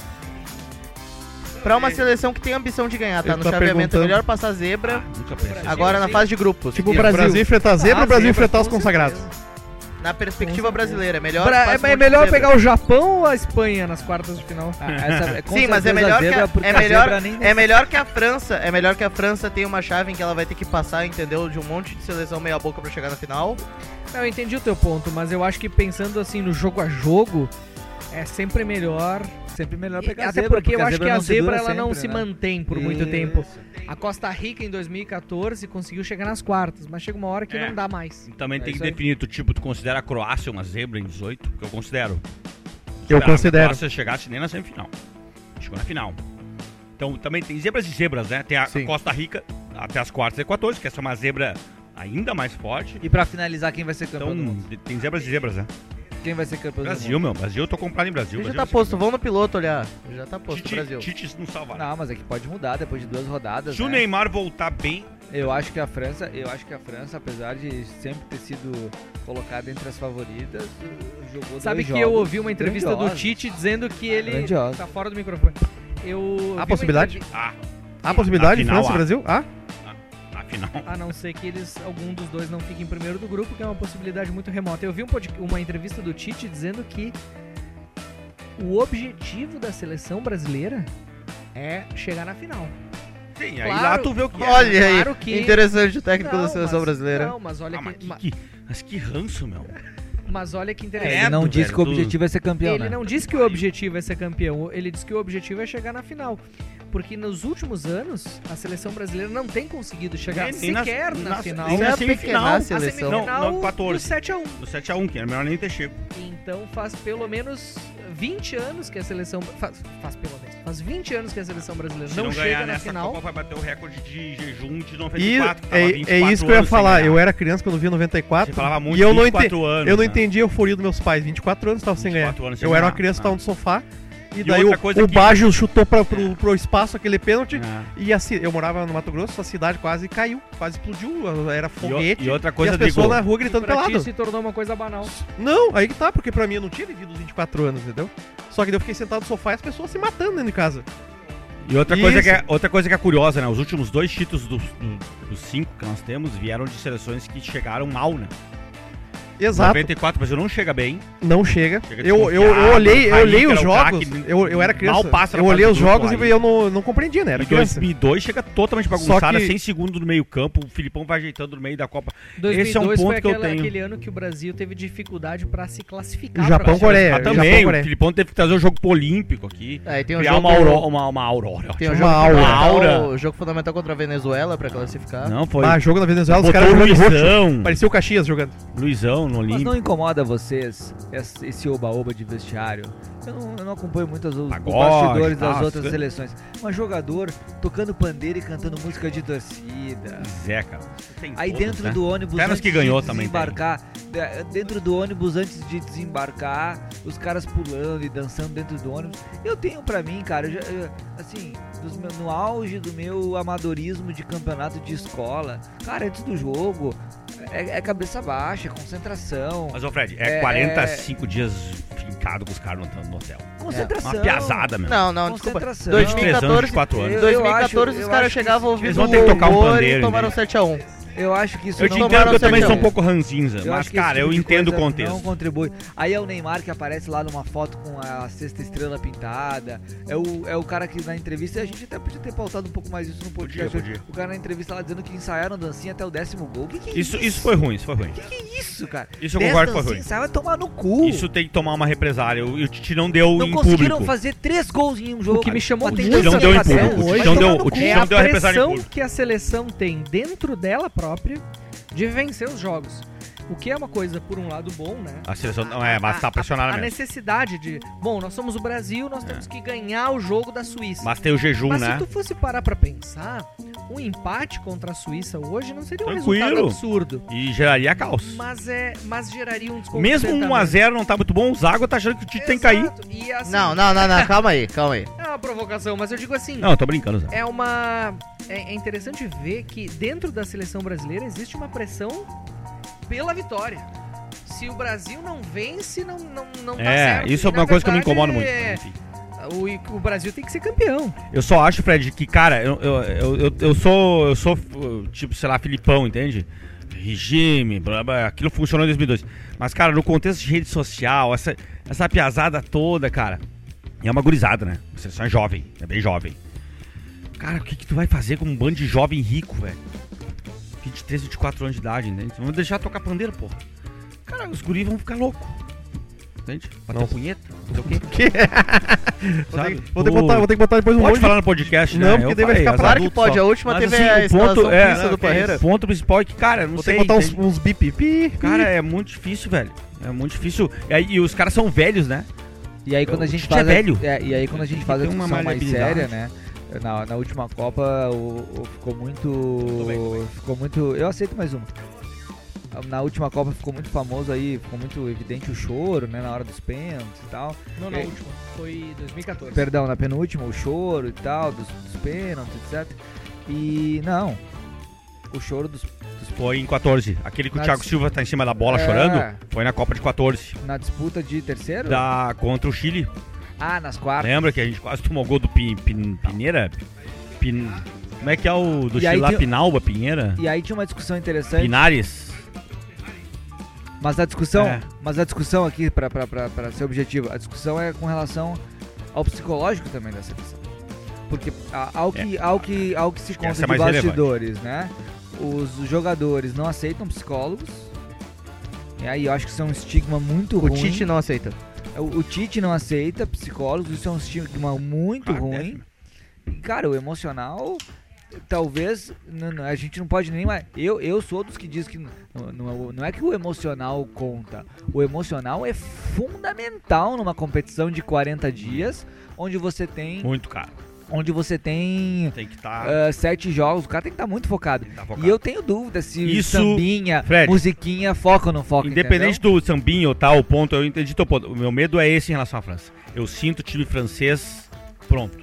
Pra uma seleção que tem ambição de ganhar, tá? Ele No tá chaveamento é perguntando- melhor passar zebra. ah, nunca pensei. Agora na sim. fase de grupos. Tipo o E Brasil. Brasil enfrentar zebra Ah, ou o Brasil zebra, enfrentar os com consagrados? certeza. Na perspectiva Com brasileira, é melhor. Bra- passa um é, é monte de melhor zebra. pegar o Japão ou a Espanha nas quartas de final? Ah, essa- com Sim, mas é certeza melhor, que zebra, a, porque é, a melhor, zebra nem é melhor que a França. É melhor que a França tenha uma chave em que ela vai ter que passar, entendeu? De um monte de seleção meia boca pra chegar na final. Não, eu entendi o teu ponto, mas eu acho que pensando assim no jogo a jogo, é sempre melhor. Sempre melhor E pegar até zebra, porque eu acho que a não se zebra dura ela não sempre, se né? mantém por muito Isso. tempo. A Costa Rica em dois mil e quatorze conseguiu chegar nas quartas, mas chega uma hora que É. não dá mais. Também É tem que isso aí. definir, tu, tipo, tu considera a Croácia uma zebra em dezoito? Porque eu considero. Eu Esperava considero. que a Croácia chegasse nem na semifinal. Chegou na final. Então também tem zebras e zebras, né? Tem a Sim. Costa Rica até as quartas e quatorze, que essa é uma zebra ainda mais forte. E pra finalizar, quem vai ser campeão Então, do mundo? de- tem zebras e zebras, né? Quem vai ser campeão do Brasil, mundo? meu. Brasil, eu tô comprado em Brasil. Já Brasil tá vai ser posto, campeão. vão no piloto olhar. Já tá posto, Tite, Brasil. Tite não salvar. Não, mas é que pode mudar depois de duas rodadas, Se o né? Neymar voltar bem, Eu acho que a França, eu acho que a França, apesar de sempre ter sido colocada entre as favoritas, jogou Sabe dois que eu jogos ouvi uma entrevista do grandiosos. Tite dizendo que ele Grandiosa. tá fora do microfone. Eu vi uma possibilidade? entrevi- ah, Há possibilidade de Na final, França e há. Brasil? Ah? afinal. A não ser que eles, algum dos dois não fique em primeiro do grupo, que é uma possibilidade muito remota. Eu vi um pod- uma entrevista do Tite dizendo que o objetivo da seleção brasileira é chegar na final. Sim, aí Claro. lá tu vê o que é. Olha aí, Claro que- interessante o técnico Não, da seleção mas- brasileira. Não, mas olha Ah, mas que, que, ma- que- mas que ranço, meu. mas olha que É, interessante. ele não Credo, disse velho, que o tu- objetivo é ser campeão, Ele né? não disse que o objetivo é ser campeão, ele disse que o objetivo é chegar na final. Porque nos últimos anos, a seleção brasileira não tem conseguido chegar Nem- nem na- sequer na, na- final. nem na É semifinal. pequena A A seleção. semifinal Não, não, quatorze. do sete a um. Do sete a um, que era melhor nem ter chego. Então faz pelo menos vinte anos que a seleção... Faz, faz pelo menos. Faz vinte anos que a seleção brasileira Se não, não, chega ganhar na nessa final. Copa, vai bater o recorde de jejum de noventa E e quatro. que tava é, vinte e é quatro isso que eu ia anos sem falar. ganhar. Eu era criança quando vi noventa e quatro. Você falava muito, e eu não, vinte e quatro ente- anos, eu não né? entendi a euforia dos meus pais. vinte e quatro anos estavam sem vinte e ganhar. quatro anos sem Eu era uma ganhar. criança, Ah. tava no sofá. E E daí outra o, coisa o que- Baggio chutou pra, pro, pro espaço aquele pênalti. É. E a, ci- eu morava no Mato Grosso, a cidade quase caiu, quase explodiu. Era E, foguete. o- e outra E coisa, as pessoas Drigo, na rua E gritando pra ti pelado. se tornou uma coisa banal. Não, aí que tá, porque pra mim eu não tinha vivido os vinte e quatro anos, entendeu? Só que daí eu fiquei sentado no sofá e as pessoas se matando dentro de casa. E outra coisa, Isso. que é, outra coisa que é curiosa, né? Os últimos dois títulos dos, do- dos cinco que nós temos vieram de seleções que chegaram mal, né? Exato. noventa e quatro, o Brasil não chega bem. Não chega. Chega Eu, eu, eu desconfiado, olhei, eu Raí, olhei que os era o jogos. craque, Eu, eu era criança. mal passa na eu olhei fase os do grupo jogos aí. e eu não, não compreendia, né? Era Em criança. dois mil e dois chega totalmente bagunçada, que- sem segundo no meio campo, o Filipão vai ajeitando no meio da Copa. dois mil e dois Esse é um ponto foi que eu aquela- tenho. aquele ano que o Brasil teve dificuldade pra se classificar. Japão, pra Copa. Coreia. Ah, Japão, também, o Coreia. Filipão teve que trazer o jogo pro Olímpico aqui. Aí tem um criar jogo, uma, aurora, uma, uma aurora. tem um Uma jogo aura. fundamental, Aura. jogo fundamental contra a Venezuela pra classificar. Não, foi. Ah, jogo na Venezuela, os Botou caras o jogando roxo. Luizão. Parecia o Caxias jogando. Luizão no Mas Olímpico. não incomoda vocês esse esse oba-oba de vestiário? Eu não, eu não acompanho muito as, os Pagode, bastidores tal, das outras essas seleções. Mas jogador tocando pandeiro e cantando música de torcida. Zé, cara. Tem Aí todas, dentro né? do ônibus, Caras antes que ganhou de também desembarcar, de- dentro do ônibus antes de desembarcar, os caras pulando e dançando dentro do ônibus. Eu tenho pra mim, cara, eu já- eu- assim, dos meu- no auge do meu amadorismo de campeonato de escola, cara, antes do jogo, é, é cabeça baixa, é concentração. Mas, ô Fred, é, É, quarenta e cinco dias fincado com os caras no, no hotel. Concentração. Uma piazada mesmo. Não, não, desculpa. Concentração. dois mil e vinte e três anos, quatorze, vinte e quatro anos. Eu- eu dois mil e quatorze acho- os eu caras acho que chegavam isso- ouvindo Eles vão ter que tocar um louvor pandeiro, e tomaram né? sete a um. Eu acho que isso Eu não te entendo tomaram que eu também sete a sou um. um pouco ranzinza, Eu mas, acho que esse cara, tipo eu de entendo o coisa contexto. Não contribui. Aí é o Neymar que aparece lá numa foto com a sexta estrela pintada. É o, é o cara que na entrevista, a gente até podia ter pautado um pouco mais isso no podcast. Podia, podia. O cara na entrevista lá dizendo que ensaiaram dancinha até o décimo gol. Que que é Isso, isso foi ruim, isso foi ruim. Que que é isso, cara? Isso eu Dez concordo com a dancinhas, Rui. sai, vai tomar no cu. Isso tem que tomar uma represália. O, o Tite não deu Não em conseguiram público. fazer três gols em um jogo. O que me chamou Mas tem muita Não deu em atenção público. O hoje Tite não deu, Vai o Tite é não a deu a represália em pressão público. que a seleção tem dentro dela própria de vencer os jogos. O que é uma coisa, por um lado, bom, né? A seleção não é, mas tá pressionada A mesmo. necessidade de... Bom, nós somos o Brasil, nós temos que ganhar o jogo da Suíça. Mas tem o jejum, Mas né? se tu fosse parar pra pensar, um empate contra a Suíça hoje não seria um Tranquilo. resultado absurdo. E geraria caos. Mas, é, mas geraria um desconto. Mesmo um a zero não tá muito bom, o Zago tá achando que o Tite tem que cair. E assim, Não, não, não, não, calma aí, calma aí. é uma provocação, mas eu digo assim... Não, eu tô brincando, Zago. É uma... É, é interessante ver que dentro da seleção brasileira existe uma pressão pela vitória. Se o Brasil não vence, não, não, não tá É, certo. isso é E, uma na coisa que eu me verdade, incomodo muito. é, Enfim. o, o Brasil tem que ser campeão. Eu só acho, Fred, que, cara, eu, eu, eu, eu, eu sou, eu sou, uh, tipo, sei lá, Filipão, entende? Regime, blá, blá, aquilo funcionou em dois mil e dois. Mas, cara, no contexto de rede social, essa, essa piazada toda, cara, é uma gurizada, né? A seleção é jovem, é bem jovem. Cara, o que que tu vai fazer com um bando de jovem rico, velho? vinte e três, vinte e quatro anos de idade, entende? Vamos deixar tocar pandeiro, porra. Cara, os guris vão ficar loucos. Entende? Bater Não. punheta, não sei o quê. Que? Vou, Sabe? ter, vou ter que botar, vou ter que botar depois um Pode monte de- falar no podcast, né? Não, porque Eu daí vai falei, ficar as claro Claro que adultos pode, só. a última Mas, teve assim, a o escalação ponto é, fixa do o Parreira. ponto principal é que, cara, não Vou sei, ter que botar uns, entende? uns bip. Pi, pi. Cara, é muito difícil, velho. É muito difícil. E, aí, e os caras são velhos, né? E aí quando a O gente Tite faz é a- velho. é, e aí quando a gente faz a Tem uma discussão mais maleabilidade. séria, né? Na, na última Copa o, o ficou muito ficou muito, eu aceito mais uma. Na última Copa ficou muito famoso aí, ficou muito evidente o choro, né, na hora dos pênaltis e tal. Não, na É. última. Foi dois mil e catorze. Perdão, na penúltima o choro e tal dos, dos pênaltis, etcétera. E não, o choro dos, dos Foi em quatorze. Aquele que o Mas- Thiago Silva tá em cima da bola É. chorando, foi na Copa de quatorze. na disputa de terceiro? Da, contra o Chile. Ah, nas quartas. Lembra que a gente quase tomou gol do Pin, Pin- Pineira? Pin- como é que é o do E Chile aí lá? tem- Pinalba, Pinheira? E aí tinha uma discussão interessante. Pinares? Mas a discussão, É. mas a discussão aqui, pra, pra, pra, pra ser objetivo, a discussão é com relação ao psicológico também da seleção. Porque a- ao que, ao que, ao que se que conta essa é de mais bastidores, né? Os jogadores não aceitam psicólogos. E aí eu acho que isso é um estigma muito O ruim. Tite não aceita. O, o Tite não aceita psicólogos, isso é um estigma muito Ah, ruim. décimo. E, cara, o emocional, talvez, não- não- a gente não pode nem mais... Eu, eu sou dos que diz que não, não, não é que o emocional conta. O emocional é fundamental numa competição de quarenta dias, onde você tem, Muito caro. onde você tem Tem que estar. ah, sete jogos. O cara tem que estar muito focado. tá focado. E eu tenho dúvida se Isso, sambinha, Fred, musiquinha, foca ou não foca, Independente entendeu? do sambinho ou tal, o ponto, eu entendi teu ponto. O meu medo é esse em relação à França. Eu sinto o time francês pronto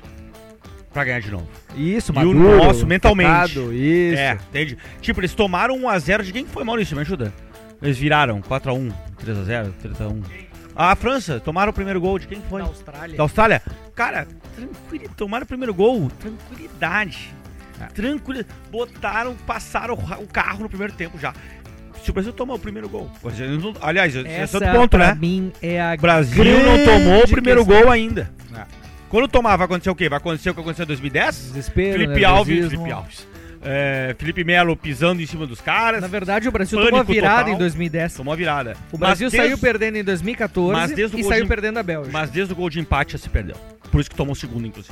pra ganhar de novo. Isso, E maduro, o nosso mentalmente. focado, isso. É, entende? Tipo, eles tomaram um a zero de quem que foi, Maurício? Me ajuda. Eles viraram quatro a um, três a zero, três a um. A França, tomaram o primeiro gol de quem que foi? Na Austrália. Da Austrália? Cara, tranquilidade. Tomaram o primeiro gol. Tranquilidade. Tranquilidade. Botaram, passaram o ra- o carro no primeiro tempo já. Se o Brasil tomar o primeiro gol. eles não- Aliás, esse é Essa, outro ponto, pra né? mim, é a O Brasil não grande tomou o primeiro questão. gol ainda. Quando tomar, vai acontecer o quê? Vai acontecer o que aconteceu em dois mil e dez? Desespero, Felipe Alves, nervosismo. Felipe Alves. É, Felipe Melo pisando em cima dos caras. Na verdade, o Brasil Pânico tomou a virada total. em dois mil e dez. Tomou a virada. O Brasil Mas desde- saiu perdendo em dois mil e catorze Mas desde o e gol saiu de- perdendo a Bélgica. Mas desde o gol de empate já se perdeu. Por isso que tomou o segundo, inclusive.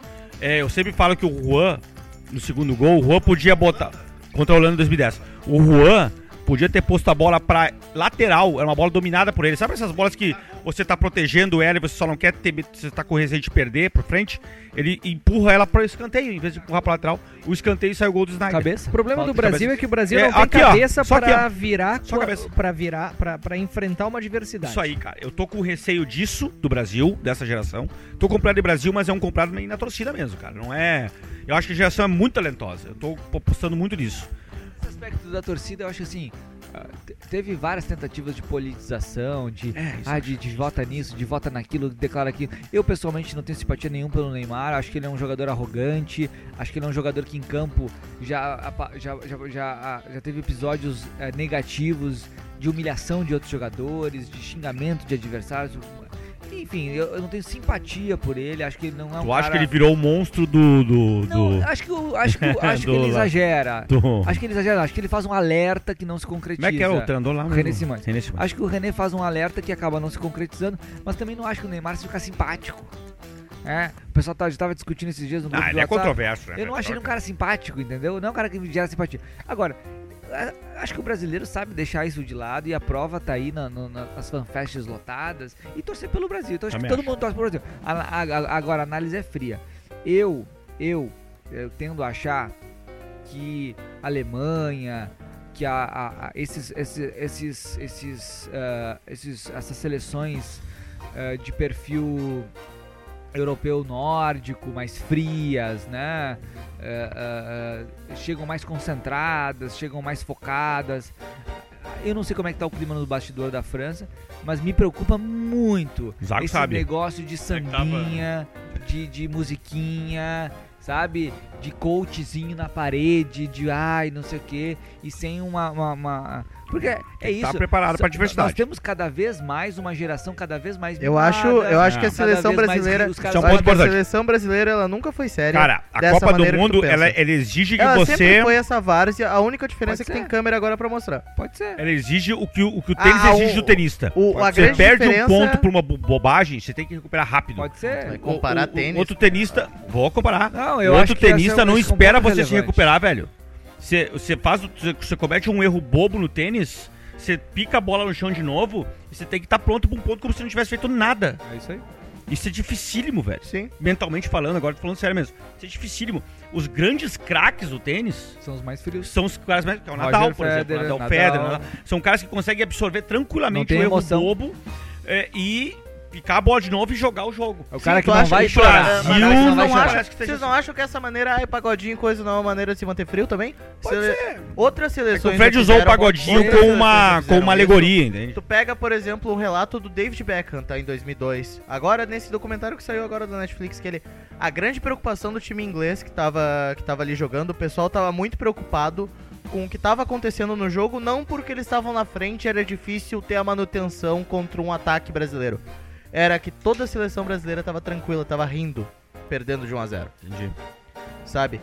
É, eu sempre falo que o Juan, no segundo gol, o Juan podia botar. Contra a Holanda em dois mil e dez. O Juan podia ter posto a bola pra lateral. Era uma bola dominada por ele. Sabe essas bolas que você tá protegendo ela e você só não quer ter. Você tá com receio de perder por frente? Ele empurra ela pro escanteio, em vez de empurrar pra lateral. O escanteio sai o gol do Snyder. Cabeça? O problema Falta do de Brasil cabeça. é que o Brasil É, não tem aqui, ó, cabeça só aqui, pra ó. virar, Só cabeça. pra virar, pra, pra enfrentar uma adversidade. Isso aí, cara. Eu tô com receio disso, do Brasil, dessa geração. Tô comprado de Brasil, mas é um comprado meio na torcida mesmo, cara. Não é. Eu acho que a geração é muito talentosa. Eu tô apostando muito nisso. Esse aspecto da torcida, eu acho assim, ah, te- teve várias tentativas de politização, de, É, isso ah, de, de vota nisso, de vota naquilo, declara aquilo. Eu, pessoalmente, não tenho simpatia nenhuma pelo Neymar, acho que ele é um jogador arrogante, acho que ele é um jogador que em campo já, apa- já, já, já, ah, já teve episódios eh, negativos de humilhação de outros jogadores, de xingamento de adversários. enfim, eu, eu não tenho simpatia por ele, acho que ele não é um Tu cara... acha que ele virou o monstro do... do, Não, do- acho que, eu- acho que, eu- acho que Do- ele exagera. do- Acho que ele exagera, acho que ele faz um alerta que não se concretiza. Como é que era o treinador lá? O mesmo? René Simões. René Simões. Acho que o René faz um alerta que acaba não se concretizando, mas também não acho que o Neymar se fica simpático. É, o pessoal tá, tava discutindo esses dias no grupo Ah, do ele é WhatsApp. controverso, né? Eu não acho ele um cara simpático, entendeu? Não é um cara que me gera simpatia. Agora, a- acho que o brasileiro sabe deixar isso de lado e a prova tá aí na, no- na- nas fanfests lotadas e torcer pelo Brasil. Então acho que Também todo acho. mundo torce pelo Brasil. A- a- a- agora, a análise é fria. Eu, eu, eu tendo a achar que a Alemanha, que a, a- a- esses, esses, esses, esses, ah, esses, essas seleções ah, de perfil europeu nórdico, mais frias, né? Eh, eh, eh, chegam mais concentradas, chegam mais focadas. Eu não sei como é que tá o clima no bastidor da França, mas me preocupa muito Zago esse sabe. negócio de é que tava? sambinha, de, de musiquinha, sabe? De coachzinho na parede, de ai, não sei o que, e sem uma... uma, uma- Porque é Tem que isso. tá preparado pra Nós diversidade. temos cada vez mais uma geração cada vez mais Eu acho, eu acho que a Ah. seleção Cada vez mais brasileira, os caras Isso é um eu acho ponto que a importante. seleção brasileira ela nunca foi séria. Cara, a dessa Copa do maneira que tu Mundo, pensa. ela, ela exige que ela você... sempre foi essa várzea, a única diferença é Pode que tem ser. câmera agora pra mostrar. Pode ser. Ela exige o que o, o, que o tênis Ah, exige o- do tenista. o- a você grande perde um diferença- ponto por uma bo- bobagem, você tem que recuperar rápido. Pode ser. Vai comparar O- o- o tênis. Outro tenista... Vou comparar. Não, O eu outro acho que esse tenista é um- não esse é um espera ponto você se relevante. recuperar, velho. Você, você faz, o- você, você comete um erro bobo no tênis, você pica a bola no chão de novo, e você tem que estar pronto pra um ponto como se não tivesse feito nada. É isso aí. Isso é dificílimo, velho. Sim. Mentalmente falando, agora tô falando sério mesmo. Isso é dificílimo. Os grandes craques do tênis São os mais frios. são os caras mais... que é o Roger Nadal, por exemplo. Federer, Nadal, Nadal. Federer, Nadal. São caras que conseguem absorver Não tranquilamente tem o erro emoção. bobo é, e picar a bola de novo e jogar o jogo. É o cara Sim, que tu não acha vai que chorar. Brasil É o cara que não não vai acha- chorar. Acho que seja Vocês não acham que essa maneira, ai, pagodinho e coisa não é uma maneira de se manter frio também? Pode Se- ser. Outras É que seleções. o Fred já usou o fizeram- pagodinho outras com seleções uma, já com fizeram uma isso. alegoria, entende? Tu pega, por exemplo, um relato do David Beckham, tá, em dois mil e dois. Agora, nesse documentário que saiu agora da Netflix, que ele... A grande preocupação do time inglês que tava, que tava ali jogando, o pessoal tava muito preocupado com o que tava acontecendo no jogo, não porque eles estavam na frente, era difícil ter a manutenção contra um ataque brasileiro. Era que toda a seleção brasileira tava tranquila, tava rindo, perdendo de um a zero. Entendi. Sabe?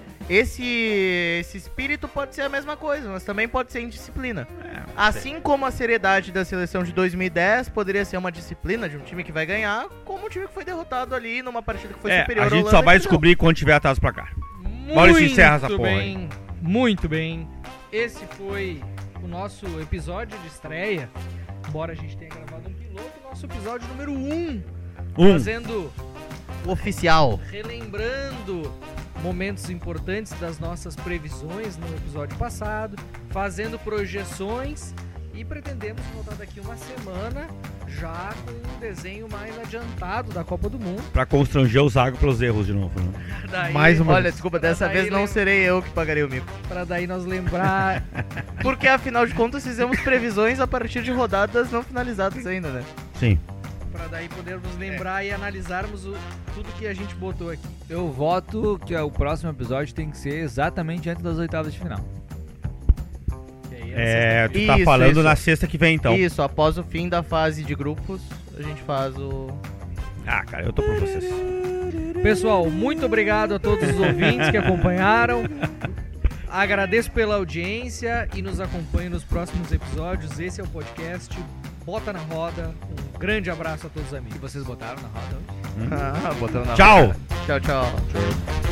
Esse, esse espírito pode ser a mesma coisa, mas também pode ser indisciplina. É, Assim como a seriedade da seleção de dois mil e dez poderia ser uma disciplina de um time que vai ganhar, como um time que foi derrotado ali numa partida que foi É, superior a à gente Holanda só vai e que não. descobrir quando tiver atraso pra cá. Muito Maurício, encerra essa porra bem, muito bem. Esse foi o nosso episódio de estreia. Embora a gente tenha gravado um piloto, nosso episódio número um, Um. fazendo, Oficial. relembrando momentos importantes das nossas previsões no episódio passado, fazendo projeções e pretendemos voltar daqui uma semana já com um desenho mais adiantado da Copa do Mundo. Pra constranger o Zago pelos erros de novo, né? Daí, Mais uma Olha, vez. desculpa, Pra dessa daí vez não lem- serei eu que pagaria o mico. Pra daí nós lembrar. Porque afinal de contas fizemos previsões a partir de rodadas não finalizadas ainda, né? Sim. Pra daí podermos lembrar e analisarmos o, tudo que a gente botou aqui. Eu voto que o próximo episódio tem que ser exatamente antes das oitavas de final. Que aí É, tu tá Isso, falando isso. na sexta que vem, então. Isso, após o fim da fase de grupos, a gente faz o... Ah, cara, eu tô por vocês. Pessoal, muito obrigado a todos os ouvintes que acompanharam. Agradeço pela audiência e nos acompanhe nos próximos episódios. Esse é o podcast Bota na Roda. Um grande abraço a todos os amigos. E vocês botaram na roda hoje? Ah, botando na Tchau! roda. Tchau, tchau.